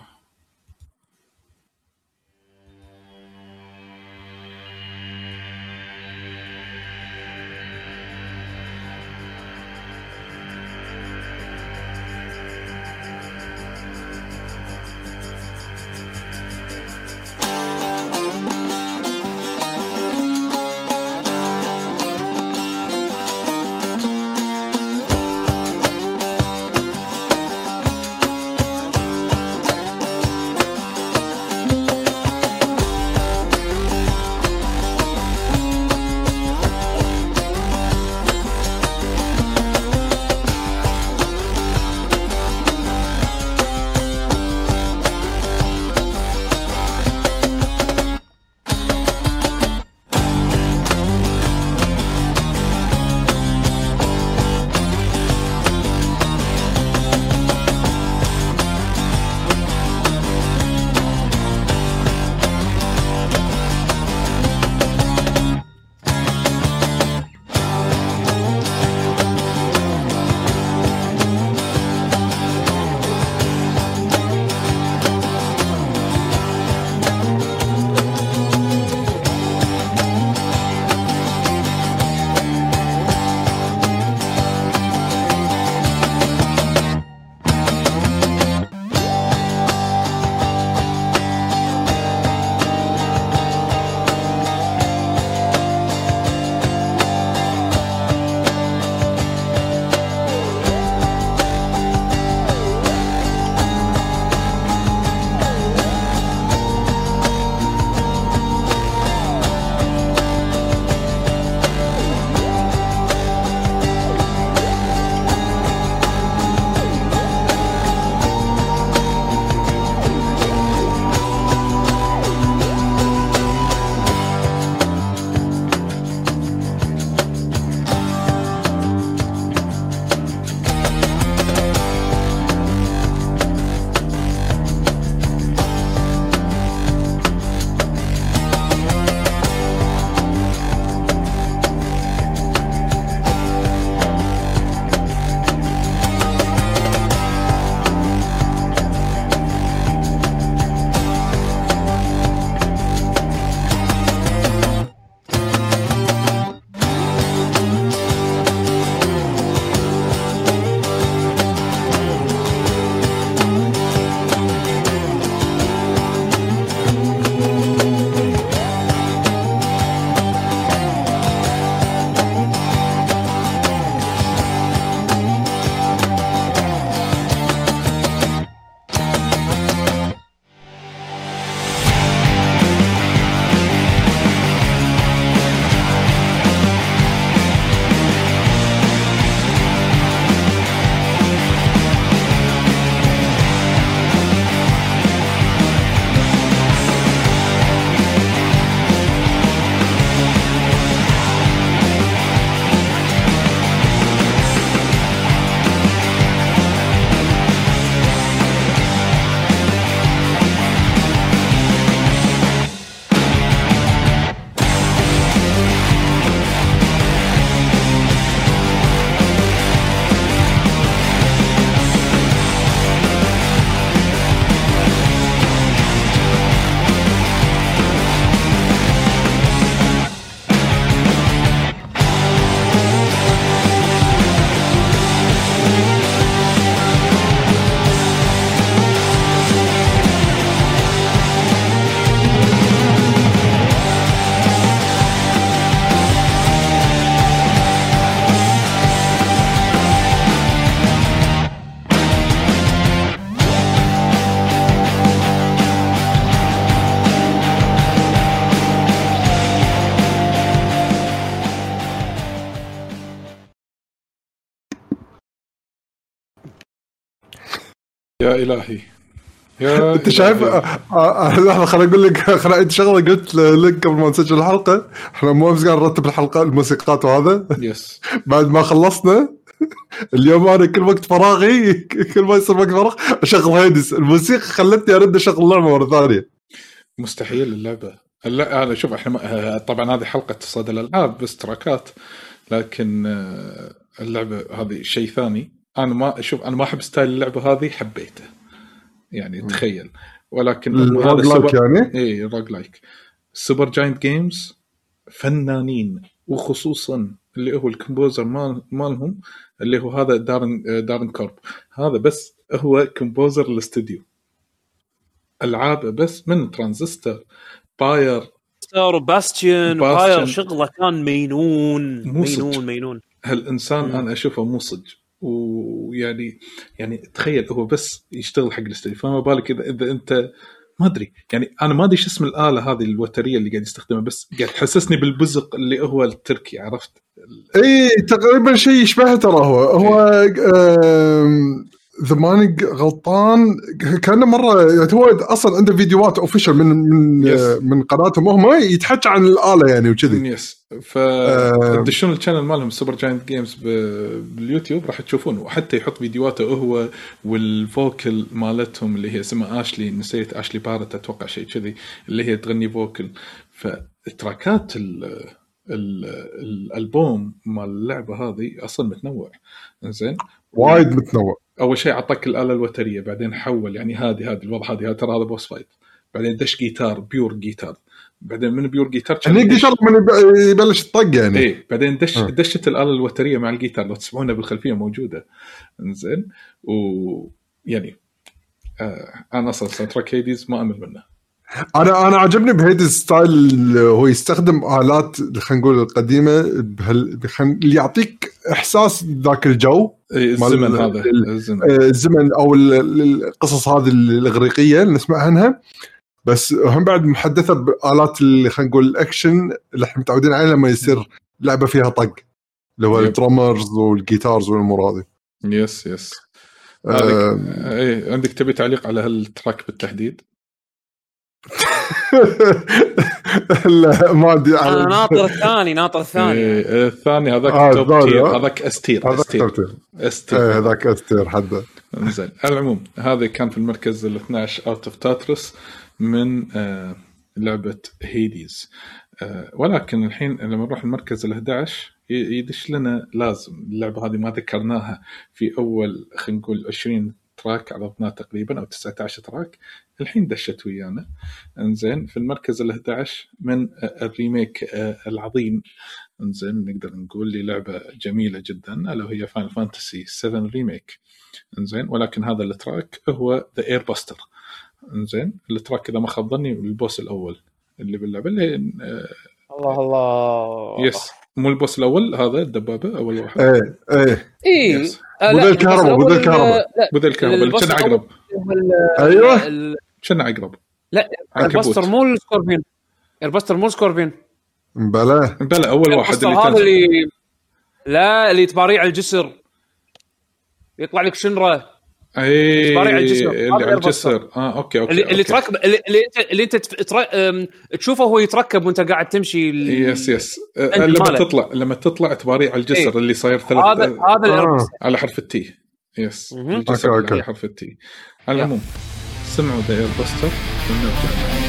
يا الهي يا انت شايف لحظه خليني اقول لك خليني انت شغله قلت لك قبل ما نسجل الحلقه احنا مو قاعد نرتب الحلقه الموسيقات وهذا يس بعد ما خلصنا اليوم انا كل وقت فراغي كل ما يصير وقت فراغ اشغل هيدس الموسيقى خلتني ارد اشغل اللعبه مره ثانيه مستحيل اللعبه. لا انا شوف احنا طبعا هذه حلقه صدى الالعاب بس تراكات لكن اللعبه هذه شيء ثاني. انا ما اشوف انا ما احب ستايل اللعبه هذه حبيته يعني تخيل ولكن هذا السوبر يعني اي روج لايك سوبر جاينت جيمز فنانين وخصوصا اللي هو الكمبوزر مال مالهم اللي هو هذا دارن دارن كورب هذا بس هو كمبوزر الاستوديو العاب بس من ترانزستور باير ستار وباستيون باير شغله كان مينون مينون مينون هالإنسان م. أنا أشوفه موصج ويعني يعني تخيل هو بس يشتغل حق الاستوديو فما بالك إذا إذا أنت ما أدري يعني أنا ما أدري شو اسم الآلة هذه الوترية اللي قاعد يستخدمها بس قاعد تحسسني بالبزق اللي هو التركي عرفت إيه تقريبا شيء يشبه ترى هو هو إذا ماني غلطان كان مرة يعني هو أصلا عنده فيديوهات أوفيشال من من yes. من قناتهم هم يتحكي عن الآلة يعني وكذي. يس فدشون الشانل مالهم سوبر جاينت جيمز باليوتيوب راح تشوفونه وحتى يحط فيديوهاته هو والفوكل مالتهم اللي هي اسمها آشلي نسيت آشلي بارت أتوقع شيء كذي اللي هي تغني فوكل. فتراكات ال ال الألبوم مال اللعبة هذه أصلا متنوع إنزين وايد متنوع. أول شيء عطاك الآلة الوترية بعدين حول يعني هذه هذه الوضع هذه ترى هذا بوس فايت بعدين دش جيتار بيور جيتار بعدين من بيور جيتار يعني جيتار من يبلش الطق يعني إيه بعدين دش ها. دشت الآلة الوترية مع الجيتار لو تسمعونها بالخلفية موجودة إنزين ويعني آه أنا أصلا ساوندتراك هيديز ما أمل منه. أنا أنا عجبني بهيديز ستايل هو يستخدم آلات خلينا نقول القديمة بهال اللي يعطيك إحساس ذاك الجو الزمن هذا الزمن. الزمن أو القصص هذه الإغريقية اللي نسمع عنها بس هم بعد محدثة بآلات اللي خلينا نقول الأكشن اللي احنا متعودين عليه لما يصير لعبة فيها طق اللي هو الدرامرز والجيتارز والأمور هذه. يس يس آه إيه عندك تبي تعليق على هالتراك بالتحديد؟ لا ما ادري انا ناطر الثاني ناطر الثاني إيه الثاني هذاك آه توب تير هذاك استير استير استير هذاك استير حدا زين. العموم هذا كان في المركز الاثني عشر اوت اوف تاترس من آه لعبه هيديز آه ولكن الحين لما نروح المركز الأحد عشر يدش لنا لازم اللعبه هذه ما ذكرناها في اول خلينا نقول عشرين تراك عرضناه تقريبا او تسعة عشر تراك الحين دشت ويانا انزين في المركز الأحد عشر من الريميك العظيم انزين نقدر نقول لي لعبه جميله جدا الا وهي فاينل فانتسي سبعة ريميك انزين ولكن هذا التراك هو ذا اير باستر انزين التراك اذا ما خاب ظني البوس الاول اللي باللعبه اللي الله الله يس مو البوس الاول هذا الدبابه اول واحد ايه ايه ايه بدل الكهرباء بدل الكهرباء بدل الكهرباء كان عقرب ايوه كان عقرب لا الباستر مو السكوربين الباستر مو السكوربين بلا بلا اول واحد اللي كان اللي لا اللي تباريع الجسر يطلع لك شنره اي اللي على الجسر اه اوكي اوكي اللي, اللي تركب اللي, اللي انت اللي انت تر... تشوفه هو يتركب وانت قاعد تمشي ال... يس يس لما مالك. تطلع لما تطلع تباريع على الجسر إيه؟ اللي صاير ثلاث هذا هذا آه. على حرف التي يس الجسر أوكي. على حرف التي على العموم سمعوا ذا ايرباستر ونرجع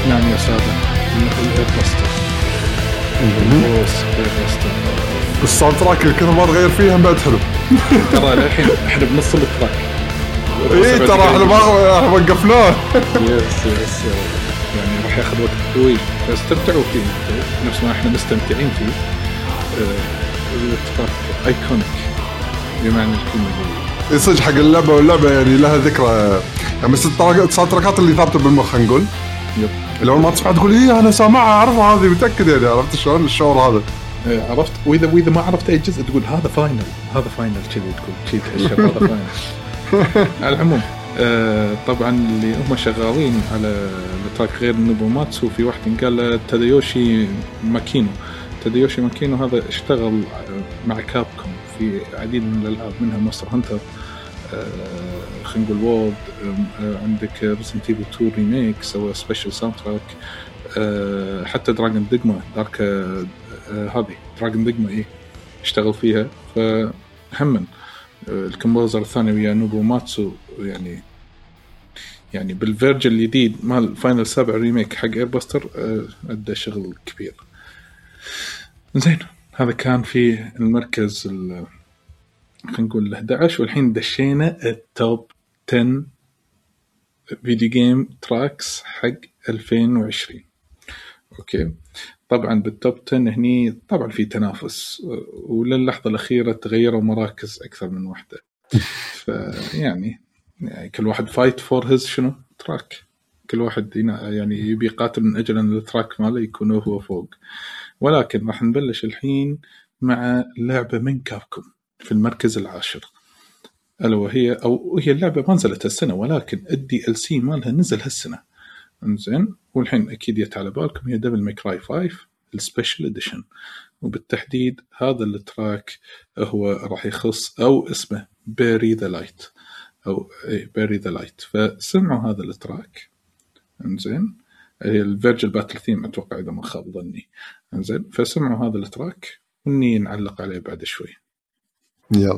نعم يا سادة، الإيرباستر البوس إيرباستر. الساوند تراك كل ما تغير فيها بعد حلو. ترى الحين احنا بنص التراك. اي ترى احنا ما وقفناه. يس يس يعني راح ياخذ وقت طويل، فاستمتعوا فيه نفس ما احنا مستمتعين فيه. التراك ايكونيك بمعنى الكلمة. يصير حق اللعبة، واللعبة يعني لها ذكرى، يعني بس الساوند تراكات اللي ثابتة بالمخ خلينا نقول. يب. لو ما تسمع تقول ايه انا سامعها اعرفها هذه متأكد، يعني عرفت شلون الشعور هذا. عرفت. واذا واذا ما عرفت اي جزء تقول هذا فاينل، هذا فاينل كذي تقول شيء تأشر هذا فاينل. على العموم آه طبعا اللي هم شغالين على التراك غير نوبوماتسو، في واحد قال تادايوشي ماكينو. تادايوشي ماكينو هذا اشتغل مع كابكوم في عديد من الالعاب، منها مونستر هانتر، آه خلينا نقول وورد، آه عندك ريزنت ايفل تو ريميك، سوى سبيشال ساوند تراك، آه حتى دراجون ديجما دارك آه هذه دراجون ديجما ايه اشتغل فيها. فهمن الكمبوزر الثاني ويا نوبوماتسو، يعني يعني بالفيرجن الجديد مال فاينل سبعة ريميك حق ايرباستر ادى شغل كبير. زين هذا كان في المركز خلينا نقول أحد عشر، والحين دشينا التوب عشرة فيديو جيم تراكس حق ألفين وعشرين. اوكي طبعا بالتوب عشرة هني طبعا في تنافس، وللحظة الأخيرة تغيروا مراكز أكثر من واحدة. فيعني يعني كل واحد فايت فور هيز شنو تراك، كل واحد يعني يبي قاتل من أجل أن التراك ماله يكون هو فوق. ولكن راح نبلش الحين مع لعبة من كابكوم في المركز العاشر، ألا وهي أو هي اللعبة ما نزلت السنة، ولكن الدي ال سي مالها نزل هالسنة. انزين والحين اكيد يت على بالكم هي ديفل ماي كراي خمسة السبيشال اديشن، وبالتحديد هذا التراك هو راح يخص او اسمه بيري ذا لايت او اي بيري ذا لايت. فسمعوا هذا التراك انزين، الفيرجل باتل ثيم اتوقع اذا ما خاب ظني. انزين فسمعوا هذا التراك وني نعلق عليه بعد شوي. يلا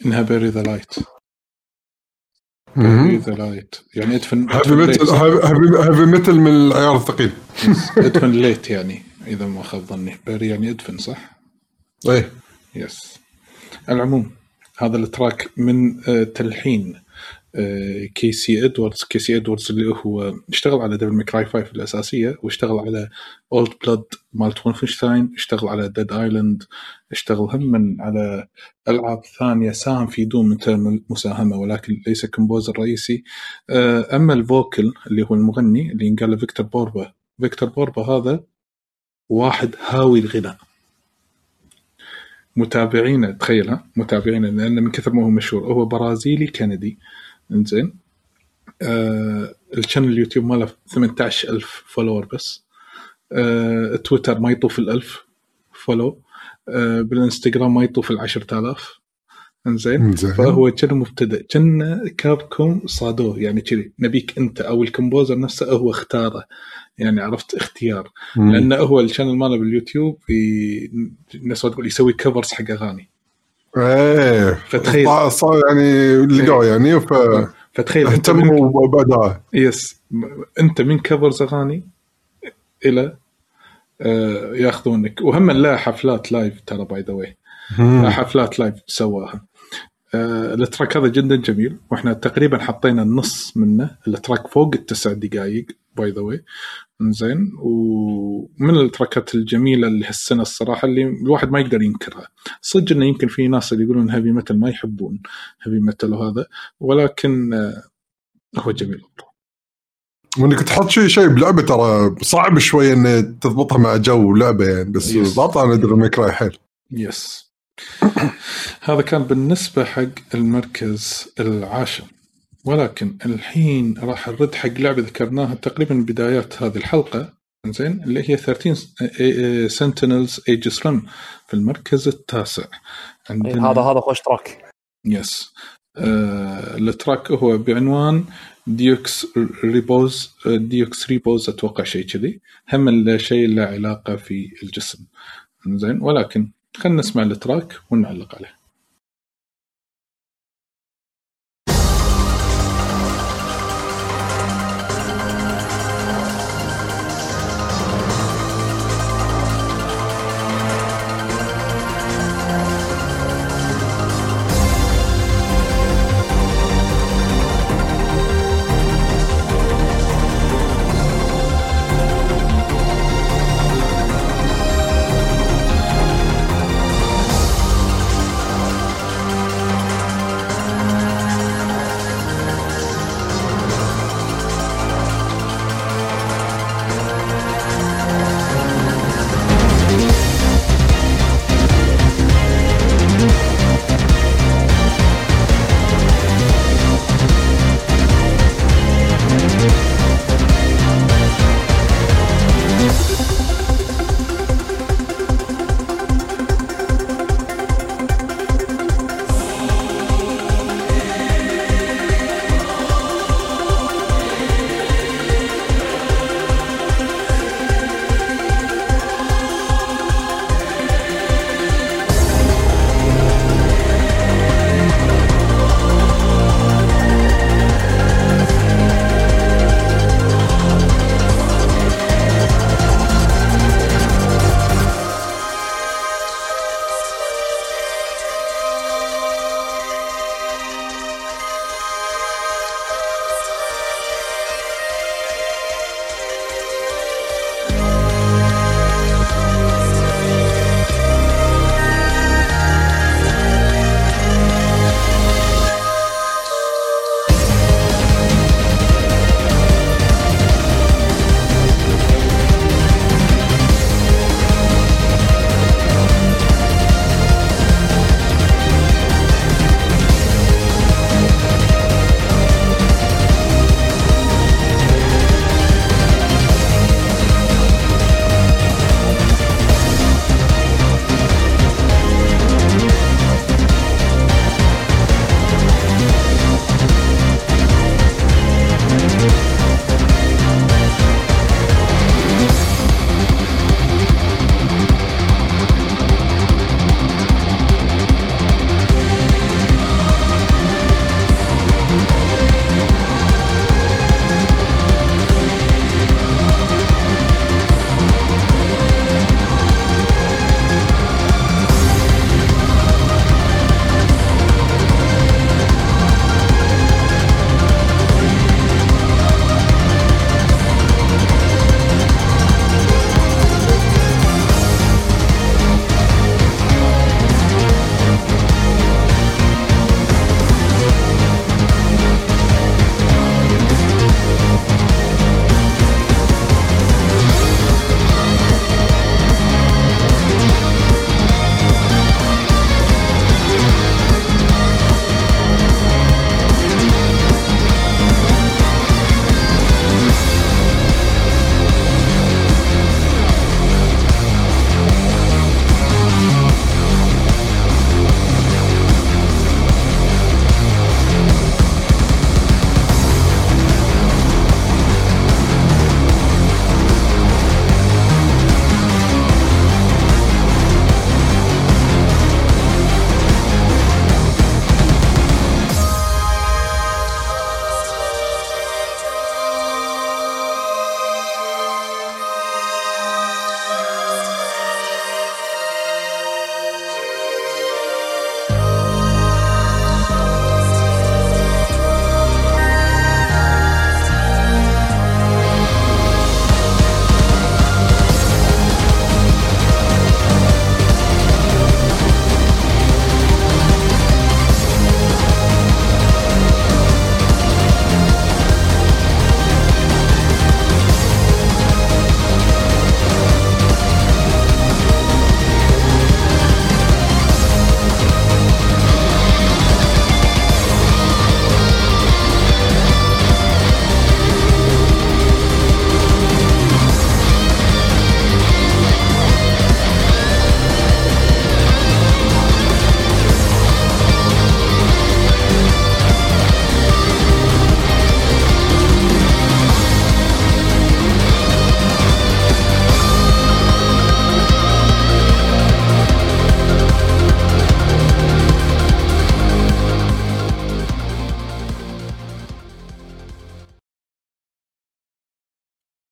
انها بيري ذا لايت. مهم. بيري ذا لايت يعني ادفن هابي ادفن متل ليت. هابي هابي متل من العيار الثقيل. ادفن ليت يعني اذا ما خاب ظني. بيري يعني ادفن صح؟ ايه يس. العموم هذا التراك من آه، تلحين آه، كيسي ادواردز. كيسي ادواردز اللي هو اشتغل على ديفل ماكراي خمسة الاساسيه، واشتغل على اولد بلاد مالت وولفنشتاين، اشتغل على ديد ايلاند، اشتغل هم من على العاب ثانيه، ساهم في دوم من ترم مساهمه ولكن ليس كومبوزر رئيسي. آه، اما الفوكل اللي هو المغني اللي ينقال له فيكتور بوربا. فيكتور بوربا هذا واحد هاوي الغناء. متابعينه تخيلها متابعينه لأنه من كثر ما هو مشهور. هو برازيلي كندي إنزين. آه الشانل اليوتيوب ماله ثمانية عشر ألف فولور بس. آه تويتر ما يطوف الألف فولو. آه بالإنستغرام ما يطوف العشرة آلاف. إنزين. فهو كان مبتدئ، كان كابكوم صادوه يعني كذي نبيك أنت أو الكمبوزر نفسه هو اختاره يعني، عرفت اختيار. مم. لأنه هو الشانل ماله باليوتيوب الناس تقول يسوي كفرز حق أغاني. ايه فتخيل صار يعني لقوا يعني ف فتخيل انت اهتموا بعدها. يس انت من كفرز اغاني الى آه ياخذونك. وهم لا حفلات لايف ترى باي ذا واي، حفلات لايف سواها. آه التراك هذا جدا جميل، واحنا تقريبا حطينا النص منه. التراك فوق التسع دقائق باي ذا واي. زين. ومن التراكات الجميله اللي هالسنه الصراحه اللي الواحد ما يقدر ينكرها. صدق انه يمكن في ناس اللي يقولون هيفي ميتال ما يحبون هيفي ميتال وهذا، ولكن آه هو جميل. وانك تحط شيء شيء بلعبه ترى صعب شويه ان تضبطها مع جو لعبه يعني، بس ضبط انا ادري ميكراي حيل. يس. هذا كان بالنسبه حق المركز العاشر. ولكن الحين راح نرد حق لعبه ذكرناها تقريبا بدايات هذه الحلقه، زين، اللي هي ثلاثة عشر Sentinels Aegis Rim في المركز التاسع عندنا. هذا هذا خوش تراك. يس. آه التراك هو بعنوان ديوكس ريبوز. ديوكس ريبوز اتوقع شيء كذي، هم الشيء له علاقه في الجسم. زين. ولكن خلينا نسمع التراك ونعلق عليه.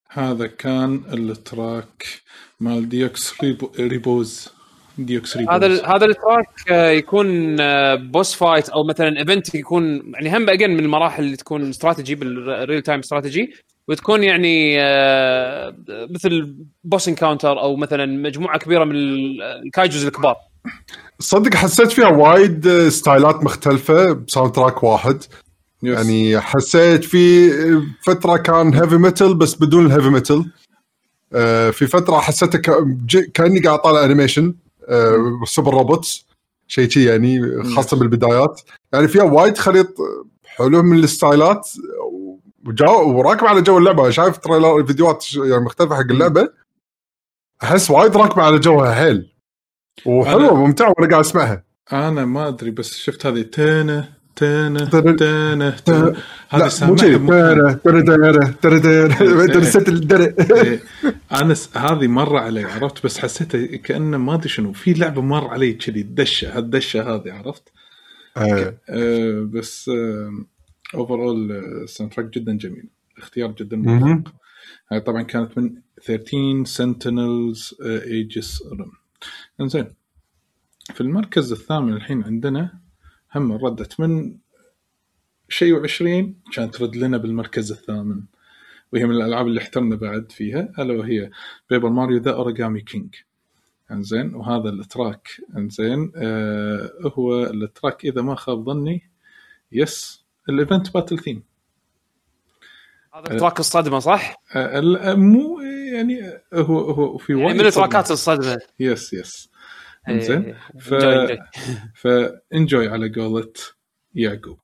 هذا كان التراك مال ديوكس ريبو ريبوز ديوكس ريبوز. هذا ال هذا التراك يكون بوس فايت او مثلا ايفنت يكون يعني هم اجين من المراحل اللي تكون استراتيجي بالريل تايم استراتيجي وتكون يعني مثل بوس انكاونتر او مثلا مجموعه كبيره من الكايجوز الكبار. صدق حسيت فيها وايد ستايلات مختلفه بساوند تراك واحد. يس. يعني حسيت في فتره كان هيفي ميتال بس بدون الهيفي ميتال. آه في فتره حسيت كاني قاعد طالع انيميشن آه سوبر روبوتس شيء شيء يعني خاصه بالبدايات. يعني فيها وايد خليط حلو من الستايلات وجو وراكب على جو اللعبه. شايف تريلر فيديوهات يعني مختلفه حق اللعبه احس وايد راكبه على جوها حيل وحلوه ممتعه وانا قاعد اسمعها. انا ما ادري بس شفت هذه تانه تانه تانه هذا سامعها تانه تانه تانه درست الدرة. انا هذه مر علي عرفت بس حسيت كأنه ما ادري شنو في لعبه مر علي كذي الدشه هالدشه هذه عرفت. أه بس اوفرول ساوند تراك جدا جميل اختيار جدا موفق. هاي طبعا كانت من ثيرتين Sentinels Aegis Rim. انزين في المركز الثامن الحين عندنا هم ردت من شيء وعشرين كانت ترد لنا بالمركز الثامن وهي من الألعاب اللي احترنا بعد فيها ألا وهي بيبر ماريو ذا أوريغامي كينج. انزين وهذا التراك انزين آه هو التراك إذا ما خاب ظني يس الإيفنت باتل ثيم. هذا التراك الصدمة صح؟ آه مو يعني هو هو في يعني من التراكات الصدمة. يس يس انزين ف فانجوي على قولة يعقوب.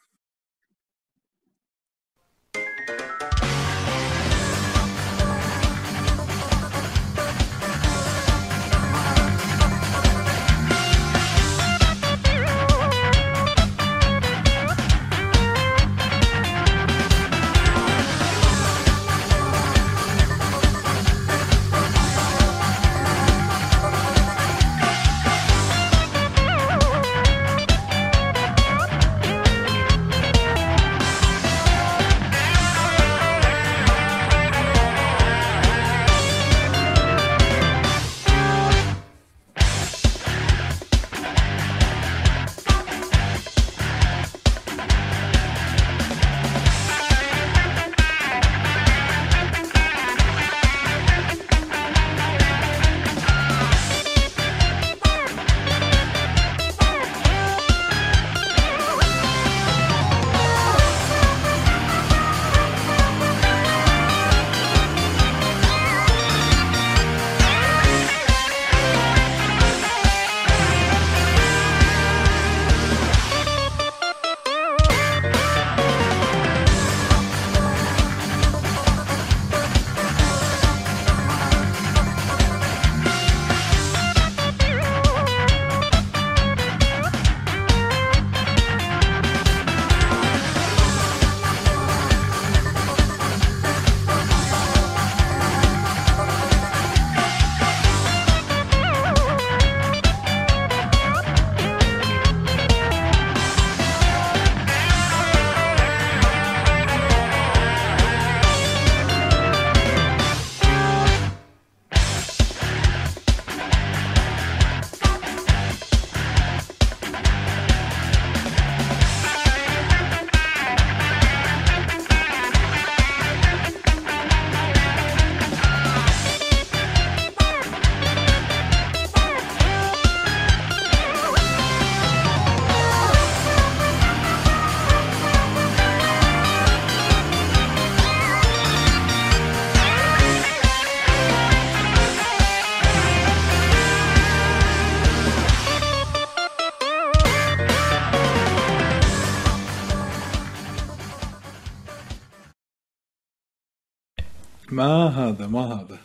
ما هذا ما هذا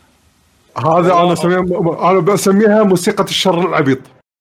هذا انا اسميها انا بسميها موسيقى الشر العبيط.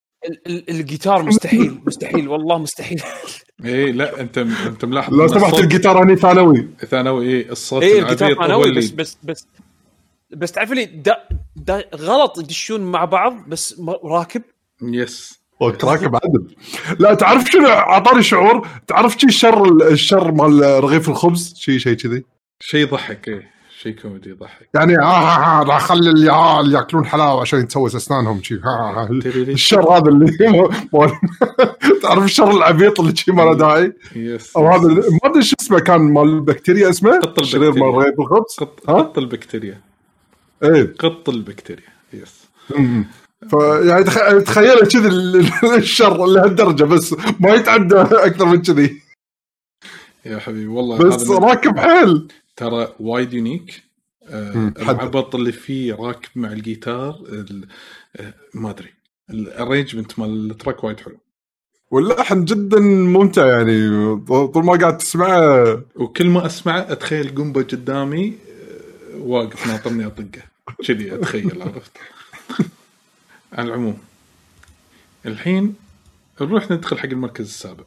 الجيتار مستحيل مستحيل والله مستحيل. ايه لا انت انت ملاحظ لو سمحت الجيتار هني ثانوي ثانوي ايه الصوت إيه العبيط هو اللي بس بس بس بس تعرف لي دا دا غلط يدشون مع بعض بس راكب يس راكب عدل. لا تعرف شنو عطاني شعور تعرف شيء الشر الشر مال رغيف الخبز شيء شيء كذي شيء ضحك ايه شيء كوميدي يضحك يعني ها ها ها راح اخلي العيال ياكلون حلاوه عشان يتسوس اسنانهم شي ها ها الشر هذا اللي تعرف الشر العبيط اللي شي ما له داعي او هذا ما ادري شو اسمه كان مال البكتيريا اسمه شرير مال ريب الخبز قط البكتيريا ايه قط البكتيريا يس فيعني تخيل كذي الشر لهالدرجه بس ما يتعدى اكثر من كذي يا حبيبي والله بس راكب حيل ترى وايد يونيك. آه العبط اللي فيه راكب مع الجيتار آه ما ادري الارينجمنت مال التراك وايد حلو واللحن جدا ممتع يعني طول ما قاعد تسمعه وكل ما اسمعه اتخيل قنبه قدامي آه واقف ناطرني اطقه كذي اتخيل عرفت. على العموم الحين نروح ندخل حق المركز السابع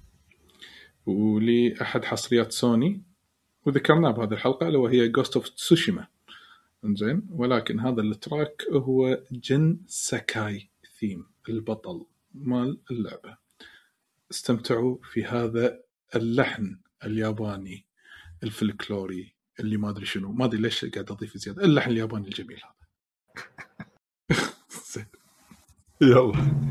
ولي أحد حصريات سوني وذكرناه بهذه الحلقة اللي وهي Ghost of Tsushima. إنزين ولكن هذا التراك هو جن ساكاي ثيم البطل مال اللعبة. استمتعوا في هذا اللحن الياباني الفلكلوري اللي ما أدري شنو ما أدري ليش قاعد أضيف زيادة اللحن الياباني الجميل هذا. يلا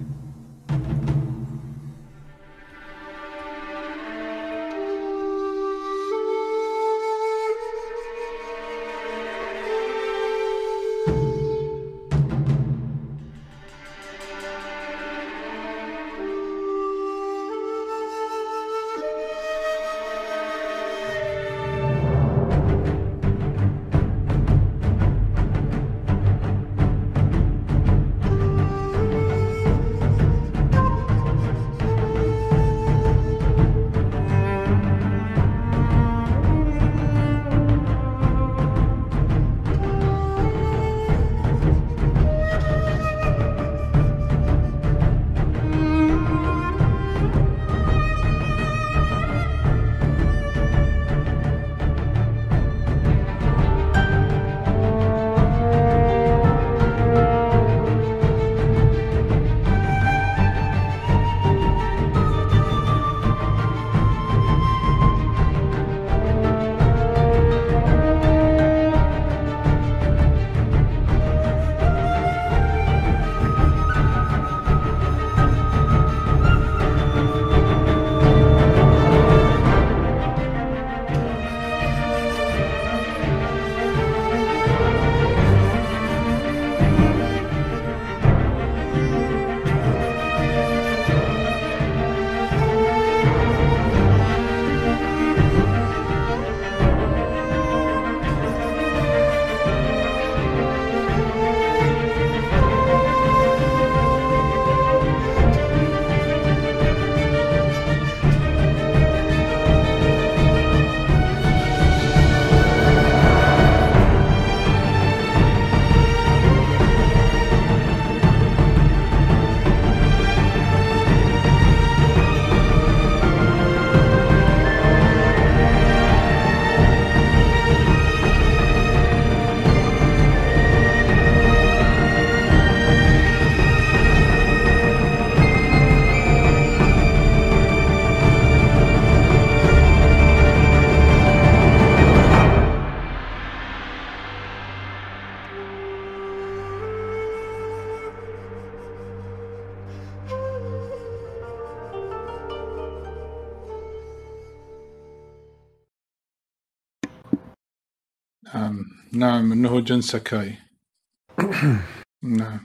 نعم نعم إنه جن ساكاي. نعم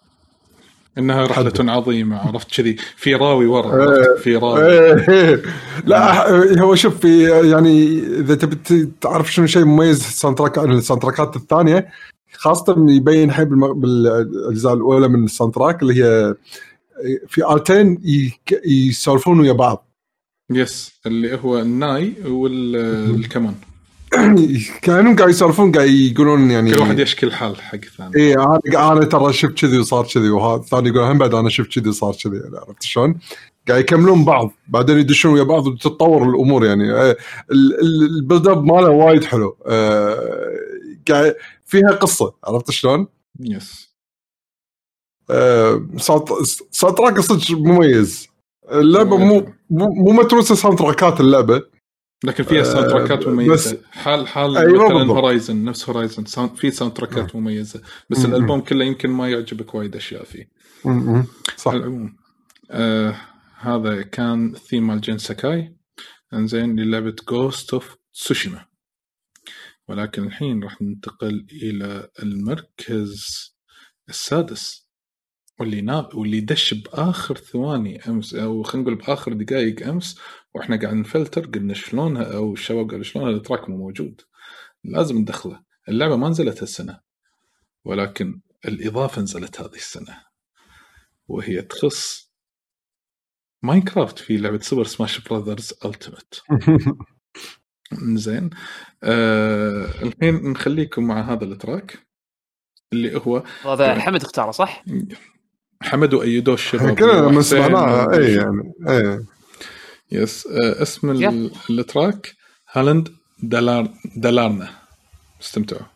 إنها رحلة حد. عظيمة عرفت كذي في راوي ورا في راوي. لا هو شوف في يعني إذا تبي تعرف شنو شيء مميز سانتراك عن السانتراكات الثانية خاصة يبين حيب بالأجزاء الأولى من السانتراك اللي هي في آلتين يسولفون ويا بعض. يس اللي هو الناي والكمان كانوا قاعد يسولفون قاعد يقولون يعني كل واحد يشكي الحال حق الثاني. ايه انا انا ترى شفت كذي وصار كذي وهذا الثاني يقول هم بعد انا شفت كذي وصار كذي يعني عرفت شلون قاعد يكملون بعض بعدين يدشون ويا بعض وتتطور الامور يعني البيلد اب ماله وايد حلو قاعد فيها قصه عرفت شلون. يس صوت صوت راك صدق مميز اللعبه مو مو متروسه ساوند تراكات اللعبه لكن فيها ساوند تراكات مميزه حال حال أيوة مثلا بالضبط. هورايزن نفس هورايزن ساوند في ساوند تراكات مميزه بس م- م. الالبوم كله يمكن ما يعجبك وايد اشياء فيه. م- م. صح. العموم آه هذا كان ثيم مال جين ساكاي انزين للعبه جوست اوف تسوشيما. ولكن الحين راح ننتقل الى المركز السادس واللي ناب واللي دش باخر ثواني امس او خلينا نقول باخر دقائق امس واحنا قاعد نفلتر قلنا شلونها او الشباب قالوا شلونها التراك مو موجود لازم ندخله. اللعبه ما نزلت هالسنه ولكن الاضافه نزلت هذه السنه وهي تخص ماينكرافت في لعبه سوبر سماش براذرز التيمت. زين آه الحين نخليكم مع هذا التراك اللي هو هذا حمد اختاره صح؟ حمد وأيدو الشباب كلنا لما وحسين سمعناها و- اي يعني اي يس آه اسم ال- يلا. التراك هالاند دلار دلارنا. استمتعوا.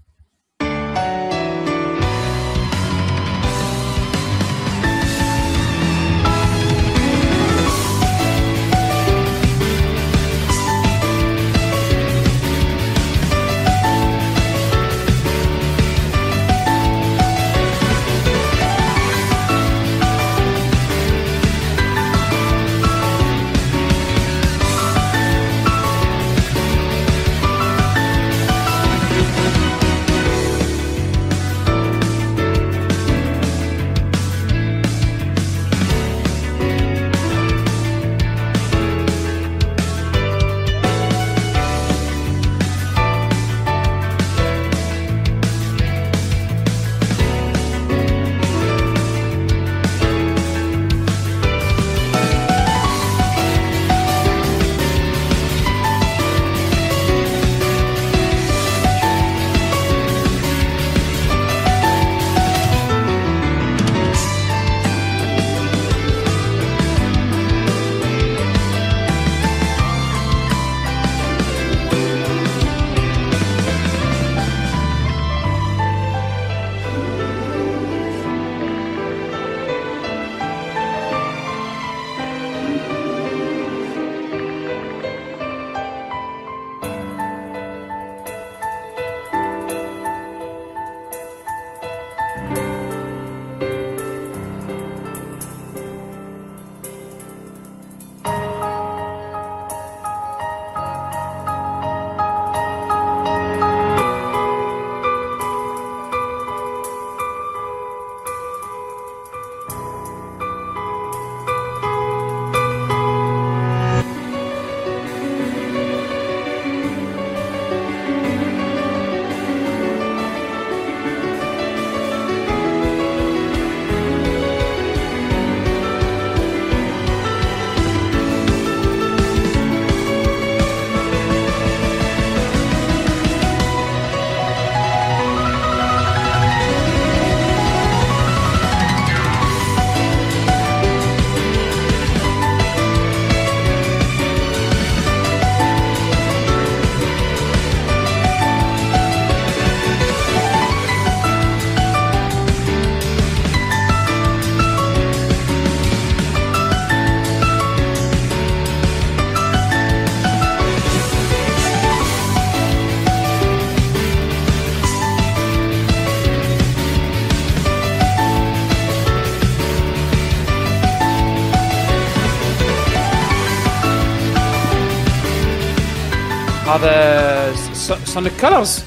هذا سونيك كلرز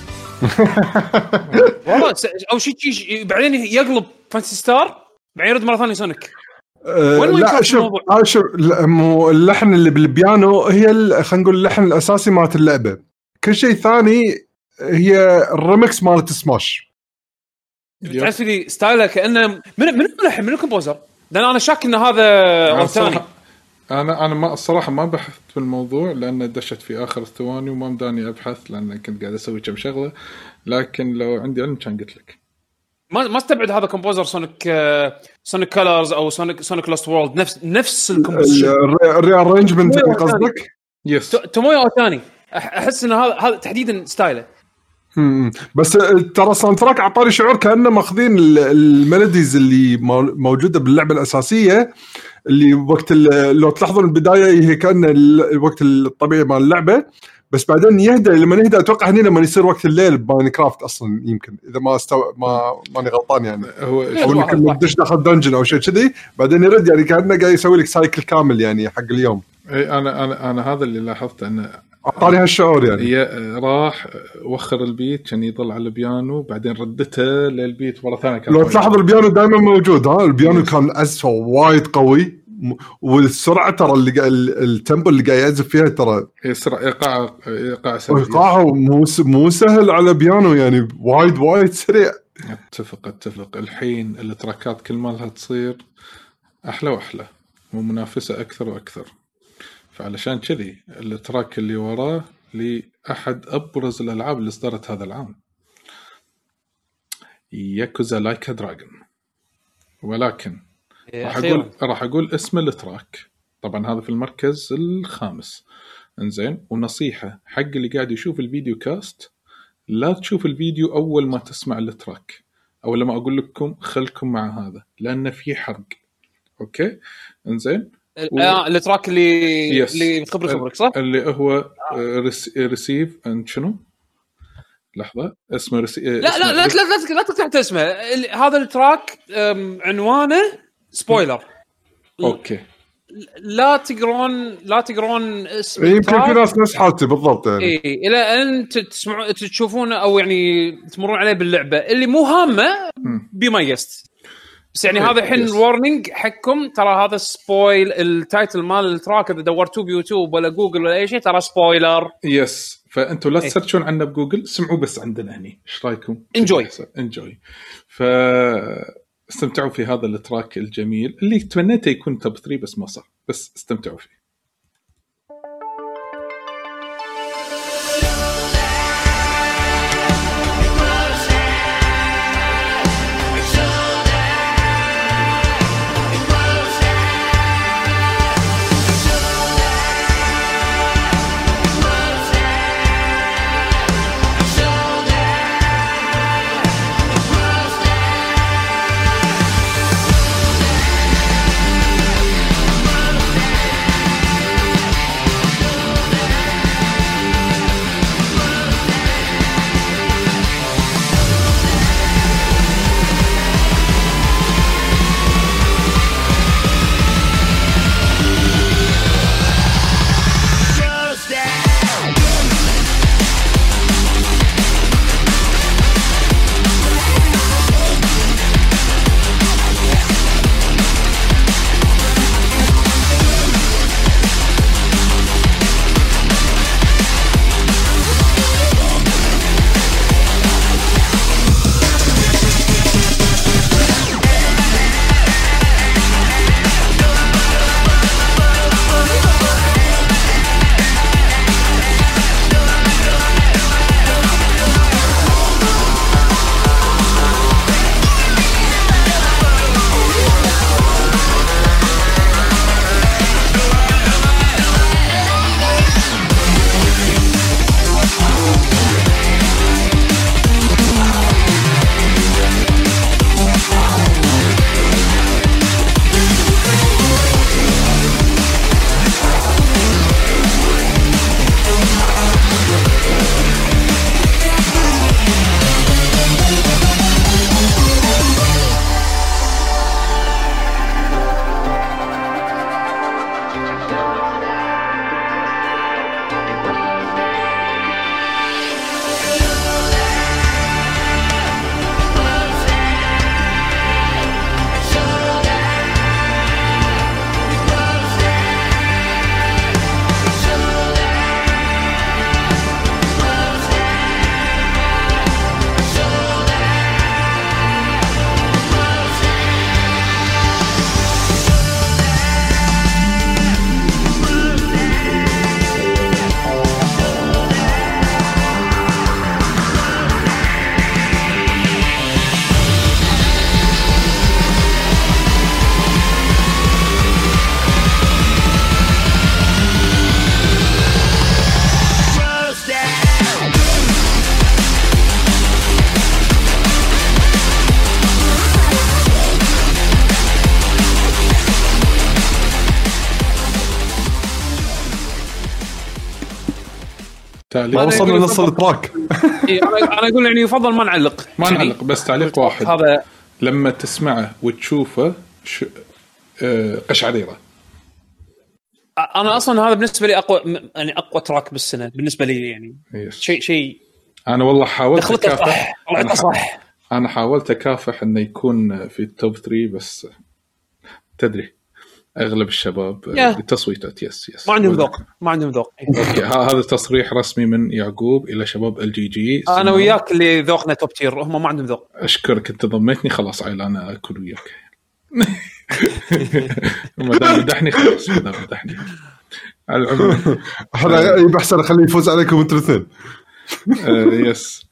والله س- او شيء شيء بعدين يقلب فانتسي ستار بعدين يرد مره ثانيه سونيك. أه وين وين لا كان شوف الموضوع؟ آه شوف لا، مو اللحن اللي بالبيانو هي ال- خلينا نقول اللحن الاساسي مالت اللعبه. كل شيء ثاني هي الريمكس مالت سماش. تعرف لي ستايله كانه من من الملحن من الكومبوزر لان انا شاك ان هذا أنا اوتاني. الصراحة- انا انا ما الصراحه ما بحثت في الموضوع لان دشت في اخر الثواني وما مداني ابحث لان كنت قاعد اسوي كم شغله. لكن لو عندي علم كان قلت لك. ما ما استبعد هذا كومبوزر سونيك آه، سونيك كلرز او سونيك سونيك لوست وورلد نفس نفس الكومبوزيشن. الريارينجمنت اللي قصدك يس تومويا اوتاني احس ان هذا هذا تحديدا ستايله. امم بس ترى ساوند تراك اعطاني شعور كانه ماخذين الميلوديز اللي موجوده باللعبه الاساسيه اللي وقت لو تلاحظون البدايه هي كان الوقت الطبيعي مال اللعبه، بس بعدين يهدى لما يهدى اتوقع هنا لما يصير وقت الليل بماينكرافت اصلا يمكن اذا ما استو... ما ماني غلطان يعني هو او يمكن بدش داخل دنجن او شيء كذي بعدين يرد يعني كانه قاعد يسوي لك سايكل كامل يعني حق اليوم. اي انا انا انا هذا اللي لاحظته انه اعطاني هالشعور يعني راح وخر البيت كان يضل على البيانو بعدين ردته للبيت مره ثانيه. لو تلاحظ البيانو دائما موجود، ها البيانو كان اسفه وايد قوي والسرعه ترى اللي التمبو اللي قاعد يعزف فيها ترى سرعه ايقاع ايقاع سريع ايقاعه مو مو سهل على بيانو يعني وايد وايد سريع. اتفق اتفق الحين التراكات كل ما لها تصير احلى واحلى ومنافسه اكثر واكثر، فعلشان كذي التراك اللي وراه لأحد أبرز الألعاب اللي صدرت هذا العام ياكوزا لايك دراجون. ولكن راح أقول راح أقول اسم التراك طبعا هذا في المركز الخامس. إنزين، ونصيحة حق اللي قاعد يشوف الفيديو كاست لا تشوف الفيديو أول ما تسمع التراك أو لما أقول لكم خلكم مع هذا لأن في حرق. أوكي إنزين و... آه التراك اللي يس. اللي خبرك خبرك صح اللي هو ريسيف اند شنو لحظه اسمه ريسي... لا لا لا لا لا لا تكتب اسمه. هذا التراك عنوانه سبويلر. اوكي لا تقرون لا تقرون اسم يمكن في ناس ناس حالتي بالضبط يعني اي الى ان تسمعوا تشوفونه او يعني تمرون عليه باللعبه اللي مو هامه بميزت. بس يعني هذا الحين الورنينج حقكم ترى هذا سبويل. التايتل مال التراك اذا دورتوه بيوتيوب ولا جوجل ولا اي شيء ترى سبويلر. يس فانتوا لا تسيرشون عنه بجوجل، سمعوا بس عندنا هني. ايش رايكم؟ انجوي انجوي فاستمتعوا في هذا التراك الجميل اللي تمنيته يكون توب ثلاثة بس ما صار، بس استمتعوا فيه. تعليق ما وصلنا نص التراك. إيه، انا انا اقول يعني يفضل ما نعلق ما نعلق، بس تعليق واحد هذا لما تسمعه وتشوفه ش... آه قشعريره. انا اصلا هذا بالنسبه لي اقوى يعني اقوى تراك بالسنه بالنسبه لي يعني شيء شيء انا والله حاولت دخلته صح طلعته صح. انا حاولت اكافح انه يكون في التوب ثلاثة بس تدري اغلب الشباب بتصويتات يس يس ما عندهم ذوق ما عندهم ذوق. اوكي هذا تصريح رسمي من يعقوب الى شباب ال جي جي. انا وياك اللي ذوقنا توب تير هم ما عندهم ذوق. اشكرك انت ضميتني خلاص عيل انا اكل وياك. ما دام مدحني خلاص ما دام مدحني على العموم انا بحسن اخليه يفوز عليكم انتوا الاثنين. يس.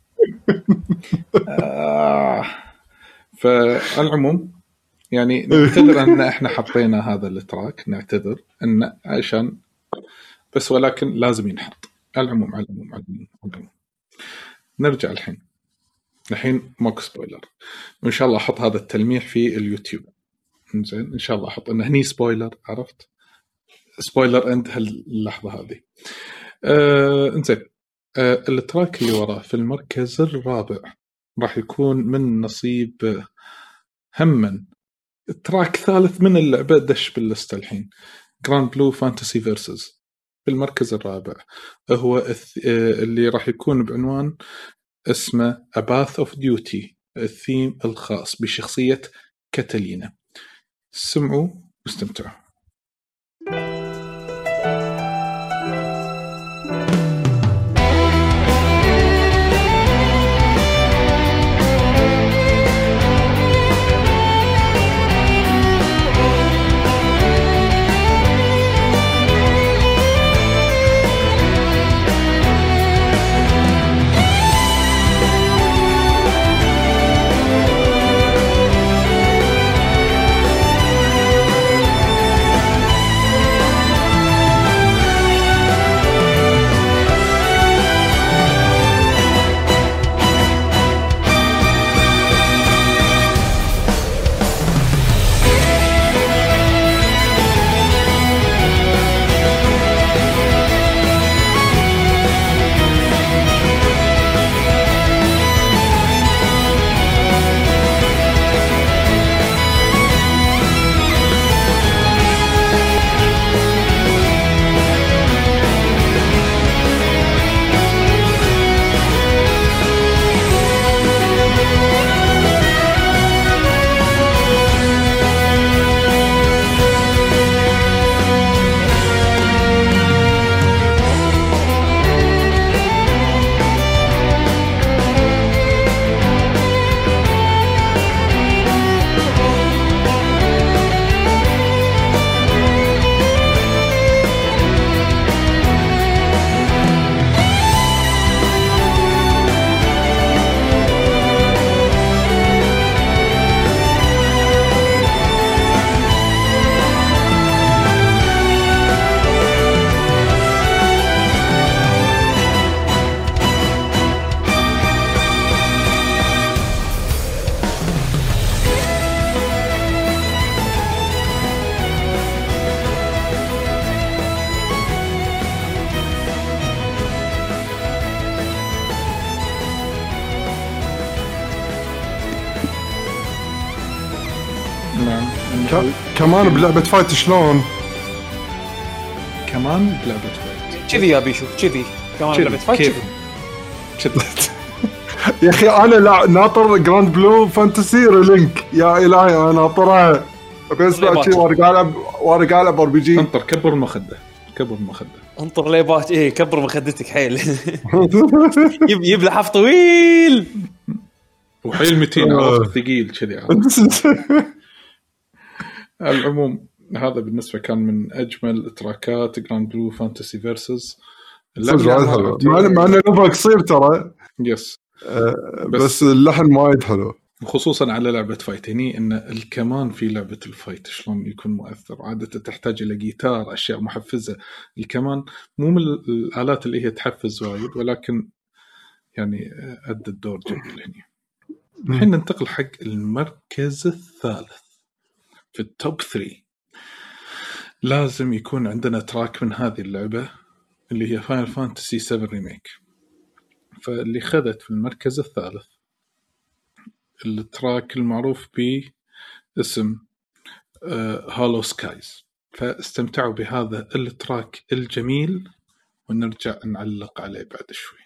فالعموم يعني نعتذر ان احنا حطينا هذا التراك نعتذر ان عشان بس ولكن لازم ينحط. العموم على العموم على العموم نرجع الحين الحين ماكو سبويلر وان شاء الله احط هذا التلميح في اليوتيوب. زين ان شاء الله احط انه هني سبويلر عرفت سبويلر اند هاللحظه هذه. آه انزين آه التراك اللي وراه في المركز الرابع راح يكون من نصيب همن تراك ثالث من اللعبه دش باللسته الحين جراند بلو فانتسي فيرسز في المركز الرابع هو اللي راح يكون بعنوان اسمه A Path of Duty الثيم الخاص بشخصيه كاتالينا. سمعوا واستمتعوا. كمان بلعبة فايت شلون؟ كمان بلعبة فايت كذي يا بيشو كذي كمان بلعبة فايت كذي. يا أخي أنا لا ناطر جراند بلو فانتسي ريلينك يا إلهي أنا ناطرها بسمع شيء وارجع ألعب وارجع ألعب ار بي جي. انطر كبر المخدة كبر المخدة انطر ليبات إيه كبر مخدتك حيل. يب يب لحف طويل وحيل متين عرفت ثقيل كذي. العموم هذا بالنسبة كان من أجمل تراكات جراند بلو فانتسي فيرسز. ما أنا لعبة قصير ترى يس أه بس, بس اللحن وايد حلو خصوصا على لعبة فايت. هني إن الكمان في لعبة الفايت شلون يكون مؤثر. عادة تحتاج إلى جيتار أشياء محفزة. الكمان مو من الآلات اللي هي تحفز وايد ولكن يعني أدى الدور جميل هني. الحين ننتقل حق المركز الثالث في التوب ثري. لازم يكون عندنا تراك من هذه اللعبة اللي هي فاينل فانتسي سبعة ريميك. فاللي خذت في المركز الثالث التراك المعروف باسم هالو سكايز. فاستمتعوا بهذا التراك الجميل ونرجع نعلق عليه بعد شوي.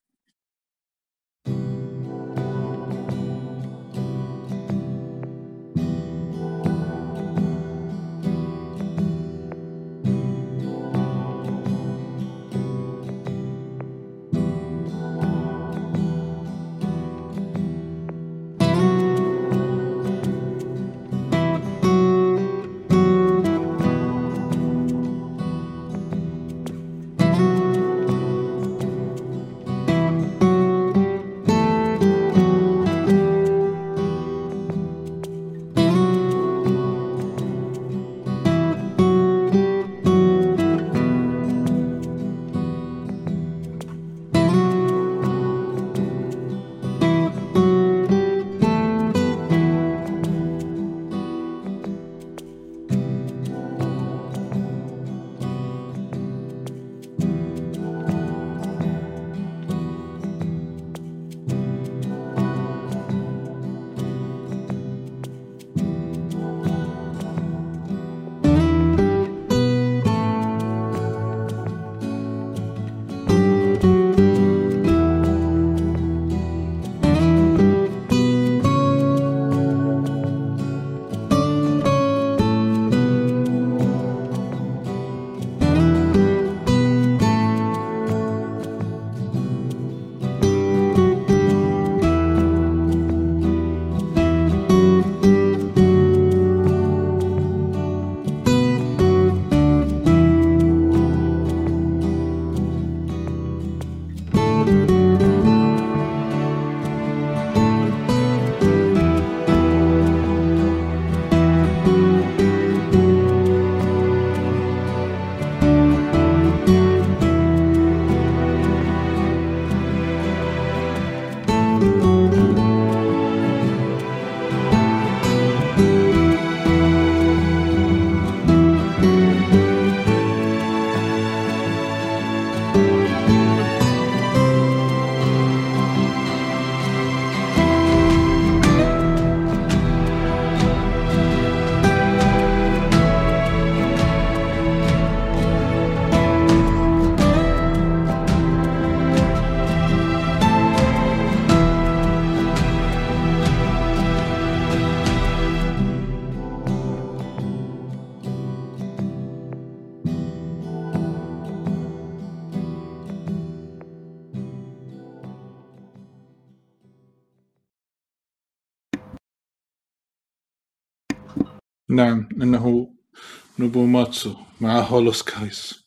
نعم إنه نوبوماتسو مع هولو سكايز.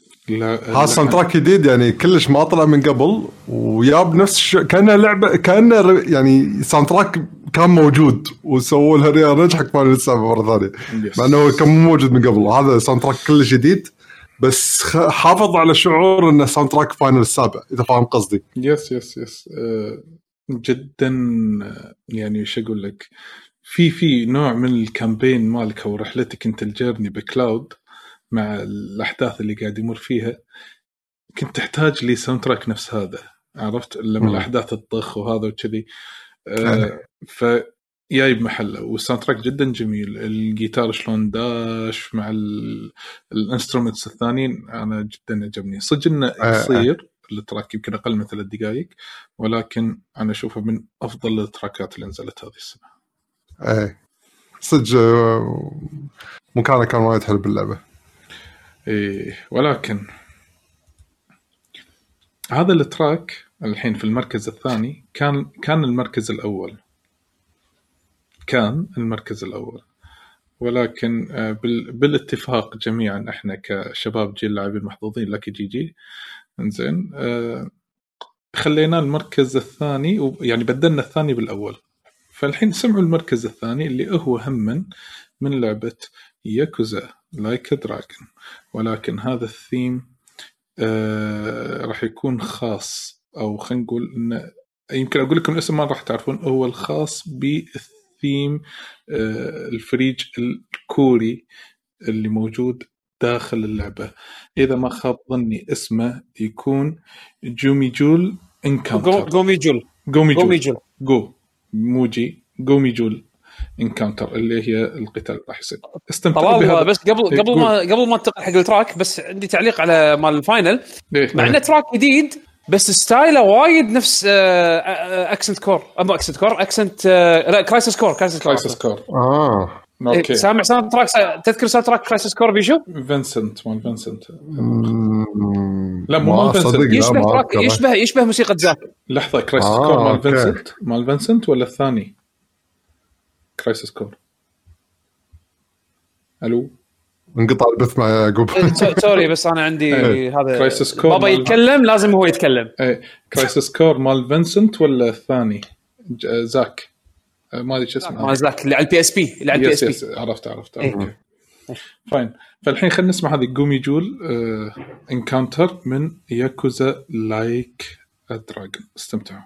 هذا ساوند تراك جديد يعني كلش ما طلع من قبل وياب نفس ش... كأنه لعبة كأنه يعني ساوند تراك كان موجود وسووا لها رينج حق فاينل سبعة مرة ثانية مع أنه كان موجود من قبل. هذا ساوند تراك كلش جديد بس حافظ على شعور إنه ساوند تراك فاينل السابع إذا فاهم قصدي. يس يس يس أه جدا يعني وش أقول لك في في نوع من الكامبين مالك أو رحلتك أنت الجيرني بكلاود مع الأحداث اللي قاعد يمر فيها كنت تحتاج لي ساوند تراك نفس هذا عرفت لما الأحداث الطخ وهذا وكذي أه فيايب محله. والساوند تراك جدا جميل الجيتار شلون داش مع الانسترومنتس الثانيين أنا جدا عجبني صدق إنه قصير التراك يمكن أقل من ثلاث دقائق ولكن أنا أشوفه من أفضل التراكات اللي نزلت هذه السنة. ايه صدق مكانه كان وايد حلو باللعبة. إيه ولكن هذا التراك الحين في المركز الثاني كان كان المركز الأول كان المركز الأول ولكن بالاتفاق جميعا احنا كشباب جيل لاعبين محظوظين لك جي جي انزين خلينا المركز الثاني يعني بدلنا الثاني بالأول. فالحين سمعوا المركز الثاني اللي هو هم من لعبة ياكوزا لايك دراجون ولكن هذا الثيم آه راح يكون خاص أو خلينا نقول إنه يمكن أقول لكم الاسم ما راح تعرفون هو الخاص بالثيم آه الفريج الكوري اللي موجود داخل اللعبة، إذا ما خاب ظني اسمه يكون جومي جول انكاونتر. قومي جول قومي قومي جول جول جو موجي قومي جول انكاونتر اللي هي القتال راح يصير. استمتعوا بهذا. بس قبل قبل ما قبل ما انتقل حق التراك، بس عندي تعليق على مال الفاينل. مع انه تراك جديد بس ستايله وايد نفس اكسنت كور ابو اكسنت كور اكسنت لا كرايسيس كور كرايسيس كرايسيس كور. اه اوكي سامع ساوند تراك. تذكر ساوند تراك كرايسيس كور بيشو فينسنت مال فينسنت. مم... لا مو مال فينسنت، يشبه تراك يشبه يشبه موسيقى زاك. لحظه كرايسيس آه كور مال أوكي. فينسنت مال فينسنت ولا الثاني كرايسيس كور؟ الو انقطع البث مع يعقوب. سوري بس انا عندي هذا كرايسيس كور بابا مال... يتكلم لازم هو يتكلم. ايه كرايسيس كور مال فينسنت ولا الثاني ج... زاك ما ادري شو اسمه مال زاك اللي على البي اس بي اللي على البي اس يس بي. يس عرفت عرفت إيه. اوكي فاين. فالحين خلينا نسمع هذه قومي جول آه... انكاونتر من ياكوزا لايك دراجون. استمتعوا.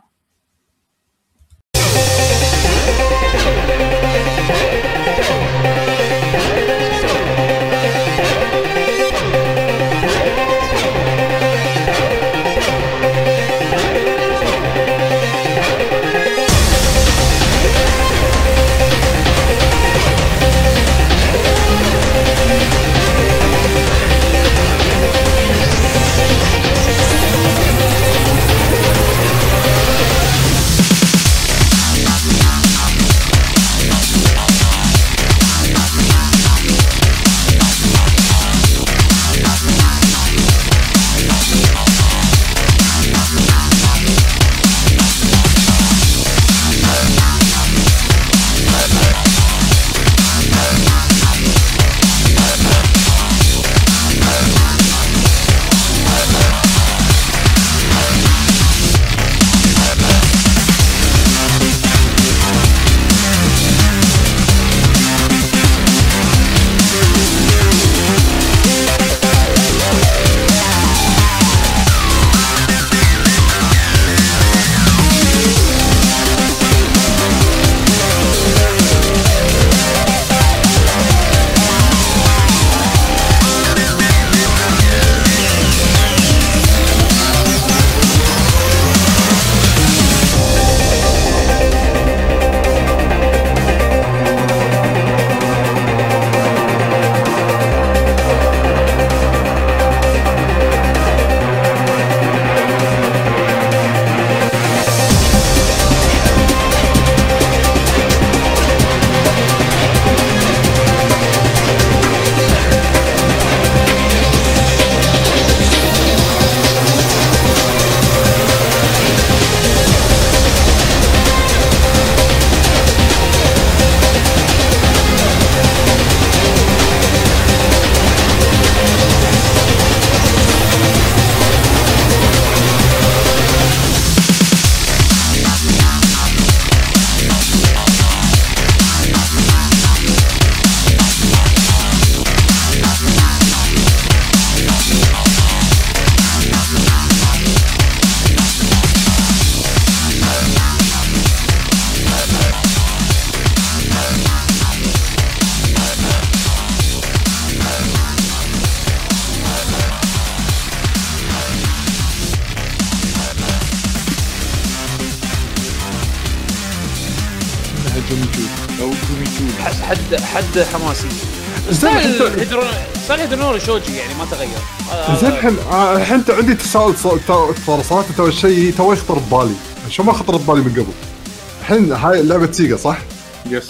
حد حد حماسي. ستايل هيدرون ستايل هيدرونوري شوجي يعني ما تغير. زين الحين الحين انت عندي تساؤل ترى صراحه تو الشيء تو يخطر ببالي شو ما خطر ببالي من قبل. الحين هاي لعبه سيجا صح؟ يس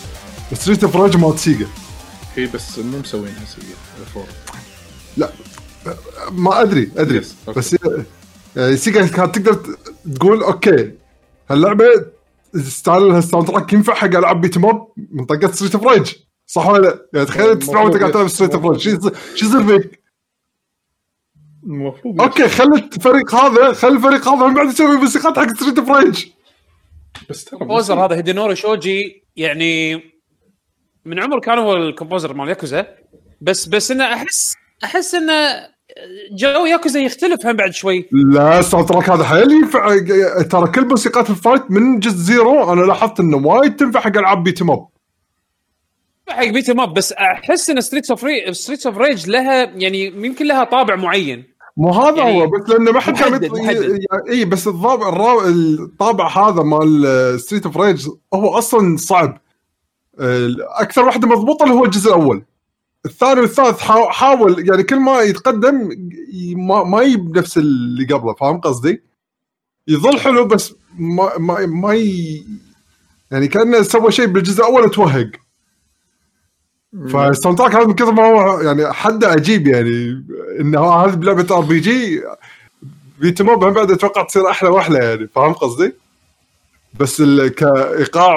ستريت اوف راج مال سيجا هي بس مو مسوينها سيجا فور. لا ما ادري ادري yes. بس يعني سيجا كانت تقدر تقول اوكي هاللعبه ستايل الساوند تراك ينفع حق العاب بيت ماب من طقه ستريت اوف راج صح ولا؟ يعني تخيل تسمع وانت قاعد تلعب ستريت اوف راج شو شو يصير فيك؟ المفروض اوكي خلت الفريق هذا خلي الفريق هذا هم بعد يسوي موسيقات حق ستريت اوف راج. بس ترى الكومبوزر هذا هيدينوري شوجي يعني من عمر كان هو الكومبوزر مال ياكوزا بس بس انا احس احس انه جو ياكوزا يختلف هم بعد شوي. لا الساوند تراك هذا حيل ينفع ترى كل موسيقات الفايت من جزء زيرو انا لاحظت انه وايد تنفع حق العاب بيت ماب. حق بيت ماب، بس احس ان ستريتس اوف ري ستريتس اوف ريج لها يعني يمكن لها طابع معين. مو هذا يعني هو، بس لانه ما حد كان محدد- محدد. اي بس الطابع الرا... الطابع هذا مال ستريت اوف ريج هو اصلا صعب. اكثر واحده مضبوطه اللي هو الجزء الاول. الثاني والثالث حا- حاول يعني كل ما يتقدم ي- ما ما يجيب نفس اللي قبله، فاهم قصدي؟ يظل حلو بس ما ما, ما ي... يعني كأنه سوى شيء بالجزء الاول توهق. فالساوند تراك هذا من كثر ما هو يعني حد عجيب، يعني انه هذه بلعبه ار بي جي بيتمو بعد اتوقع تصير احلى واحلى، يعني فاهم قصدي؟ بس ال- كايقاع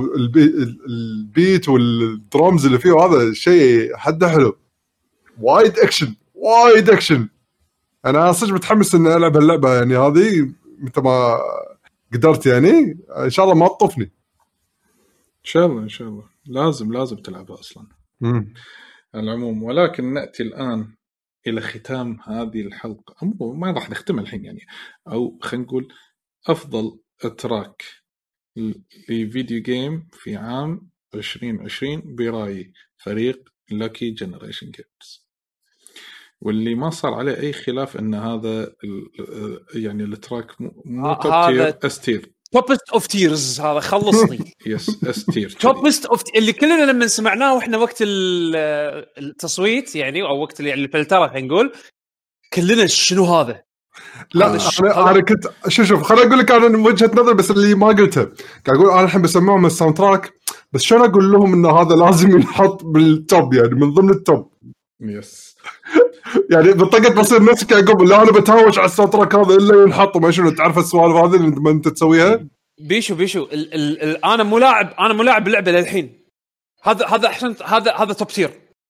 والبيت والدرامز اللي فيه هذا شيء حده حلو. وايد اكشن وايد اكشن. انا صدق متحمس اني العب اللعبه يعني هذه متى ما قدرت، يعني ان شاء الله ما تطفني. ان شاء الله ان شاء الله لازم لازم تلعبها اصلا امم على العموم. ولكن ناتي الان الى ختام هذه الحلقه، أو ما راح نختم الحين يعني، او خلينا نقول افضل تراك لفيديو جيم في عام عشرين عشرين برايي فريق لاكي جنريشن جيمز، واللي ما صار عليه اي خلاف ان هذا ال- يعني التراك مو مو ه- توب هذا- تير، اس تير. توبست اوف تيرز هذا خلصني. يس اس تير توبست اوف اللي كلنا لما سمعناه واحنا وقت ال- التصويت يعني، او وقت اللي- يعني الفلتره خلينا نقول كلنا شنو هذا. لا هذا الش- انا هذا- انا كنت شوف شوف خليني اقول لك انا من وجهه نظري، بس اللي ما قلتها قاعد اقول انا الحين بسمعهم الساوند تراك، بس شلون اقول لهم ان هذا لازم ينحط بالتوب، يعني من ضمن التوب. يس يعني بطقت بصير نفسك يعقوب، لا انا بتهاوش على الساوند تراك هذا الا ينحط، ما شنو تعرف السوالف هذه اللي ما انت تسويها. بيشو بيشو ال ال ال انا ملاعب انا ملاعب اللعبه للحين. هذا هذا احسن، هذا هذا توب تير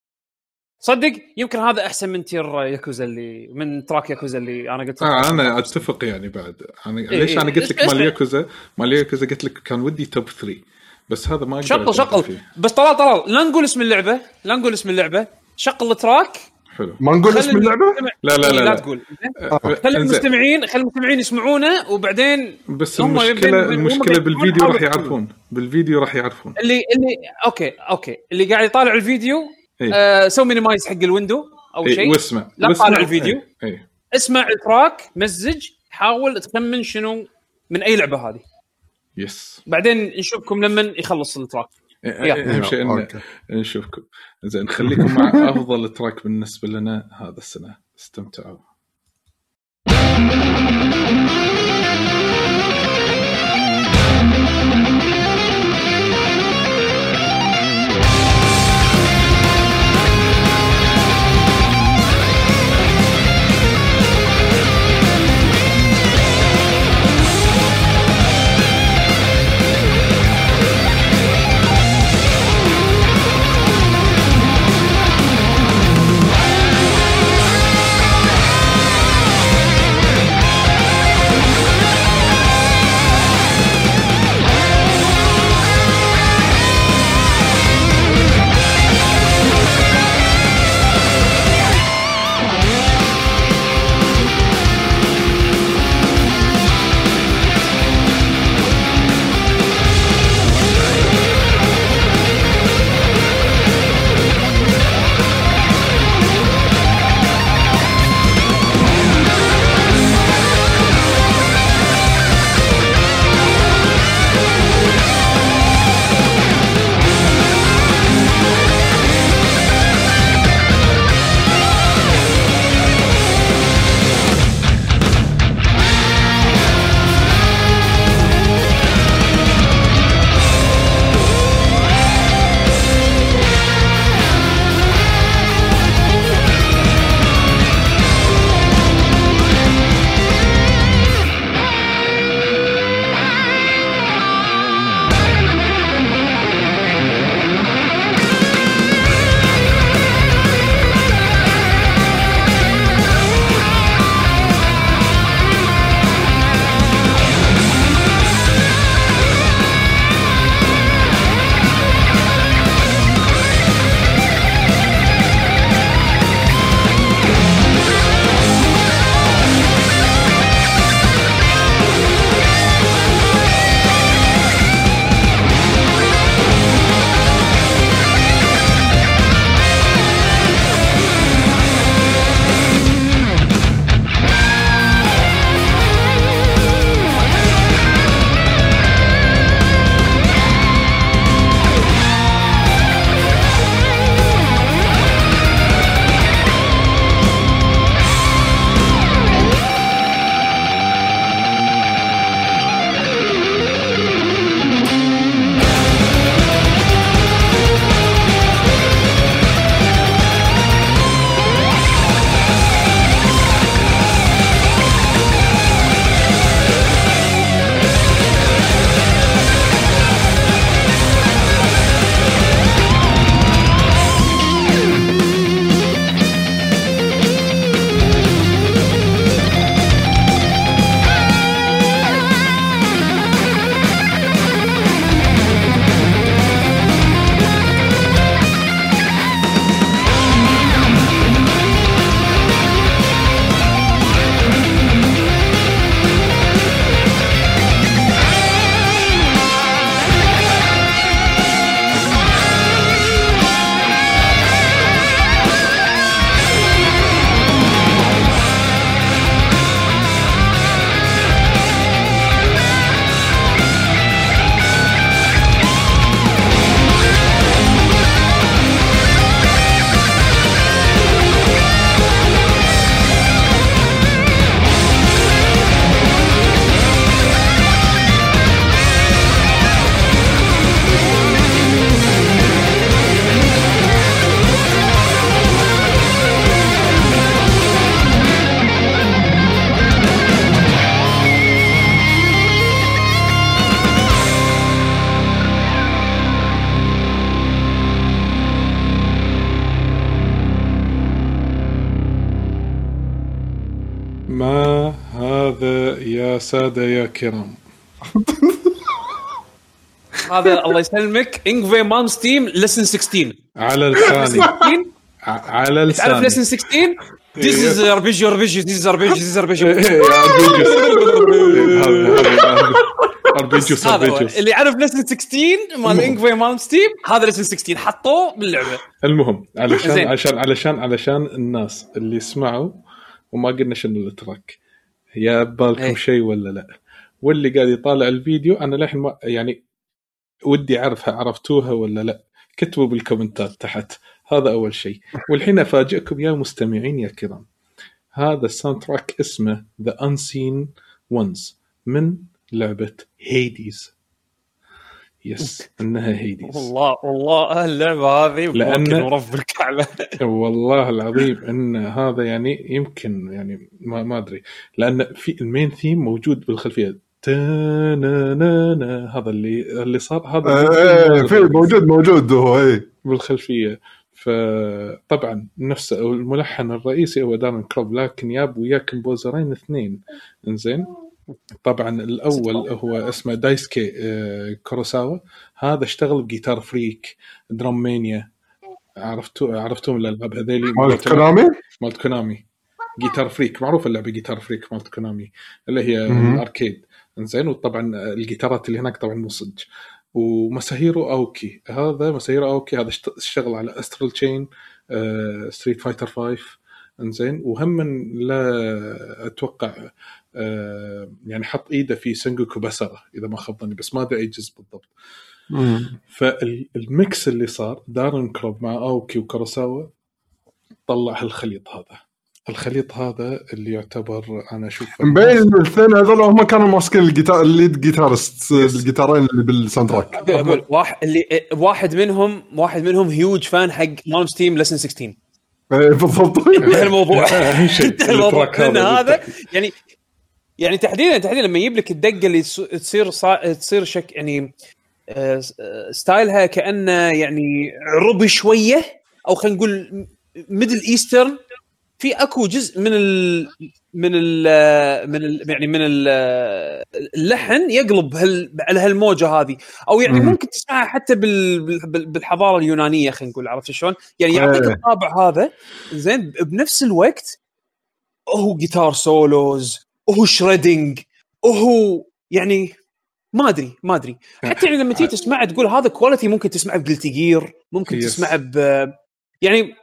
صدق. يمكن هذا احسن من تير ياكوزا اللي من تراك ياكوزا اللي انا قلت. آه انا اتفق يعني بعد انا إيه ليش إيه. انا قلت لك اسمع- مال ياكوزا مال ياكوزا قلت لك كان ودي توب ثلاثة، بس هذا ما أقدر شغل أتفق شغل فيه. بس طلال طلال لا نقول اسم اللعبه لا نقول اسم اللعبه شغل التراك. حلو. ما نقول اسم اللعبه. لا لا لا, لا, لا. تقول آه. خلي إنزين. المستمعين خلي المستمعين يسمعونه وبعدين بس هم المشكله يبين- هم المشكله يبين- بالفيديو هم راح يحاولوا يعرفون بالفيديو راح يعرفون اللي اللي اوكي اوكي اللي قاعد يطالع الفيديو إيه. آه سوي مينيمايز حق الويندو او إيه. شيء واسمع لا واسمع. تطالع الفيديو. إيه. إيه. اسمع التراك مزج حاول تخمن شنو من اي لعبه هذه يس بعدين نشوفكم لما يخلص التراك. اهم شيء إن أوكي. نشوفكم. زين خليكم مع افضل تراك بالنسبه لنا هذا السنه. استمتعوا. Thank هذا يا سادة يا كرام هذا الله يسلمك إنغفي مالمستيم لسن ستة عشر على لساني على تعرف لساني لسن ستة عشر This is R P G R P G This is R P G This is R P G أربيجوس هذا هو. أربيجوس اللي يعرف لسن ستة عشر مال إنغفي مالمستيم هذا لسن ستة عشر حطوه باللعبة. المهم علشان زين. عشان علشان علشان الناس اللي يسمعوا وما قلنا شنو التراك يا بالكم إيه. شيء ولا لا واللي قاعد يطالع الفيديو أنا للحين ما يعني ودي أعرفها عرفتوها ولا لا كتبوا بالكومنتات تحت. هذا أول شيء. والحين أفاجئكم يا مستمعين يا كرام هذا الساوند تراك اسمه The Unseen Ones من لعبة هيديز. يس انها هيديز. والله والله اللعبة هذه لأن ورب الكعبة والله العظيم ان هذا يعني يمكن يعني ما ما ادري لان في المين ثيم موجود بالخلفية تانا هذا اللي اللي صار هذا ايه في موجود موجود هو ايه بالخلفية. فطبعا نفس الملحن الرئيسي هو دارن كروب لكن ياب ويا كمبوزرين اثنين. انزين طبعا الاول هو اسمه دايسكي كوروساوا هذا اشتغل بجيتار فريك درام مانيا عرفتوا عرفتوهم الالعاب هذيلي مالت كونامي مالت كونامي جيتار فريك معروفه اللعبه جيتار فريك مالت كونامي اللي هي مم. الاركيد. انزين وطبعا الجيتارات اللي هناك طبعا مصج. ومساهيرو اوكي هذا مساهيرو اوكي هذا اشتغل على استرال تشين ستريت فايتر خمسة. انزين وهم من لا اتوقع آه يعني حط ايده في سنجوكو باسارا اذا ما خاب ظني بس ما ادري اي جزء بالضبط. فالميكس اللي صار دارن كروب مع اوكي وكوروساوا طلع هالخليط هذا. الخليط هذا اللي يعتبر انا اشوف مبين الاثنين هذول هم كانوا ماسكين الجيتار الليد جيتارست الجيتارين اللي بالساوند تراك. اقول واحد اللي واحد منهم واحد منهم هيوج فان حق مالمستيم لسن ستة عشر. ايه بالضبط. انتهى الموضوع. اهم شيء انتهى الموضوع ان هذا يعني يعني تحديدا تحديدا لما يجيب لك الدقه اللي تصير صا... تصير شك يعني آه... ستايلها كانه يعني عربي شويه او خلينا نقول ميدل ايسترن. في اكو جزء من ال من ال من ال يعني من اللحن يقلب هال على هالموجه هذه او يعني ممكن تسمعها حتى بال بالحضاره اليونانيه خلينا نقول عرفت شلون يعني يعطيك الطابع هذا. زين بنفس الوقت هو جيتار سولوز وهو شريدنج وهو يعني ما ادري ما ادري حتى يعني لما تيجي تسمع تقول هذا كواليتي ممكن تسمعه بجلتي جير ممكن تسمعه ب يعني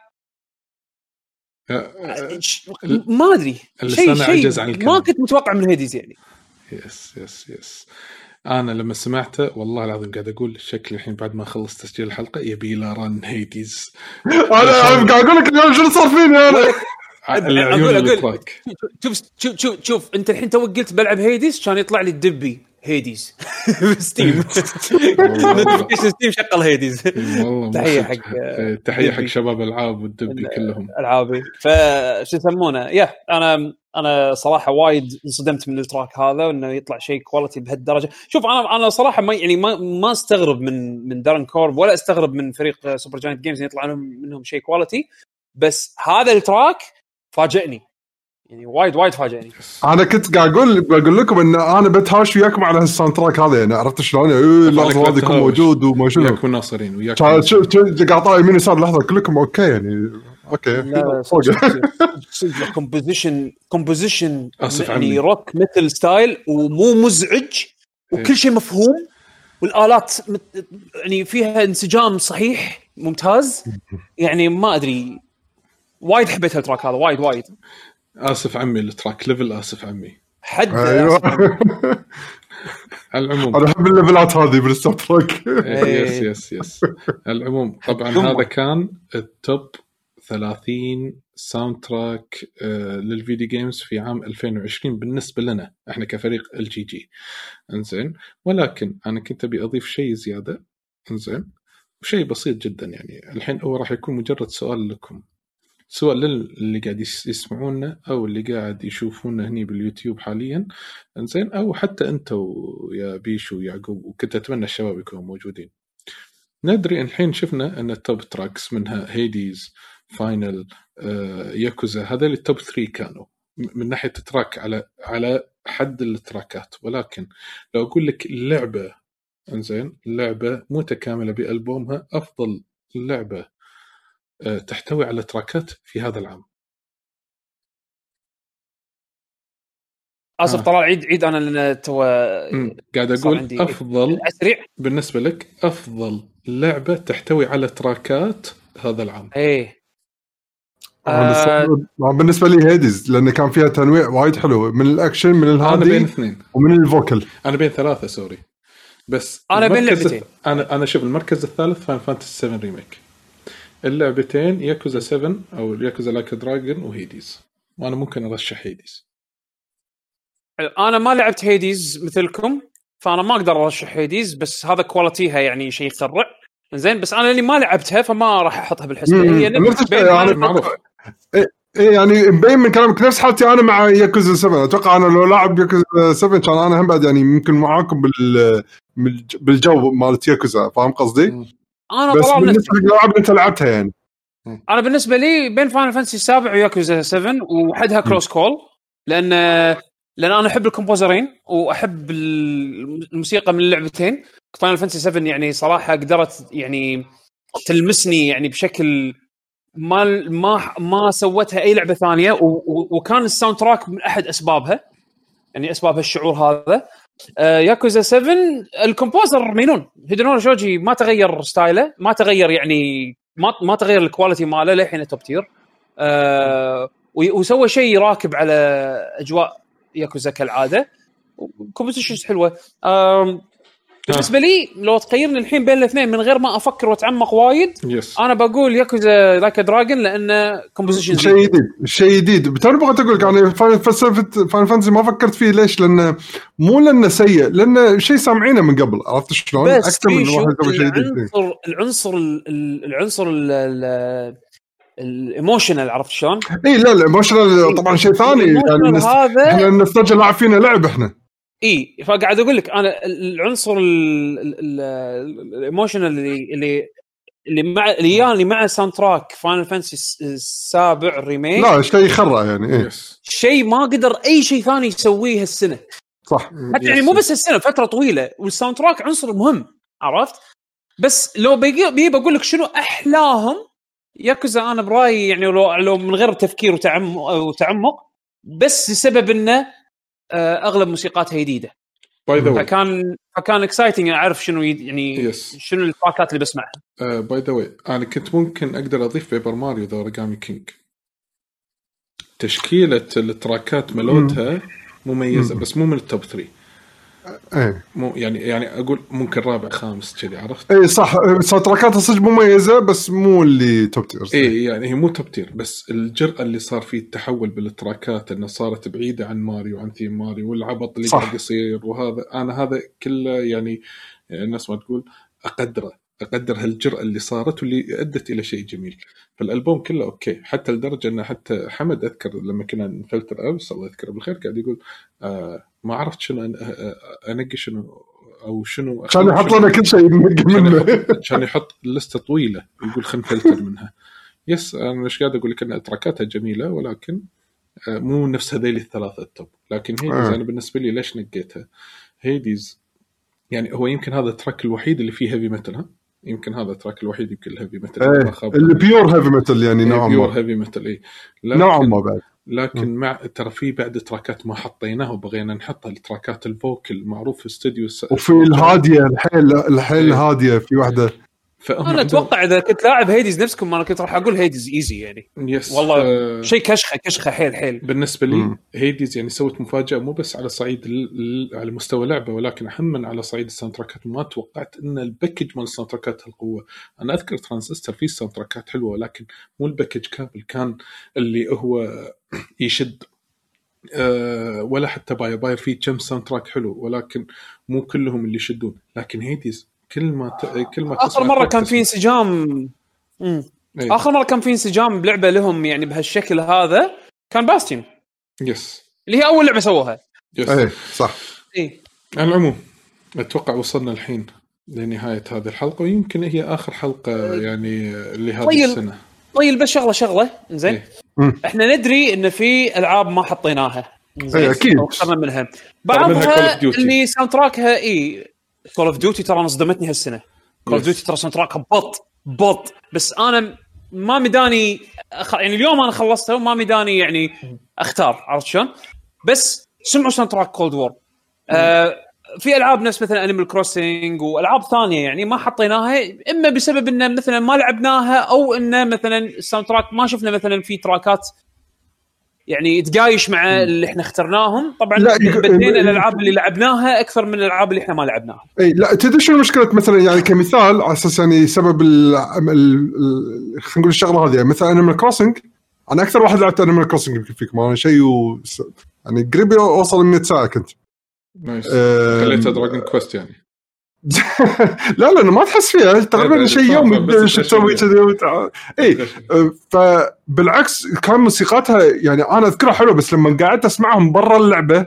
ما ادري شيء شيء ما كنت متوقع من هيديز يعني. يس يس يس انا لما سمعته والله العظيم قاعد اقول شكل الحين بعد ما خلص تسجيل الحلقه يبي لا رن هيديز. انا قاعد اقول لك اليوم شو صار فيني انا اقول اقول شوف شوف شوف شوف انت الحين تو قلت بلعب هيديز كان يطلع لي الدبي هيديز ستيم نوتيفيكيشن ستيم شغل هيديز. تحيه حق تحيه حق شباب العاب والدبي كلهم العابي. فشو يسمونه يا انا انا صراحه وايد انصدمت من التراك هذا وانه يطلع شيء كواليتي بهالدرجه. شوف انا انا صراحه ما يعني ما ما استغرب من من دارن كورب ولا استغرب من فريق سوبر جاينت جيمز يطلع لهم منهم شيء كواليتي بس هذا التراك فاجئني يعني وايد وايد فاجئني. انا كنت قاعد اقول بقول لكم ان انا بتهاوش وياكم على الساوند تراك هذا يعني عرفت شلون اللحظه هذه يكون موجود وما شنو وياكم ناصرين وياكم شوف قاعد طالع يمين يسار لحظه كلكم اوكي يعني اوكي كومبوزيشن كومبوزيشن يعني روك مثل ستايل ومو مزعج وكل شيء مفهوم والآلات يعني فيها انسجام صحيح ممتاز يعني ما ادري وايد حبيت هالتراك هذا وايد وايد. آسف عمي التراك ليفل آسف عمي حد أيوة. العموم أنا أحب الليفلات هذه بالستار تراك. يس يس يس العموم طبعا هذا كان التوب ثلاثين ساوند تراك للفيديو جيمز في عام ألفين وعشرين بالنسبة لنا احنا كفريق ال جي جي. انزين ولكن أنا كنت أبي أضيف شيء زيادة. انزين وشيء بسيط جدا يعني الحين هو راح يكون مجرد سؤال لكم سواء للي قاعد يسمعونا أو اللي قاعد يشوفونا هني باليوتيوب حاليا. إنزين أو حتى أنتوا يا بيشو ويعقوب وكنت أتمنى الشباب يكونوا موجودين. ندري الحين شفنا أن التوب تراكس منها هيديز فاينل آه، ياكوزا هذا التوب ثري كانوا من ناحيه تراك على على حد التراكات، ولكن لو اقول لك اللعبه انزين اللعبه متكامله بالبومها افضل لعبه تحتوي على تراكات في هذا العام. اسف طلال عيد عيد انا لان تو قاعد اقول افضل اسرع بالنسبه لك افضل لعبه تحتوي على تراكات هذا العام. ايه آه بالنسبه لي هيديز لان كان فيها تنويع وايد حلو من الاكشن من الهادي انا بين اثنين ومن الفوكل. انا بين ثلاثه سوري بس انا بين لعبتين. انا انا شوف المركز الثالث فاين فانتسي سفن ريميك، اللعبتين ياكوزا سفن او ياكوزا لايك دراجون وهيديز، وانا ممكن ارشح هيديز. انا ما لعبت هيديز مثلكم فانا ما اقدر ارشح هيديز، بس هذا كواليتيها يعني شيء يخرع زين، بس انا اللي ما لعبتها فما راح احطها بالحسبه. هي يعني معروف إيه يعني مبين من كلامك نفس حالتي انا مع ياكوزا سبعة. اتوقع انا لو لاعب ياكوزا سبعة كان انا هم بعد يعني يمكن معاكم بال بالجو مالت ياكوزا، فاهم قصدي؟ انا بس بالنسبه للاعب انت لعبتها يعني انا بالنسبه لي بين فاينل فانتسي سبعة وياكوزا سبعة وحدها كروس كول، لان لان انا احب الكومبوزرين واحب الموسيقى من اللعبتين. فاينل فانتسي سبعة يعني صراحه قدرت يعني تلمسني يعني بشكل ما ما ما سوتها اي لعبه ثانيه، وكان الساوند تراك من احد اسبابها يعني اسباب هالشعور هذا. آه ياكوزا سبعة الكومبوزر مينون هيدنوري شوجي ما تغير ستايله، ما تغير يعني ما ما تغير الكواليتي ماله للحين توب تير. آه وسوى شيء راكب على اجواء ياكوزا كالعاده، كومبوزيشنز حلوه. آه بالنسبه لي لو تقيرني الحين بين الاثنين من غير ما افكر واتعمق وايد yes. انا بقول ياكوزا لايك دراجون لان كومبوزيشن شيء جديد شيء جديد. بتعرف بغيت اقول لك يعني فاين فانتسي ما فكرت فيه ليش، لان مو لانه سيء لانه شيء سامعينه من قبل، عرفت شلون؟ اكثر من واحد يسوي شيء جديد. العنصر العنصر العنصر الايموشنال عرفت شلون؟ اي لا الايموشنال طبعا شيء ثاني يعني هذا احنا نسترجع لاعب فينا لعب احنا اي فقاعد اقول لك انا العنصر الايموشنال اللي اللي اللي مع اللي اللي مع الساوند تراك فاينل فانتسي السابع ريميك لا شيء يخرع يعني إيه؟ شيء ما قدر اي شيء ثاني يسويه هالسنه صح حتى يعني مو بس السنه فتره طويله، والساوند تراك عنصر مهم عرفت. بس لو بيجي بقول لك شنو احلاهم ياكوزا انا برايي يعني لو لو من غير تفكير وتعمق وتعمق بس لسبب انه اغلب موسيقاتها جديده فكان فكان اكسايتنج اعرف شنو يعني yes. شنو التراكات اللي بسمعها. باي ذا واي انا كنت ممكن اقدر اضيف بيبر ماريو ذا اوريجامي كينج، تشكيله التراكات ملودها مميزه بس مو من التوب ثلاثة. ايه مو يعني يعني اقول ممكن رابع خامس كذي عرفت. اي صح تراكاتها صدق مميزه بس مو اللي توب تير. اي يعني هي مو توب تير بس الجرأه اللي صار فيه التحول بالتراكات انه صارت بعيده عن ماريو عن ثيم ماريو والعبط اللي قاعد يصير، وهذا انا هذا كله يعني الناس ما تقول اقدره اقدر هالجرأه اللي صارت واللي ادت الى شيء جميل. فالالبوم كله اوكي حتى لدرجه انه حتى حمد اذكر لما كنا نفلتر ابس الله يذكره بالخير قاعد يقول آه ما عرفت شنو انقي شنو او شنو كان يحط لنا كل شيء منه كان يحط لسته طويله يقول خلينا نفلتر منها. يس انا مش قاعد اقول لك ان تراكاتها جميله ولكن مو نفس هذيل الثلاثه التوب. لكن هيديز آه. انا بالنسبه لي ليش نقيتها هيديز يعني هو يمكن هذا التراك الوحيد اللي فيه هيفي ميتال. ها يمكن هذا التراك الوحيد يمكن الهيفي ميتال ايه اللي بيور هيفي ميتال يعني نوعا ما بيور هيفي ميتال اي نوعا ما بعد. لكن م. مع ترى في بعد تراكات ما حطيناها وبغينا نحطها التراكات الفوكل معروف في استوديو س... وفي الهاديه الحيل الحيل ايه. هاديه في واحده انا اتوقع اذا كنت لاعب هيديز نفسكم انا كنت راح اقول هيديز ايزي يعني يس. والله آه شيء كشخه كشخه حيل حيل بالنسبه لي م. هيديز يعني سوت مفاجاه مو بس على صعيد ال... على مستوى لعبه ولكن اهم على صعيد الساوند تراكات. ما توقعت ان الباكج مال الساوند تراكات هالقوه. انا اذكر ترانزستور فيه ساوند تراكات حلوه ولكن مو الباكج كامل كان اللي هو يشد أه ولا حتى باير باير فيه كم ساوند تراك حلو ولكن مو كلهم اللي يشدون. لكن هيديز كل ما ت... كل ما اخر مره كان في انسجام امم أيه. اخر مره كان في انسجام بلعبه لهم يعني بهالشكل هذا كان باستين يس اللي هي اول لعبه سووها. يس ايه صح. ايه على العموم اتوقع وصلنا الحين لنهايه هذه الحلقه ويمكن هي اخر حلقه يعني لهذه طيب. السنه. طيب بس شغله شغله زين إيه. مم. احنا ندري ان في العاب ما حطيناها إيه، أكيد. اخترنا منها منها بعضها Call of Duty. اللي ساوند تراكها اي كول اوف ديوتي ترى صدمتني هالسنه. كول اوف Yes. ديوتي ترى ساوند تراكها بط بط بس انا ما مداني أخ... يعني اليوم انا خلصته وما مداني يعني اختار عرفت شلون. بس سمعوا ساوند تراك كولد وور. آه في العاب نفس مثلا انيمال كروسنج والعاب ثانيه يعني ما حطيناها اما بسبب ان مثلا ما لعبناها او ان مثلا الساوند تراك ما شفنا مثلا في تراكات يعني يتقايش مع اللي احنا اخترناهم. طبعا لا، يك- بدينا الالعاب اللي لعبناها اكثر من الالعاب اللي احنا ما لعبناها. اي لا تدري شو المشكله مثلا يعني كمثال على اساس يعني سبب ال ال- خلينا نقول الشغله هذه يعني مثلا انيمال كروسنج انا اكثر واحد لعبت انيمال كروسنج يمكن فيكم انا شيء و... يعني قريب اوصل مية ساعه كنت. نايس. أم. خليتها دراجون كويست يعني. لا لا ما تحس فيها تقريبا لا، شيء لا، يوم بس شو تسوي تغشم كذي وتع... اي فبالعكس كان موسيقاتها يعني انا اذكرها حلوه بس لما قعدت اسمعهم برا اللعبه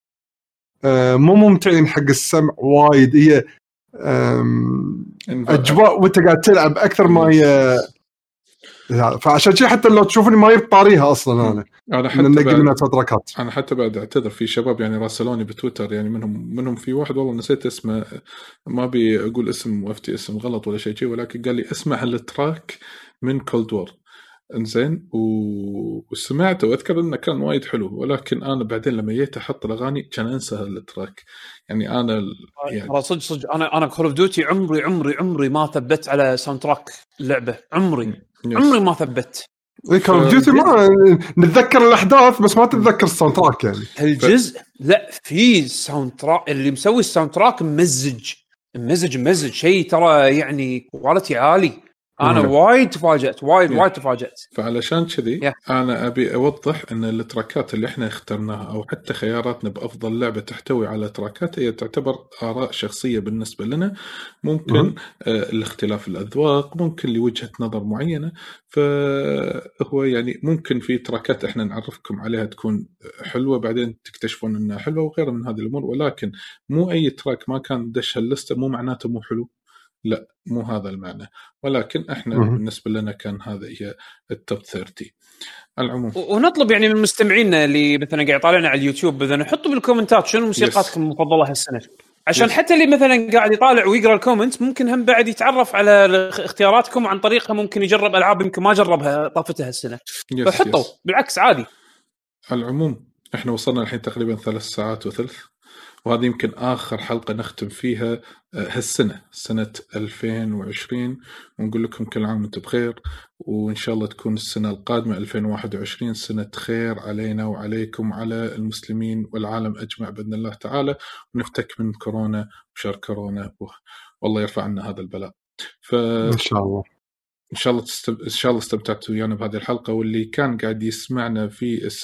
آه، مو ممتعين حق السمع وايد. هي آم، اجواء وانت قاعد تلعب اكثر ما هي يعني فعشان شيء حتى لو تشوفني ما يبطاريها اصلا انا انا حتى ننقي منها بعد تراكات. انا حتى بعد اعتذر في شباب يعني راسلوني بتويتر يعني منهم منهم في واحد والله نسيت اسمه ما بي اقول اسم وافتي اسم غلط ولا شيء شيء ولكن قال لي اسمع التراك من كولد وور انزين و- وسمعته واذكر انه كان وايد حلو ولكن انا بعدين لما جيت احط الاغاني كان انسى التراك يعني انا ال- يعني ترى صدق صدق انا انا كول اوف ديوتي عمري عمري عمري ما ثبت على ساوند تراك اللعبه عمري يس. عمري ما ثبت. اي كول اوف ديوتي ما نتذكر الاحداث بس ما تتذكر الساوند تراك يعني. الجزء لا في ساوند تراك اللي مسوي الساوند تراك ممزج ممزج ممزج شيء ترى يعني كواليتي عالي. انا مم. وايد تفاجأت وايد Yeah. وايد تفاجأت. فعلشان كذي Yeah. انا ابي اوضح ان التراكات اللي احنا اخترناها او حتى خياراتنا بافضل لعبه تحتوي على تراكات هي تعتبر اراء شخصيه بالنسبه لنا ممكن مم. آه الاختلاف الاذواق ممكن لوجهه نظر معينه فهو يعني ممكن في تراكات احنا نعرفكم عليها تكون حلوه بعدين تكتشفون انها حلوه وغيرها من هذه الامور ولكن مو اي تراك ما كان دش اللسته مو معناته مو حلو لا مو هذا المعنى ولكن احنا مم. بالنسبه لنا كان هذا هي التوب ثلاثين. العموم و- ونطلب يعني من مستمعينا اللي مثلا قاعد يطالعنا على اليوتيوب اذا نحطوا بالكومنتات شنو موسيقاتكم المفضله هالسنه عشان Yes. حتى اللي مثلا قاعد يطالع ويقرا الكومنت ممكن هم بعد يتعرف على الاخ- اختياراتكم عن طريقها ممكن يجرب العاب يمكن ما جربها طافتها هالسنه. يس فحطوا يس. بالعكس عادي. العموم احنا وصلنا الحين تقريبا ثلاث ساعات وثلث وهذه يمكن آخر حلقة نختم فيها هالسنة سنة ألفين وعشرين ونقول لكم كل عام وانتم بخير وإن شاء الله تكون السنة القادمة ألفين وواحد وعشرين سنة خير علينا وعليكم على المسلمين والعالم أجمع بإذن الله تعالى ونفتك من كورونا وشر كورونا والله يرفع عنا هذا البلاء. ف... ان شاء الله إن شاء الله تست... إن شاء الله استمتعتوا ويانا بهذه الحلقة واللي كان قاعد يسمعنا في اس...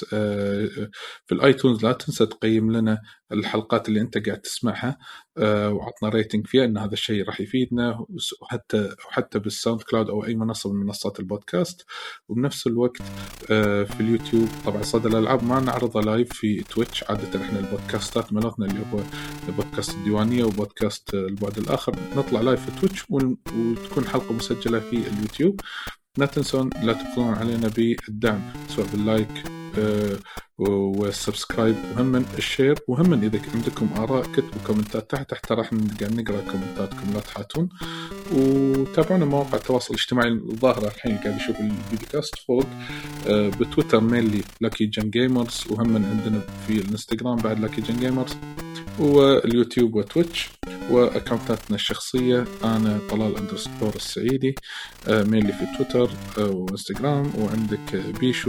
في الآيتونز لا تنسى تقيم لنا الحلقات اللي أنت قاعد تسمعها وعطنا ريتنج فيها إن هذا الشيء راح يفيدنا وحتى وحتى بالساوند كلاود أو أي منصة من منصات البودكاست وبنفس الوقت في اليوتيوب. طبعا صدى الألعاب ما نعرضها لايف في تويتش عادة إحنا البودكاستات مالتنا اللي هو بودكاست الديوانية وبودكاست البعد الآخر نطلع لايف في تويتش وتكون حلقة مسجلة في اليوتيوب. لا تنسون لا تبخلون علينا بالدعم سواء باللايك أه والسبسكرايب وهم الشير وهم إذا عندكم آراء كتبوا كومنتات تحت تحت راح نقرأ كومنتاتكم لا تحاتون وتابعونا مواقع التواصل الاجتماعي الظاهرة الحين قاعد يشوف الفيديوكاست فوق أه بتويتر مينلي لاكي جن جيمرز وهم عندنا في الانستغرام بعد لاكي جن جيمرز واليوتيوب وتويتش واكونتاتنا الشخصيه انا طلال اندرسكور السعيدي مينلي في تويتر وانستغرام وعندك بيشو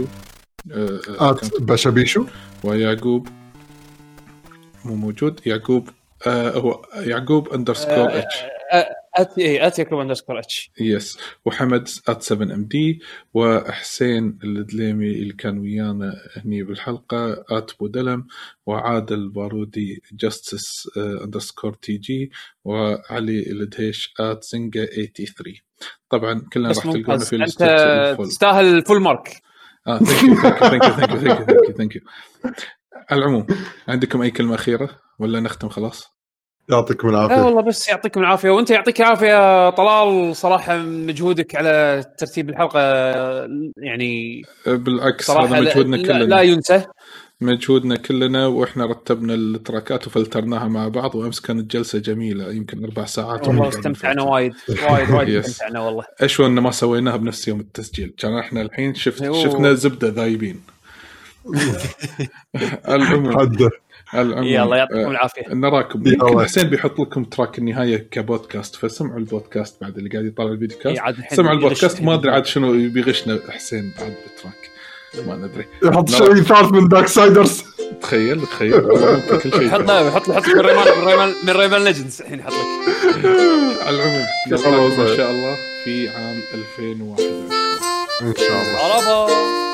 ات باشا بيشو ويعقوب مو موجود يعقوب آه هو يعقوب اندرسكور اتش ات اي ات يعقوب اندرسكور اتش يس وحمد ات سفن ام دي وحسين الدليمي اللي كان ويانا هني بالحلقه ات بودلم وعادل بارودي جاستس اندرسكور تي جي وعلي الدهيش ات زنجا ثمانية وثمانين. طبعا كلنا راح تلقونا في انت تستاهل الفول مارك. اه ثانك يو ثانك يو ثانك يو ثانك يو ثانك يو. العموم عندكم اي كلمه اخيره ولا نختم خلاص؟ يعطيكم لا العافيه. والله بس يعطيكم العافيه، وانت يعطيك العافيه طلال، صراحه مجهودك على ترتيب الحلقه يعني بالعكس صراحه هذا مجهودنا لا, كلنا، لا ينسى. مجهودنا كلنا، واحنا رتبنا التراكات وفلترناها مع بعض، وامس كانت جلسه جميله يمكن اربع ساعات. والله استمتعنا وايد وايد وايد استمتعنا والله. اشوى ان ما سويناها بنفس يوم التسجيل، كان احنا الحين شفت أيوه. شفنا زبده ذايبين. العموم حد العموم يلا يعطيكم آه العافيه. نراكم. يلا. يمكن حسين بيحط لكم تراك النهايه كبودكاست، فسمعوا البودكاست بعد اللي قاعد يطالع الفيديو إيه كاست. عاد الحين سمعوا يغش- البودكاست، ما ادري عاد شنو بيغشنا حسين بعد بتراك، ما ندري. يحط شيء ثالث من دارك سايدرز. تخيل تخيل والله ممكن كل شيء. يحط له يحط له يحط لك من ريمان من ريمان من ريمان ليجندز الحين يحط لك. العموم نلقاكم ان شاء الله في عام ألفين وواحد وعشرين ان شاء الله. عرفه.